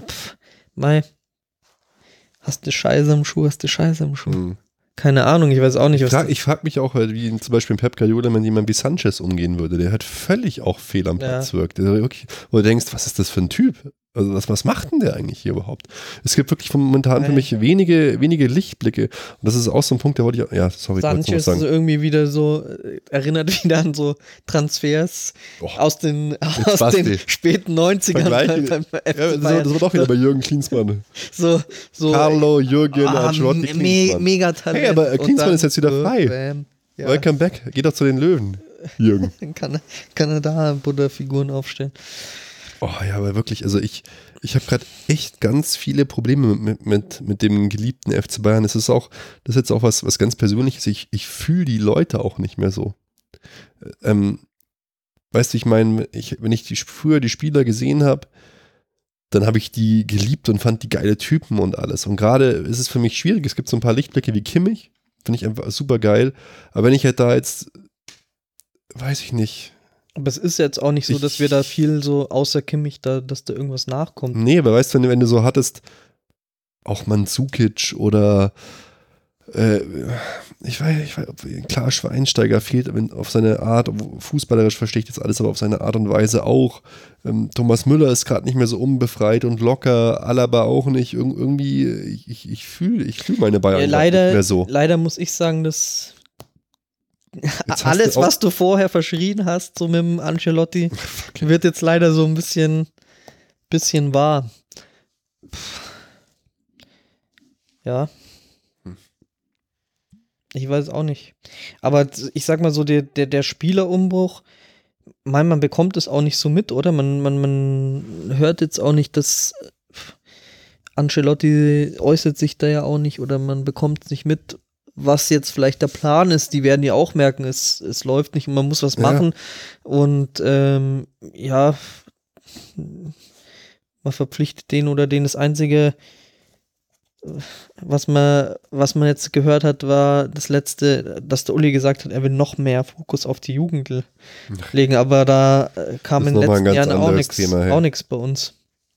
[SPEAKER 3] hast du Scheiße im Schuh, Keine Ahnung, ich weiß auch nicht, was.
[SPEAKER 2] Ich frage mich auch, wie zum Beispiel Pep Guardiola mit jemandem wie Sanchez umgehen würde. Der hat völlig auch fehl am Platz wirkt. Wo du denkst, was ist das für ein Typ? Also was macht denn der eigentlich hier überhaupt? Es gibt wirklich momentan für mich wenige Lichtblicke. Und das ist auch so ein Punkt, der wollte ich,
[SPEAKER 3] Sanchez ist irgendwie wieder so, erinnert wieder an so Transfers aus den späten 90ern.
[SPEAKER 2] Beim FC Bayern. Das wird auch wieder bei Jürgen Klinsmann.
[SPEAKER 3] so
[SPEAKER 2] Carlo, Jürgen, Ancelotti, Klinsmann.
[SPEAKER 3] Mega Talent.
[SPEAKER 2] Hey, aber Klinsmann ist jetzt wieder frei. Welcome back. Geh doch zu den Löwen, Jürgen.
[SPEAKER 3] Kann er da Buddha-Figuren aufstellen.
[SPEAKER 2] Oh ja, aber wirklich, also ich habe gerade echt ganz viele Probleme mit dem geliebten FC Bayern. Das ist jetzt auch was ganz Persönliches. Ich fühle die Leute auch nicht mehr so. Weißt du, ich meine, wenn ich früher die Spieler gesehen habe, dann habe ich die geliebt und fand die geile Typen und alles. Und gerade ist es für mich schwierig. Es gibt so ein paar Lichtblicke wie Kimmich, finde ich einfach super geil. Aber wenn ich halt da jetzt, weiß ich nicht.
[SPEAKER 3] Aber es ist jetzt auch nicht so, dass wir da viel so außer Kimmich, dass da irgendwas nachkommt.
[SPEAKER 2] Nee, aber weißt du, wenn du so hattest, auch Mandzukic oder ich weiß, klar, Schweinsteiger fehlt auf seine Art, fußballerisch verstehe ich das alles, aber auf seine Art und Weise auch. Thomas Müller ist gerade nicht mehr so unbefreit und locker, Alaba auch nicht. Irgendwie, ich fühl meine Bayern nicht mehr so.
[SPEAKER 3] Leider muss ich sagen, dass alles, was du vorher verschrien hast, so mit dem Ancelotti, wird jetzt leider so ein bisschen wahr. Ja. Ich weiß auch nicht. Aber ich sag mal so, der Spielerumbruch, man bekommt es auch nicht so mit, oder? Man hört jetzt auch nicht, dass Ancelotti äußert sich da ja auch nicht, oder man bekommt es nicht mit, was jetzt vielleicht der Plan ist. Die werden ja auch merken, es läuft nicht und man muss was machen. Und man verpflichtet den oder den. Das Einzige, was man jetzt gehört hat, war das Letzte, dass der Uli gesagt hat, er will noch mehr Fokus auf die Jugend legen. Aber da kam in den letzten Jahren auch nichts bei uns.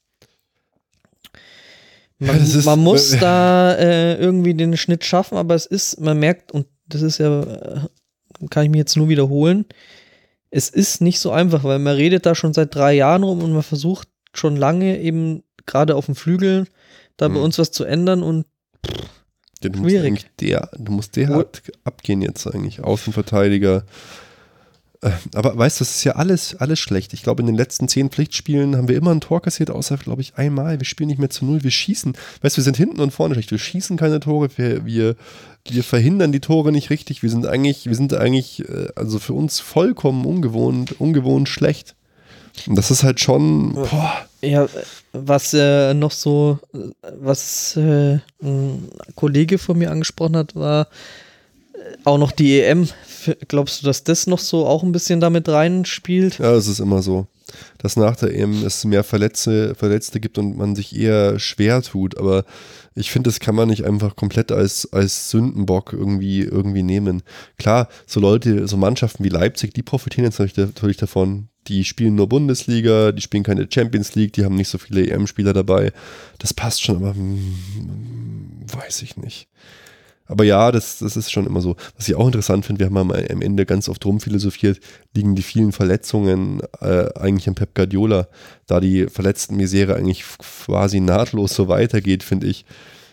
[SPEAKER 3] Man muss da irgendwie den Schnitt schaffen, aber man merkt, und das ist ja, kann ich mir jetzt nur wiederholen, es ist nicht so einfach, weil man redet da schon seit 3 Jahren rum und man versucht schon lange eben gerade auf dem Flügel da bei uns was zu ändern und schwierig.
[SPEAKER 2] Du musst derart abgehen jetzt eigentlich, Außenverteidiger. Aber weißt du, das ist ja alles schlecht. Ich glaube, in den letzten 10 Pflichtspielen haben wir immer ein Tor kassiert, außer, glaube ich, einmal. Wir spielen nicht mehr zu 0, wir schießen. Weißt du, wir sind hinten und vorne schlecht. Wir schießen keine Tore, wir verhindern die Tore nicht richtig. Wir sind eigentlich also für uns vollkommen ungewohnt schlecht. Und das ist halt schon,
[SPEAKER 3] Ja, was noch so, was ein Kollege von mir angesprochen hat, war auch noch die EM. Glaubst du, dass das noch so auch ein bisschen damit reinspielt?
[SPEAKER 2] Ja, das ist immer so. Dass nach der EM es mehr Verletzte gibt und man sich eher schwer tut. Aber ich finde, das kann man nicht einfach komplett als Sündenbock irgendwie nehmen. Klar, so Mannschaften wie Leipzig, die profitieren jetzt natürlich davon. Die spielen nur Bundesliga, die spielen keine Champions League, die haben nicht so viele EM-Spieler dabei. Das passt schon, aber weiß ich nicht. Aber ja, das ist schon immer so. Was ich auch interessant finde, wir haben am Ende ganz oft rumphilosophiert, liegen die vielen Verletzungen eigentlich an Pep Guardiola, da die Verletztenmisere eigentlich quasi nahtlos so weitergeht, finde ich,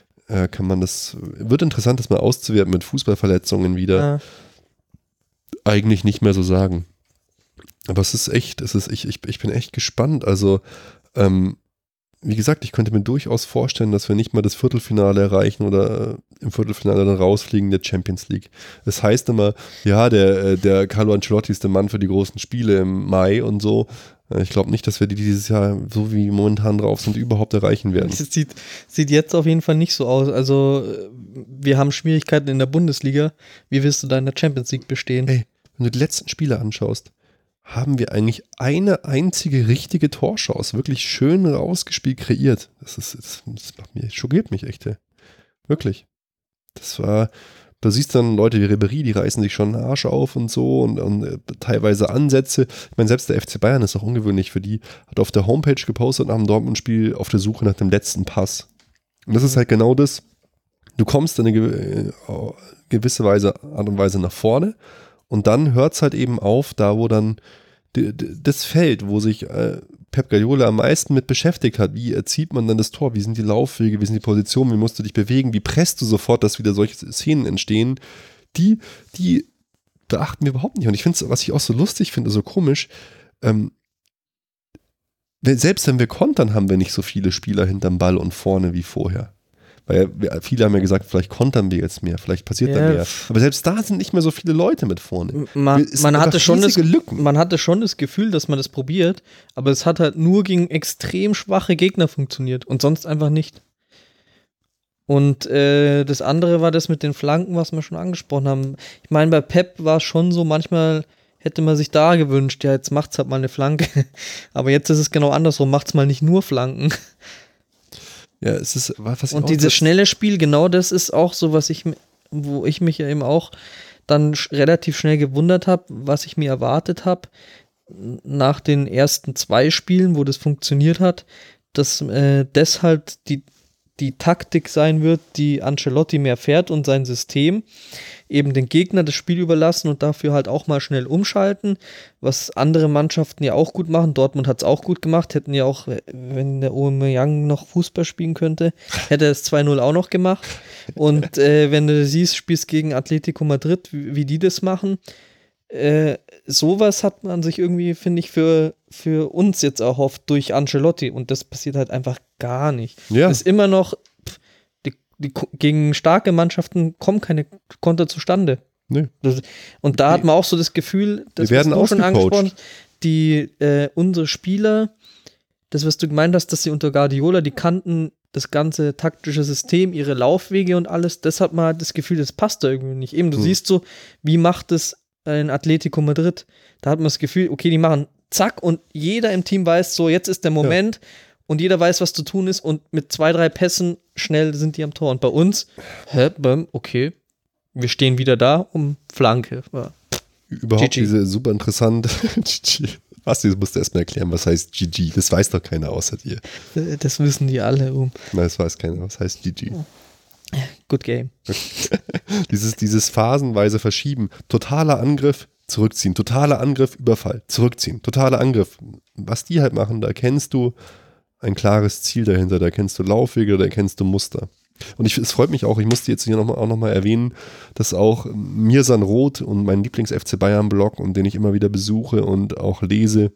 [SPEAKER 2] wird interessant, das mal auszuwerten mit Fußballverletzungen wieder. Ja. Eigentlich nicht mehr so sagen. Aber ich bin echt gespannt. Also, wie gesagt, ich könnte mir durchaus vorstellen, dass wir nicht mal das Viertelfinale erreichen oder im Viertelfinale dann rausfliegen der Champions League. Es heißt immer, ja, der Carlo Ancelotti ist der Mann für die großen Spiele im Mai und so. Ich glaube nicht, dass wir die dieses Jahr, so wie momentan drauf sind, überhaupt erreichen werden.
[SPEAKER 3] Es sieht jetzt auf jeden Fall nicht so aus. Also, wir haben Schwierigkeiten in der Bundesliga. Wie willst du da in der Champions League bestehen?
[SPEAKER 2] Ey, wenn du die letzten Spiele anschaust, haben wir eigentlich eine einzige richtige Torchance wirklich schön rausgespielt kreiert. Das schockiert mich echt. Ey. Wirklich. Da siehst du dann Leute wie Ribéry, die reißen sich schon den Arsch auf und so und teilweise Ansätze. Ich meine, selbst der FC Bayern ist auch ungewöhnlich für die, hat auf der Homepage gepostet nach dem Dortmund-Spiel auf der Suche nach dem letzten Pass. Und das ist halt genau das. Du kommst in eine gewisse Art und Weise nach vorne und dann hört es halt eben auf, da wo dann das Feld, wo sich Pep Guardiola am meisten mit beschäftigt hat. Wie erzielt man dann das Tor? Wie sind die Laufwege? Wie sind die Positionen? Wie musst du dich bewegen? Wie presst du sofort, dass wieder solche Szenen entstehen? Die beachten wir überhaupt nicht. Und ich finde es, was ich auch so lustig finde, so komisch, selbst wenn wir kontern, haben wir nicht so viele Spieler hinterm Ball und vorne wie vorher. Weil viele haben ja gesagt, vielleicht kontern wir jetzt mehr, vielleicht passiert da mehr. Aber selbst da sind nicht mehr so viele Leute mit vorne.
[SPEAKER 3] Man hatte schon das Gefühl, dass man das probiert, aber es hat halt nur gegen extrem schwache Gegner funktioniert und sonst einfach nicht. Und das andere war das mit den Flanken, was wir schon angesprochen haben. Ich meine, bei Pep war es schon so, manchmal hätte man sich da gewünscht, ja, jetzt macht's halt mal eine Flanke. Aber jetzt ist es genau andersrum, macht's mal nicht nur Flanken.
[SPEAKER 2] Ja, es ist, was
[SPEAKER 3] und dieses schnelle Spiel, genau das ist auch so, wo ich mich ja eben auch dann relativ schnell gewundert habe, was ich mir erwartet habe nach den ersten 2 Spielen, wo das funktioniert hat, dass das halt die Taktik sein wird, die Ancelotti mehr fährt und sein System, eben den Gegner das Spiel überlassen und dafür halt auch mal schnell umschalten, was andere Mannschaften ja auch gut machen. Dortmund hat es auch gut gemacht, hätten ja auch, wenn der Aubameyang noch Fußball spielen könnte, hätte er es 2-0 auch noch gemacht. Und wenn du siehst, spielst gegen Atletico Madrid, wie die das machen, sowas hat man sich irgendwie, finde ich, für uns jetzt erhofft durch Ancelotti und das passiert halt einfach gar nicht.
[SPEAKER 2] Ja.
[SPEAKER 3] Das ist immer noch, gegen starke Mannschaften kommen keine Konter zustande.
[SPEAKER 2] Nee.
[SPEAKER 3] Und da hat man auch so das Gefühl, das
[SPEAKER 2] wir werden
[SPEAKER 3] du schon angesprochen,
[SPEAKER 2] ausgecoacht.
[SPEAKER 3] unsere Spieler, das, was du gemeint hast, dass sie unter Guardiola, die kannten das ganze taktische System, ihre Laufwege und alles, das hat man halt das Gefühl, das passt da irgendwie nicht. Eben, du siehst so, wie macht es in Atletico Madrid? Da hat man das Gefühl, okay, die machen zack und jeder im Team weiß so, jetzt ist der Moment und jeder weiß, was zu tun ist und mit 2, 3 Pässen schnell sind die am Tor. Und bei uns, okay, wir stehen wieder da um Flanke.
[SPEAKER 2] Überhaupt
[SPEAKER 3] GG.
[SPEAKER 2] diese super interessante GG. Basti, das musst du erstmal erklären, was heißt GG? Das weiß doch keiner außer dir.
[SPEAKER 3] Das wissen die alle.
[SPEAKER 2] Nein, das weiß keiner. Was heißt GG?
[SPEAKER 3] Good game.
[SPEAKER 2] dieses phasenweise Verschieben. Totaler Angriff, zurückziehen. Totaler Angriff, Überfall, zurückziehen. Totaler Angriff. Was die halt machen, da erkennst du ein klares Ziel dahinter. Da erkennst du Laufwege, da erkennst du Muster. Und es freut mich auch, ich musste jetzt hier auch noch mal erwähnen, dass auch Mirsan Roth und mein Lieblings-FC Bayern-Blog, und den ich immer wieder besuche und auch lese,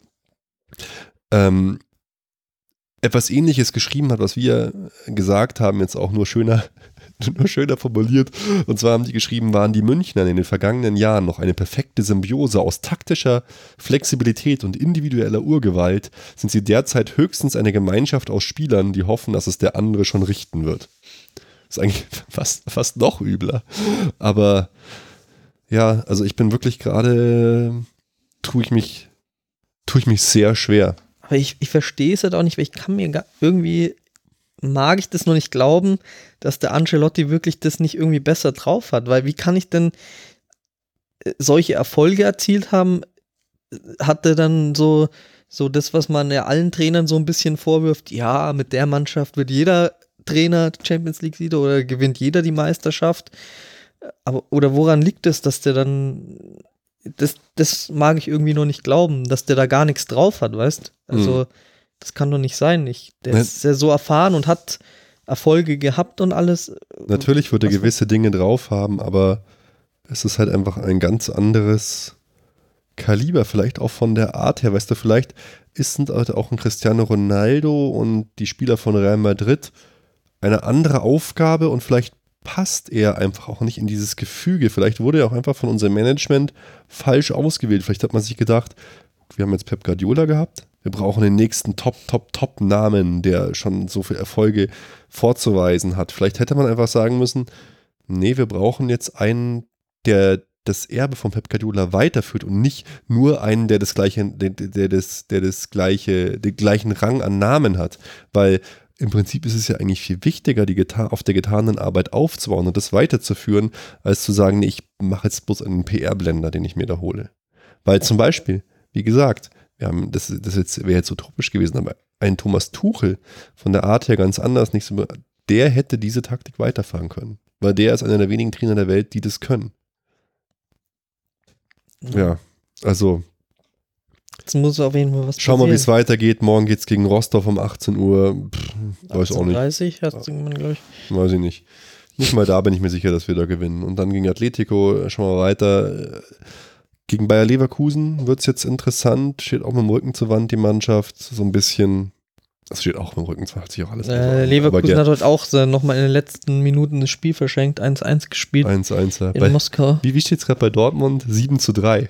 [SPEAKER 2] etwas Ähnliches geschrieben hat, was wir gesagt haben, jetzt auch nur schöner formuliert. Und zwar haben die geschrieben, waren die Münchner in den vergangenen Jahren noch eine perfekte Symbiose aus taktischer Flexibilität und individueller Urgewalt, sind sie derzeit höchstens eine Gemeinschaft aus Spielern, die hoffen, dass es der andere schon richten wird. Das ist eigentlich fast noch übler. Aber ja, also ich bin wirklich gerade, tue ich mich sehr schwer.
[SPEAKER 3] Aber ich verstehe es halt auch nicht, weil ich kann mir irgendwie, mag ich das noch nicht glauben, dass der Ancelotti wirklich das nicht irgendwie besser drauf hat, weil wie kann ich denn solche Erfolge erzielt haben, hat er dann so das, was man ja allen Trainern so ein bisschen vorwirft, ja, mit der Mannschaft wird jeder Trainer Champions League-Sieger oder gewinnt jeder die Meisterschaft, aber oder woran liegt es, dass der dann, das mag ich irgendwie noch nicht glauben, dass der da gar nichts drauf hat, weißt? Also das kann doch nicht sein. Der ist ja so erfahren und hat Erfolge gehabt und alles.
[SPEAKER 2] Natürlich wird er gewisse Dinge drauf haben, aber es ist halt einfach ein ganz anderes Kaliber, vielleicht auch von der Art her. Weißt du, vielleicht sind halt auch ein Cristiano Ronaldo und die Spieler von Real Madrid eine andere Aufgabe und vielleicht passt er einfach auch nicht in dieses Gefüge. Vielleicht wurde er auch einfach von unserem Management falsch ausgewählt. Vielleicht hat man sich gedacht, wir haben jetzt Pep Guardiola gehabt, wir brauchen den nächsten Top-Namen, der schon so viele Erfolge vorzuweisen hat. Vielleicht hätte man einfach sagen müssen, nee, wir brauchen jetzt einen, der das Erbe von Pep Guardiola weiterführt und nicht nur einen, der den gleichen Rang an Namen hat. Weil im Prinzip ist es ja eigentlich viel wichtiger, auf der getanen Arbeit aufzubauen und das weiterzuführen, als zu sagen, nee, ich mache jetzt bloß einen PR-Blender, den ich mir da hole. Weil zum Beispiel, wie gesagt, das wäre jetzt utopisch gewesen, aber ein Thomas Tuchel von der Art her ganz anders, der hätte diese Taktik weiterfahren können. Weil der ist einer der wenigen Trainer der Welt, die das können. Ja, also
[SPEAKER 3] jetzt muss auf jeden Fall was
[SPEAKER 2] schauen wir mal, wie es weitergeht. Morgen geht es gegen Rostov um 18 Uhr. Weiß auch nicht.
[SPEAKER 3] 30 hast du irgendwann, glaube ich.
[SPEAKER 2] Weiß ich nicht. Nicht mal da bin ich mir sicher, dass wir da gewinnen. Und dann gegen Atletico, schauen wir weiter. Gegen Bayer Leverkusen wird es jetzt interessant. Steht auch mit dem Rücken zur Wand die Mannschaft. So ein bisschen. Das steht auch mit dem Rücken, hat sich auch alles
[SPEAKER 3] Leverkusen hat heute auch nochmal in den letzten Minuten das Spiel verschenkt, 1-1 gespielt.
[SPEAKER 2] 1-1,
[SPEAKER 3] in Moskau.
[SPEAKER 2] Wie steht es gerade bei Dortmund? 7-3.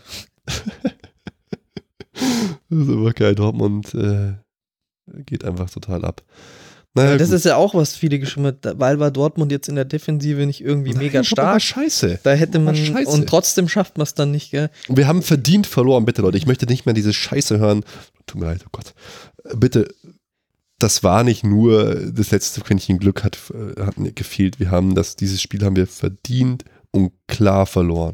[SPEAKER 2] Das ist immer geil. Dortmund geht einfach total ab. Naja,
[SPEAKER 3] das ist ja auch, was viele geschimmert, weil war Dortmund jetzt in der Defensive nicht irgendwie mega stark.
[SPEAKER 2] Scheiße.
[SPEAKER 3] Da hätte man, und trotzdem schafft man es dann nicht, gell?
[SPEAKER 2] Wir haben verdient verloren, bitte Leute. Ich möchte nicht mehr diese Scheiße hören. Tut mir leid, oh Gott. Bitte. Das war nicht nur das letzte Quäntchen Glück hat gefehlt. Dieses Spiel haben wir verdient und klar verloren.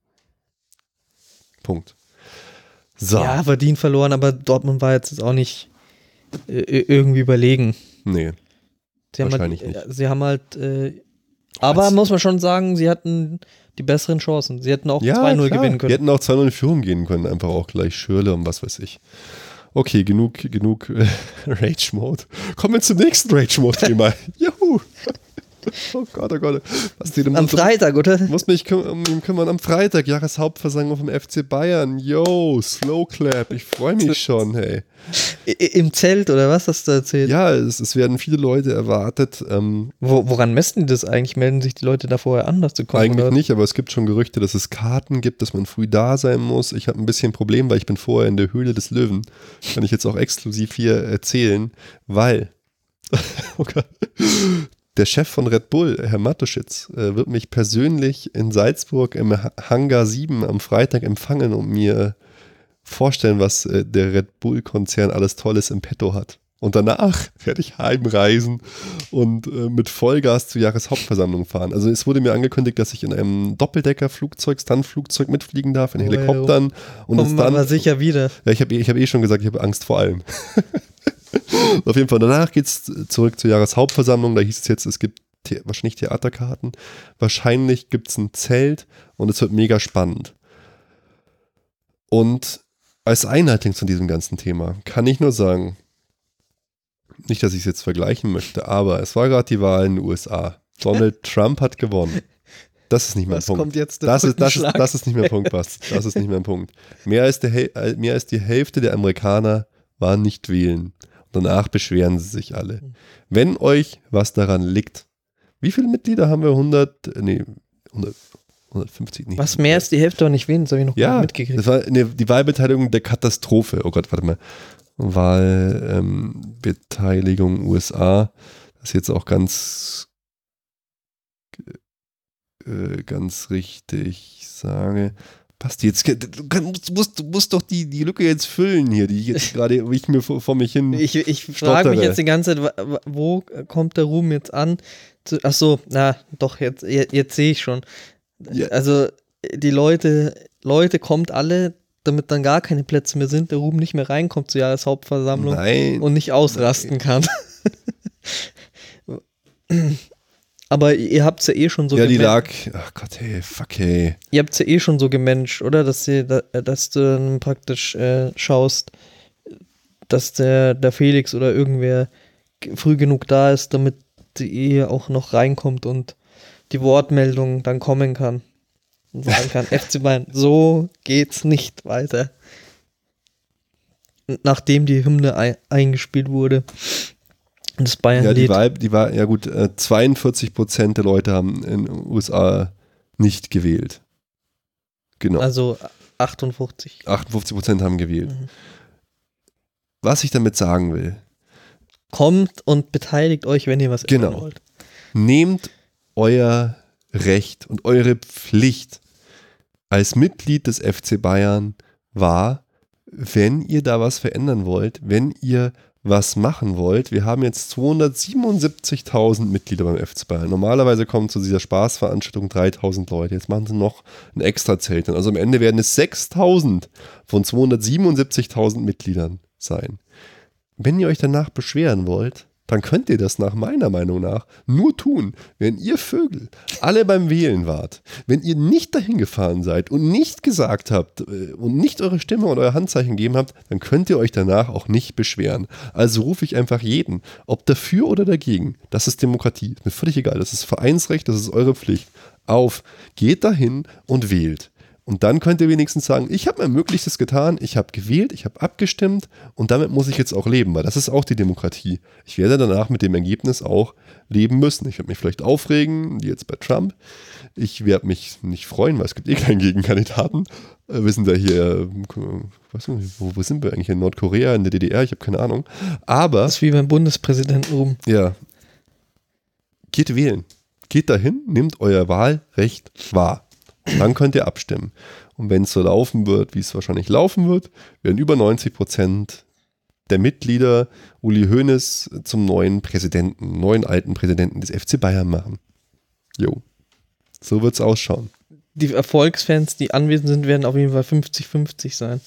[SPEAKER 2] Punkt. So.
[SPEAKER 3] Ja, verdient verloren, aber Dortmund war jetzt auch nicht irgendwie überlegen.
[SPEAKER 2] Nee. Wahrscheinlich nicht.
[SPEAKER 3] Sie haben halt, aber muss man schon sagen, sie hatten die besseren Chancen. Sie hätten auch 2-0 gewinnen können.
[SPEAKER 2] Die hätten auch 2-0 in Führung gehen können, einfach auch gleich Schürle und was weiß ich. Okay, genug Rage-Mode. Kommen wir zum nächsten Rage-Mode-Thema. Juhu! Oh Gott, oh Gott.
[SPEAKER 3] Am Freitag, oder?
[SPEAKER 2] Muss mich um ihn kümmern. Am Freitag, Jahreshauptversammlung vom FC Bayern. Yo, Slow Clap. Ich freue mich schon, hey.
[SPEAKER 3] Im Zelt, oder was hast du erzählt?
[SPEAKER 2] Ja, es werden viele Leute erwartet.
[SPEAKER 3] Woran messen die das eigentlich? Melden sich die Leute da vorher an, dass du kommst?
[SPEAKER 2] Eigentlich
[SPEAKER 3] oder?
[SPEAKER 2] nicht, aber es gibt schon Gerüchte, dass es Karten gibt, dass man früh da sein muss. Ich habe ein bisschen ein Problem, weil ich bin vorher in der Höhle des Löwen. Kann ich jetzt auch exklusiv hier erzählen, weil oh Gott, der Chef von Red Bull, Herr Matuschitz, wird mich persönlich in Salzburg im Hangar 7 am Freitag empfangen und mir vorstellen, was der Red Bull-Konzern alles Tolles im Petto hat. Und danach werde ich heimreisen und mit Vollgas zur Jahreshauptversammlung fahren. Also es wurde mir angekündigt, dass ich in einem Doppeldecker-Flugzeug, Stuntflugzeug mitfliegen darf, in Helikoptern. Und
[SPEAKER 3] kommen wir aber sicher wieder.
[SPEAKER 2] Ja, ich hab schon gesagt, ich habe Angst vor allem. Auf jeden Fall, danach geht es zurück zur Jahreshauptversammlung. Da hieß es jetzt, es gibt wahrscheinlich Theaterkarten. Wahrscheinlich gibt es ein Zelt und es wird mega spannend. Und als Einleitung zu diesem ganzen Thema kann ich nur sagen, nicht, dass ich es jetzt vergleichen möchte, aber es war gerade die Wahl in den USA. Donald Trump hat gewonnen. Das ist nicht mein Punkt.
[SPEAKER 3] Kommt jetzt
[SPEAKER 2] das ist nicht mein Punkt, Bast. Das ist nicht mein Punkt. Mehr als die Hälfte der Amerikaner waren nicht wählen. Danach beschweren sie sich alle. Wenn euch was daran liegt, wie viele Mitglieder haben wir? 150 nicht.
[SPEAKER 3] Was mehr als die Hälfte auch nicht wählen, das habe ich noch
[SPEAKER 2] ja,
[SPEAKER 3] mitgekriegt.
[SPEAKER 2] Das war die Wahlbeteiligung der Katastrophe. Oh Gott, warte mal. Wahlbeteiligung USA. Das ist jetzt auch ganz richtig sage. Basti, jetzt du musst doch die Lücke jetzt füllen hier, die ich jetzt gerade, wie ich mir vor mich hin
[SPEAKER 3] Ich frage mich jetzt die ganze Zeit, wo kommt der Ruhm jetzt an? Achso, jetzt sehe ich schon. Ja. Also die Leute kommt alle, damit dann gar keine Plätze mehr sind, der Ruhm nicht mehr reinkommt zur Jahreshauptversammlung und nicht ausrasten kann. Aber ihr habt es ja eh schon so
[SPEAKER 2] die lag, ach Gott, hey, fuck, hey.
[SPEAKER 3] Ihr habt es ja eh schon so gemanagt, oder? Dass du dann praktisch schaust, dass der Felix oder irgendwer früh genug da ist, damit die Ehe auch noch reinkommt und die Wortmeldung dann kommen kann. Und sagen kann, FC Bayern, so geht's nicht weiter. Nachdem die Hymne eingespielt wurde. Das Bayern-Lied.
[SPEAKER 2] Die war, ja gut, 42% der Leute haben in den USA nicht gewählt. Genau.
[SPEAKER 3] Also 58.
[SPEAKER 2] 58% haben gewählt. Was ich damit sagen will.
[SPEAKER 3] Kommt und beteiligt euch, wenn ihr was ändern wollt.
[SPEAKER 2] Nehmt euer Recht und eure Pflicht als Mitglied des FC Bayern war, wenn ihr da was verändern wollt, wenn ihr was machen wollt. Wir haben jetzt 277.000 Mitglieder beim FC Bayern. Normalerweise kommen zu dieser Spaßveranstaltung 3.000 Leute. Jetzt machen sie noch ein Extrazelt. Also am Ende werden es 6.000 von 277.000 Mitgliedern sein. Wenn ihr euch danach beschweren wollt, dann könnt ihr das nach meiner Meinung nach nur tun, wenn ihr Vögel alle beim Wählen wart, wenn ihr nicht dahin gefahren seid und nicht gesagt habt und nicht eure Stimme und euer Handzeichen gegeben habt, dann könnt ihr euch danach auch nicht beschweren. Also rufe ich einfach jeden, ob dafür oder dagegen, das ist Demokratie, ist mir völlig egal, das ist Vereinsrecht, das ist eure Pflicht, auf, geht dahin und wählt. Und dann könnt ihr wenigstens sagen, ich habe mein Möglichstes getan, ich habe gewählt, ich habe abgestimmt und damit muss ich jetzt auch leben, weil das ist auch die Demokratie. Ich werde danach mit dem Ergebnis auch leben müssen. Ich werde mich vielleicht aufregen, wie jetzt bei Trump. Ich werde mich nicht freuen, weil es gibt keinen Gegenkandidaten. Wir sind da hier, weiß nicht, wo sind wir eigentlich? In Nordkorea, in der DDR, ich habe keine Ahnung. Aber
[SPEAKER 3] das ist wie beim Bundespräsidenten oben.
[SPEAKER 2] Ja. Geht wählen. Geht dahin, nehmt euer Wahlrecht wahr. Dann könnt ihr abstimmen. Und wenn es so laufen wird, wie es wahrscheinlich laufen wird, werden über 90% der Mitglieder Uli Hoeneß zum neuen alten Präsidenten des FC Bayern machen. Jo. So wird es ausschauen.
[SPEAKER 3] Die Erfolgsfans, die anwesend sind, werden auf jeden Fall 50-50 sein.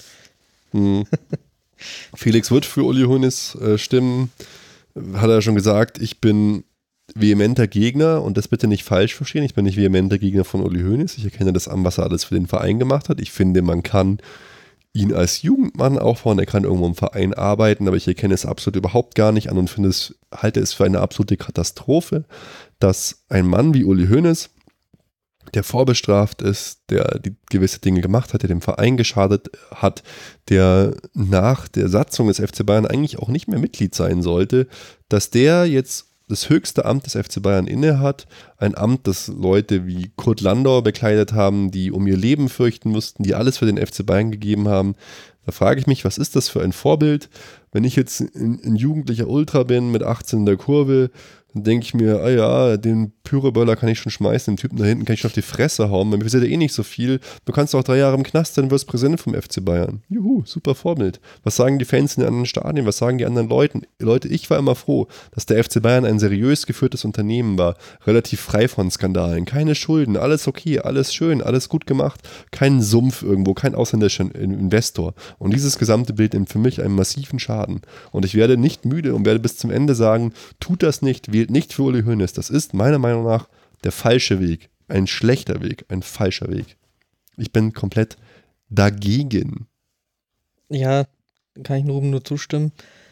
[SPEAKER 2] Felix wird für Uli Hoeneß stimmen. Hat er schon gesagt, ich bin vehementer Gegner, und das bitte nicht falsch verstehen, ich bin nicht vehementer Gegner von Uli Hoeneß, ich erkenne das an, was er alles für den Verein gemacht hat. Ich finde, man kann ihn als Jugendmann aufbauen, er kann irgendwo im Verein arbeiten, aber ich erkenne es absolut überhaupt gar nicht an und halte es für eine absolute Katastrophe, dass ein Mann wie Uli Hoeneß, der vorbestraft ist, der die gewisse Dinge gemacht hat, der dem Verein geschadet hat, der nach der Satzung des FC Bayern eigentlich auch nicht mehr Mitglied sein sollte, dass der jetzt das höchste Amt des FC Bayern innehat, ein Amt, das Leute wie Kurt Landauer bekleidet haben, die um ihr Leben fürchten mussten, die alles für den FC Bayern gegeben haben. Da frage ich mich, was ist das für ein Vorbild? Wenn ich jetzt ein jugendlicher Ultra bin mit 18 in der Kurve, dann denke ich mir, den Pyroböller kann ich schon schmeißen, den Typen da hinten kann ich schon auf die Fresse hauen, mir passiert ja eh nicht so viel. Du kannst auch 3 Jahre im Knast sein, wirst Präsident vom FC Bayern. Juhu, super Vorbild. Was sagen die Fans in den anderen Stadien, was sagen die anderen Leute? Leute, ich war immer froh, dass der FC Bayern ein seriös geführtes Unternehmen war, relativ frei von Skandalen, keine Schulden, alles okay, alles schön, alles gut gemacht, kein Sumpf irgendwo, kein ausländischer Investor. Und dieses gesamte Bild nimmt für mich einen massiven Schaden. Und ich werde nicht müde und werde bis zum Ende sagen, tut das nicht, wählt nicht für Uli Hoeneß. Das ist meiner Meinung nach der falsche Weg. Ein schlechter Weg, ein falscher Weg. Ich bin komplett dagegen.
[SPEAKER 3] Ja, kann ich nur zustimmen.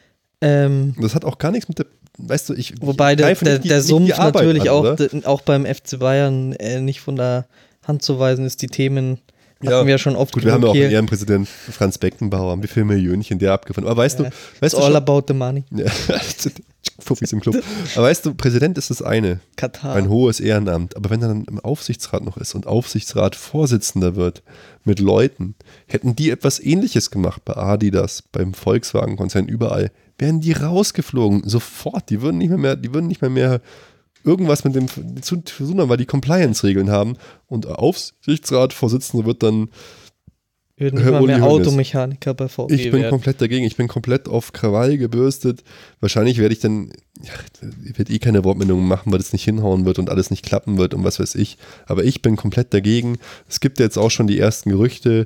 [SPEAKER 2] Das hat auch gar nichts mit der, weißt du,
[SPEAKER 3] wobei der Sumpf natürlich auch beim FC Bayern nicht von der Hand zu weisen ist. Die Themen hatten wir ja schon oft.
[SPEAKER 2] Gut, wir haben ja auch einen Ehrenpräsident Franz Beckenbauer, wie viele Millionchen der abgefunden. Aber weißt du,
[SPEAKER 3] it's all about the money.
[SPEAKER 2] Ja, Fuffis im Club. Aber weißt du, Präsident ist das eine.
[SPEAKER 3] Katar.
[SPEAKER 2] Ein hohes Ehrenamt. Aber wenn er dann im Aufsichtsrat noch ist und Aufsichtsratsvorsitzender wird mit Leuten, hätten die etwas Ähnliches gemacht bei Adidas, beim Volkswagen-Konzern, überall, wären die rausgeflogen. Sofort. Die würden nicht mehr irgendwas mit dem zu tun haben, weil die Compliance-Regeln haben. Und Aufsichtsratsvorsitzender wird dann
[SPEAKER 3] nicht mal mehr Automechaniker bei VW.
[SPEAKER 2] Ich bin komplett dagegen. Ich bin komplett auf Krawall gebürstet. Wahrscheinlich werde ich dann, ich werde keine Wortmeldungen machen, weil das nicht hinhauen wird und alles nicht klappen wird und was weiß ich. Aber ich bin komplett dagegen. Es gibt jetzt auch schon die ersten Gerüchte,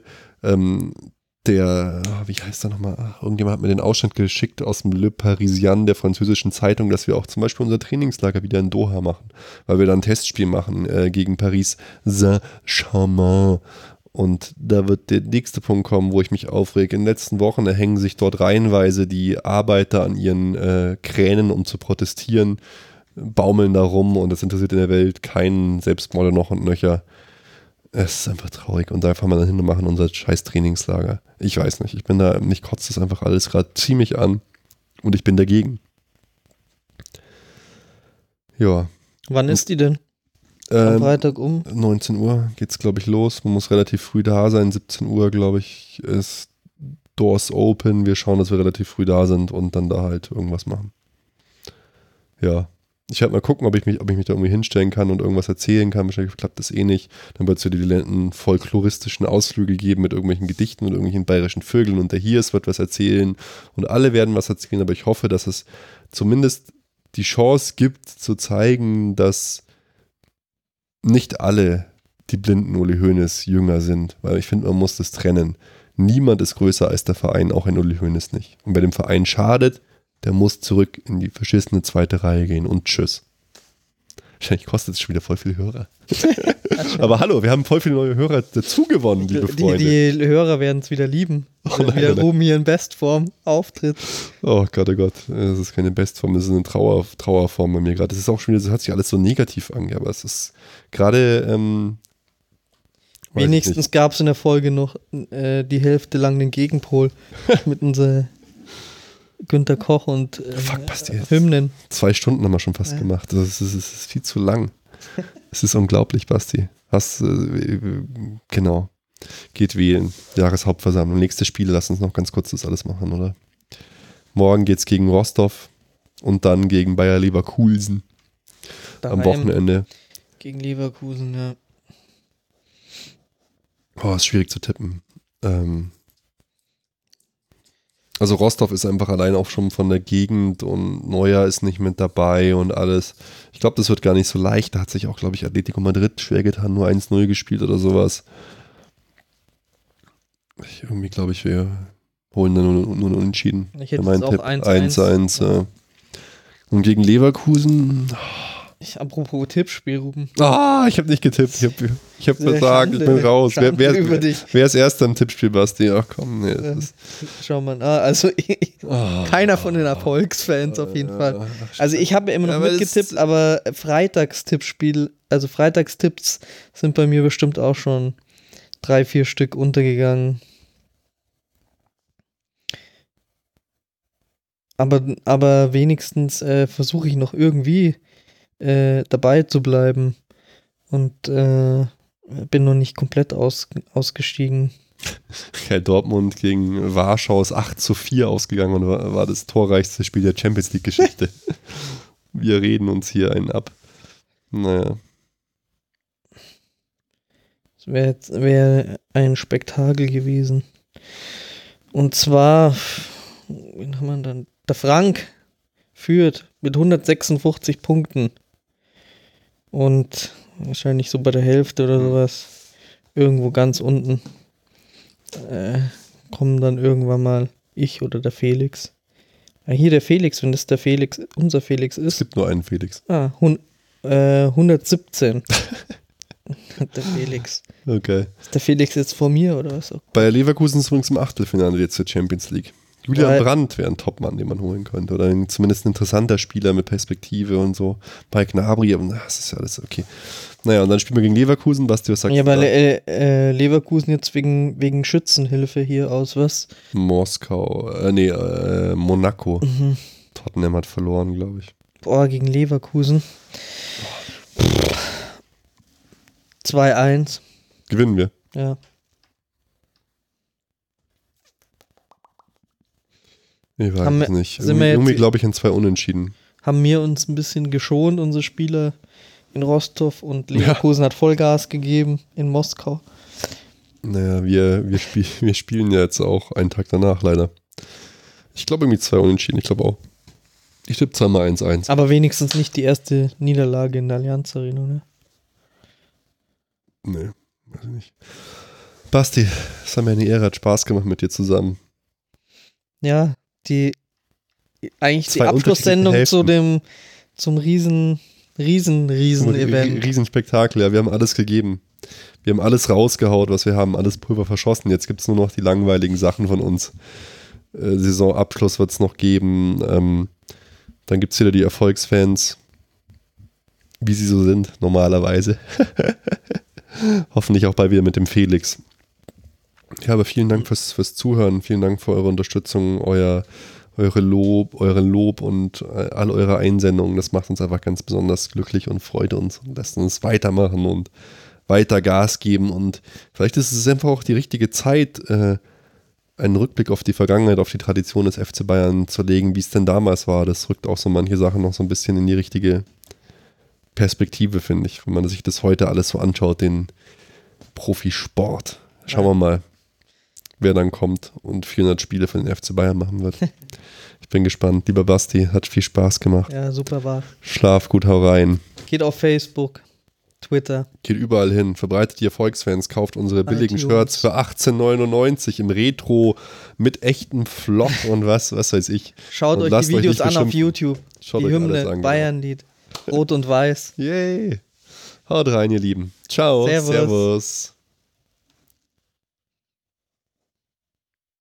[SPEAKER 2] wie heißt der nochmal? Irgendjemand hat mir den Ausschnitt geschickt aus dem Le Parisien, der französischen Zeitung, dass wir auch zum Beispiel unser Trainingslager wieder in Doha machen, weil wir dann ein Testspiel machen gegen Paris Saint-Germain. Und da wird der nächste Punkt kommen, wo ich mich aufrege. In den letzten Wochen hängen sich dort reihenweise die Arbeiter an ihren Kränen, um zu protestieren, baumeln da rum und das interessiert in der Welt keinen, selbst Morde noch und nöcher. Es ist einfach traurig und da fahren wir dann hin und machen unser scheiß Trainingslager. Ich weiß nicht, mich kotzt das einfach alles gerade ziemlich an und ich bin dagegen. Ja.
[SPEAKER 3] Wann ist die denn? Am Freitag
[SPEAKER 2] 19 Uhr geht's, glaube ich, los. Man muss relativ früh da sein. 17 Uhr, glaube ich, ist Doors Open. Wir schauen, dass wir relativ früh da sind und dann da halt irgendwas machen. Ja. Ich werde mal gucken, ob ich mich da irgendwie hinstellen kann und irgendwas erzählen kann. Wahrscheinlich klappt das eh nicht. Dann wird es wieder die netten folkloristischen Ausflüge geben mit irgendwelchen Gedichten und irgendwelchen bayerischen Vögeln und der Hirs wird was erzählen und alle werden was erzählen, aber ich hoffe, dass es zumindest die Chance gibt, zu zeigen, dass nicht alle die blinden Uli Hoeneß Jünger sind, weil ich finde, man muss das trennen. Niemand ist größer als der Verein, auch ein Uli Hoeneß nicht. Und wer dem Verein schadet, der muss zurück in die verschissene zweite Reihe gehen und tschüss. Wahrscheinlich kostet es schon wieder voll viele Hörer. Aber hallo, wir haben voll viele neue Hörer dazu gewonnen, liebe Freunde.
[SPEAKER 3] Die Hörer werden es wieder lieben, wenn wieder Ruben hier in Bestform auftritt.
[SPEAKER 2] Oh Gott, das ist keine Bestform, das ist eine Trauerform bei mir gerade. Das ist auch schon wieder, das hört sich alles so negativ an, aber es ist gerade
[SPEAKER 3] wenigstens gab es in der Folge noch die Hälfte lang den Gegenpol mit unserer Günter Koch und Hymnen.
[SPEAKER 2] 2 Stunden haben wir schon fast gemacht. Das ist viel zu lang. Es ist unglaublich, Basti. Genau. Geht wählen. Jahreshauptversammlung. Nächste Spiele, lass uns noch ganz kurz das alles machen, oder? Morgen geht's gegen Rostov und dann gegen Bayer Leverkusen. Daheim am Wochenende.
[SPEAKER 3] Gegen Leverkusen, ja.
[SPEAKER 2] Oh, ist schwierig zu tippen. Also Rostov ist einfach allein auch schon von der Gegend und Neuer ist nicht mit dabei und alles. Ich glaube, das wird gar nicht so leicht. Da hat sich auch, glaube ich, Atletico Madrid schwer getan, nur 1-0 gespielt oder sowas. Irgendwie glaube ich, wir holen dann nur einen Unentschieden.
[SPEAKER 3] Ich hätte jetzt auch
[SPEAKER 2] 1-1. Ja. Und gegen Leverkusen...
[SPEAKER 3] Apropos Tippspiel, Ruben.
[SPEAKER 2] Ich habe nicht getippt. Ich habe versagt, ich bin raus. Wer ist erst am Tippspiel, Basti? Ach komm, nee.
[SPEAKER 3] Schau mal. Keiner von den Erfolgsfans auf jeden Fall. Also ich habe immer noch mitgetippt, aber Freitagstippspiel, also Freitagstipps sind bei mir bestimmt auch schon 3-4 Stück untergegangen. Aber wenigstens versuche ich noch irgendwie dabei zu bleiben und bin noch nicht komplett ausgestiegen.
[SPEAKER 2] Ja, Dortmund gegen Warschau ist 8-4 ausgegangen und war das torreichste Spiel der Champions League Geschichte. Wir reden uns hier einen ab. Naja.
[SPEAKER 3] Das wäre ein Spektakel gewesen. Und zwar, wen haben wir dann? Der Frank führt mit 156 Punkten. Und wahrscheinlich so bei der Hälfte oder sowas, irgendwo ganz unten, kommen dann irgendwann mal ich oder der Felix. Hier der Felix, wenn das der Felix, unser Felix ist.
[SPEAKER 2] Es gibt nur einen Felix.
[SPEAKER 3] 117. Der Felix.
[SPEAKER 2] Okay.
[SPEAKER 3] Ist der Felix jetzt vor mir oder was?
[SPEAKER 2] Bei Leverkusen ist übrigens im Achtelfinale jetzt der Champions League. Julian Brandt wäre ein Topmann, den man holen könnte. Oder zumindest ein interessanter Spieler mit Perspektive und so. Bei Gnabry, aber das ist ja alles okay. Naja, und dann spielen wir gegen Leverkusen. Basti, was sagst du?
[SPEAKER 3] Ja, aber Leverkusen jetzt wegen Schützenhilfe hier aus was?
[SPEAKER 2] Moskau, Monaco. Mhm. Tottenham hat verloren, glaube ich.
[SPEAKER 3] Boah, gegen Leverkusen. 2-1.
[SPEAKER 2] Gewinnen wir.
[SPEAKER 3] Ja.
[SPEAKER 2] Ich weiß es nicht. Irgendwie glaube ich an 2 Unentschieden.
[SPEAKER 3] Haben wir uns ein bisschen geschont, unsere Spieler in Rostov, und Leverkusen hat Vollgas gegeben in Moskau.
[SPEAKER 2] Naja, wir spielen ja jetzt auch einen Tag danach leider. Ich glaube irgendwie 2 Unentschieden, ich glaube auch. Ich tippe zweimal 1-1.
[SPEAKER 3] Aber wenigstens nicht die erste Niederlage in der Allianz Arena, ne?
[SPEAKER 2] Nee, weiß ich nicht. Basti, es hat mir eine Ehre, hat Spaß gemacht mit dir zusammen.
[SPEAKER 3] Ja, die Abschlusssendung zum Riesen-Event.
[SPEAKER 2] Riesenspektakel, ja, wir haben alles gegeben. Wir haben alles rausgehaut, was wir haben, alles Pulver verschossen. Jetzt gibt es nur noch die langweiligen Sachen von uns. Saisonabschluss wird es noch geben. Dann gibt es wieder die Erfolgsfans, wie sie so sind, normalerweise. Hoffentlich auch bald wieder mit dem Felix. Ja, aber vielen Dank fürs Zuhören. Vielen Dank für eure Unterstützung, euren Lob und all eure Einsendungen. Das macht uns einfach ganz besonders glücklich und freut uns und lässt uns weitermachen und weiter Gas geben. Und vielleicht ist es einfach auch die richtige Zeit, einen Rückblick auf die Vergangenheit, auf die Tradition des FC Bayern zu legen, wie es denn damals war. Das rückt auch so manche Sachen noch so ein bisschen in die richtige Perspektive, finde ich, wenn man sich das heute alles so anschaut, den Profisport. Schauen wir mal, wer dann kommt und 400 Spiele für den FC Bayern machen wird. Ich bin gespannt. Lieber Basti, hat viel Spaß gemacht.
[SPEAKER 3] Ja, super war.
[SPEAKER 2] Schlaf gut, hau rein.
[SPEAKER 3] Geht auf Facebook, Twitter.
[SPEAKER 2] Geht überall hin. Verbreitet die Erfolgsfans, kauft unsere billigen Shirts für 18,99 im Retro mit echtem Flock und was weiß ich.
[SPEAKER 3] Schaut
[SPEAKER 2] und
[SPEAKER 3] euch die Videos an auf YouTube.
[SPEAKER 2] Schaut
[SPEAKER 3] die
[SPEAKER 2] euch
[SPEAKER 3] Hymne,
[SPEAKER 2] alles an,
[SPEAKER 3] Bayernlied. Rot und Weiß.
[SPEAKER 2] Yay. Haut rein, ihr Lieben. Ciao.
[SPEAKER 3] Servus.
[SPEAKER 2] Servus.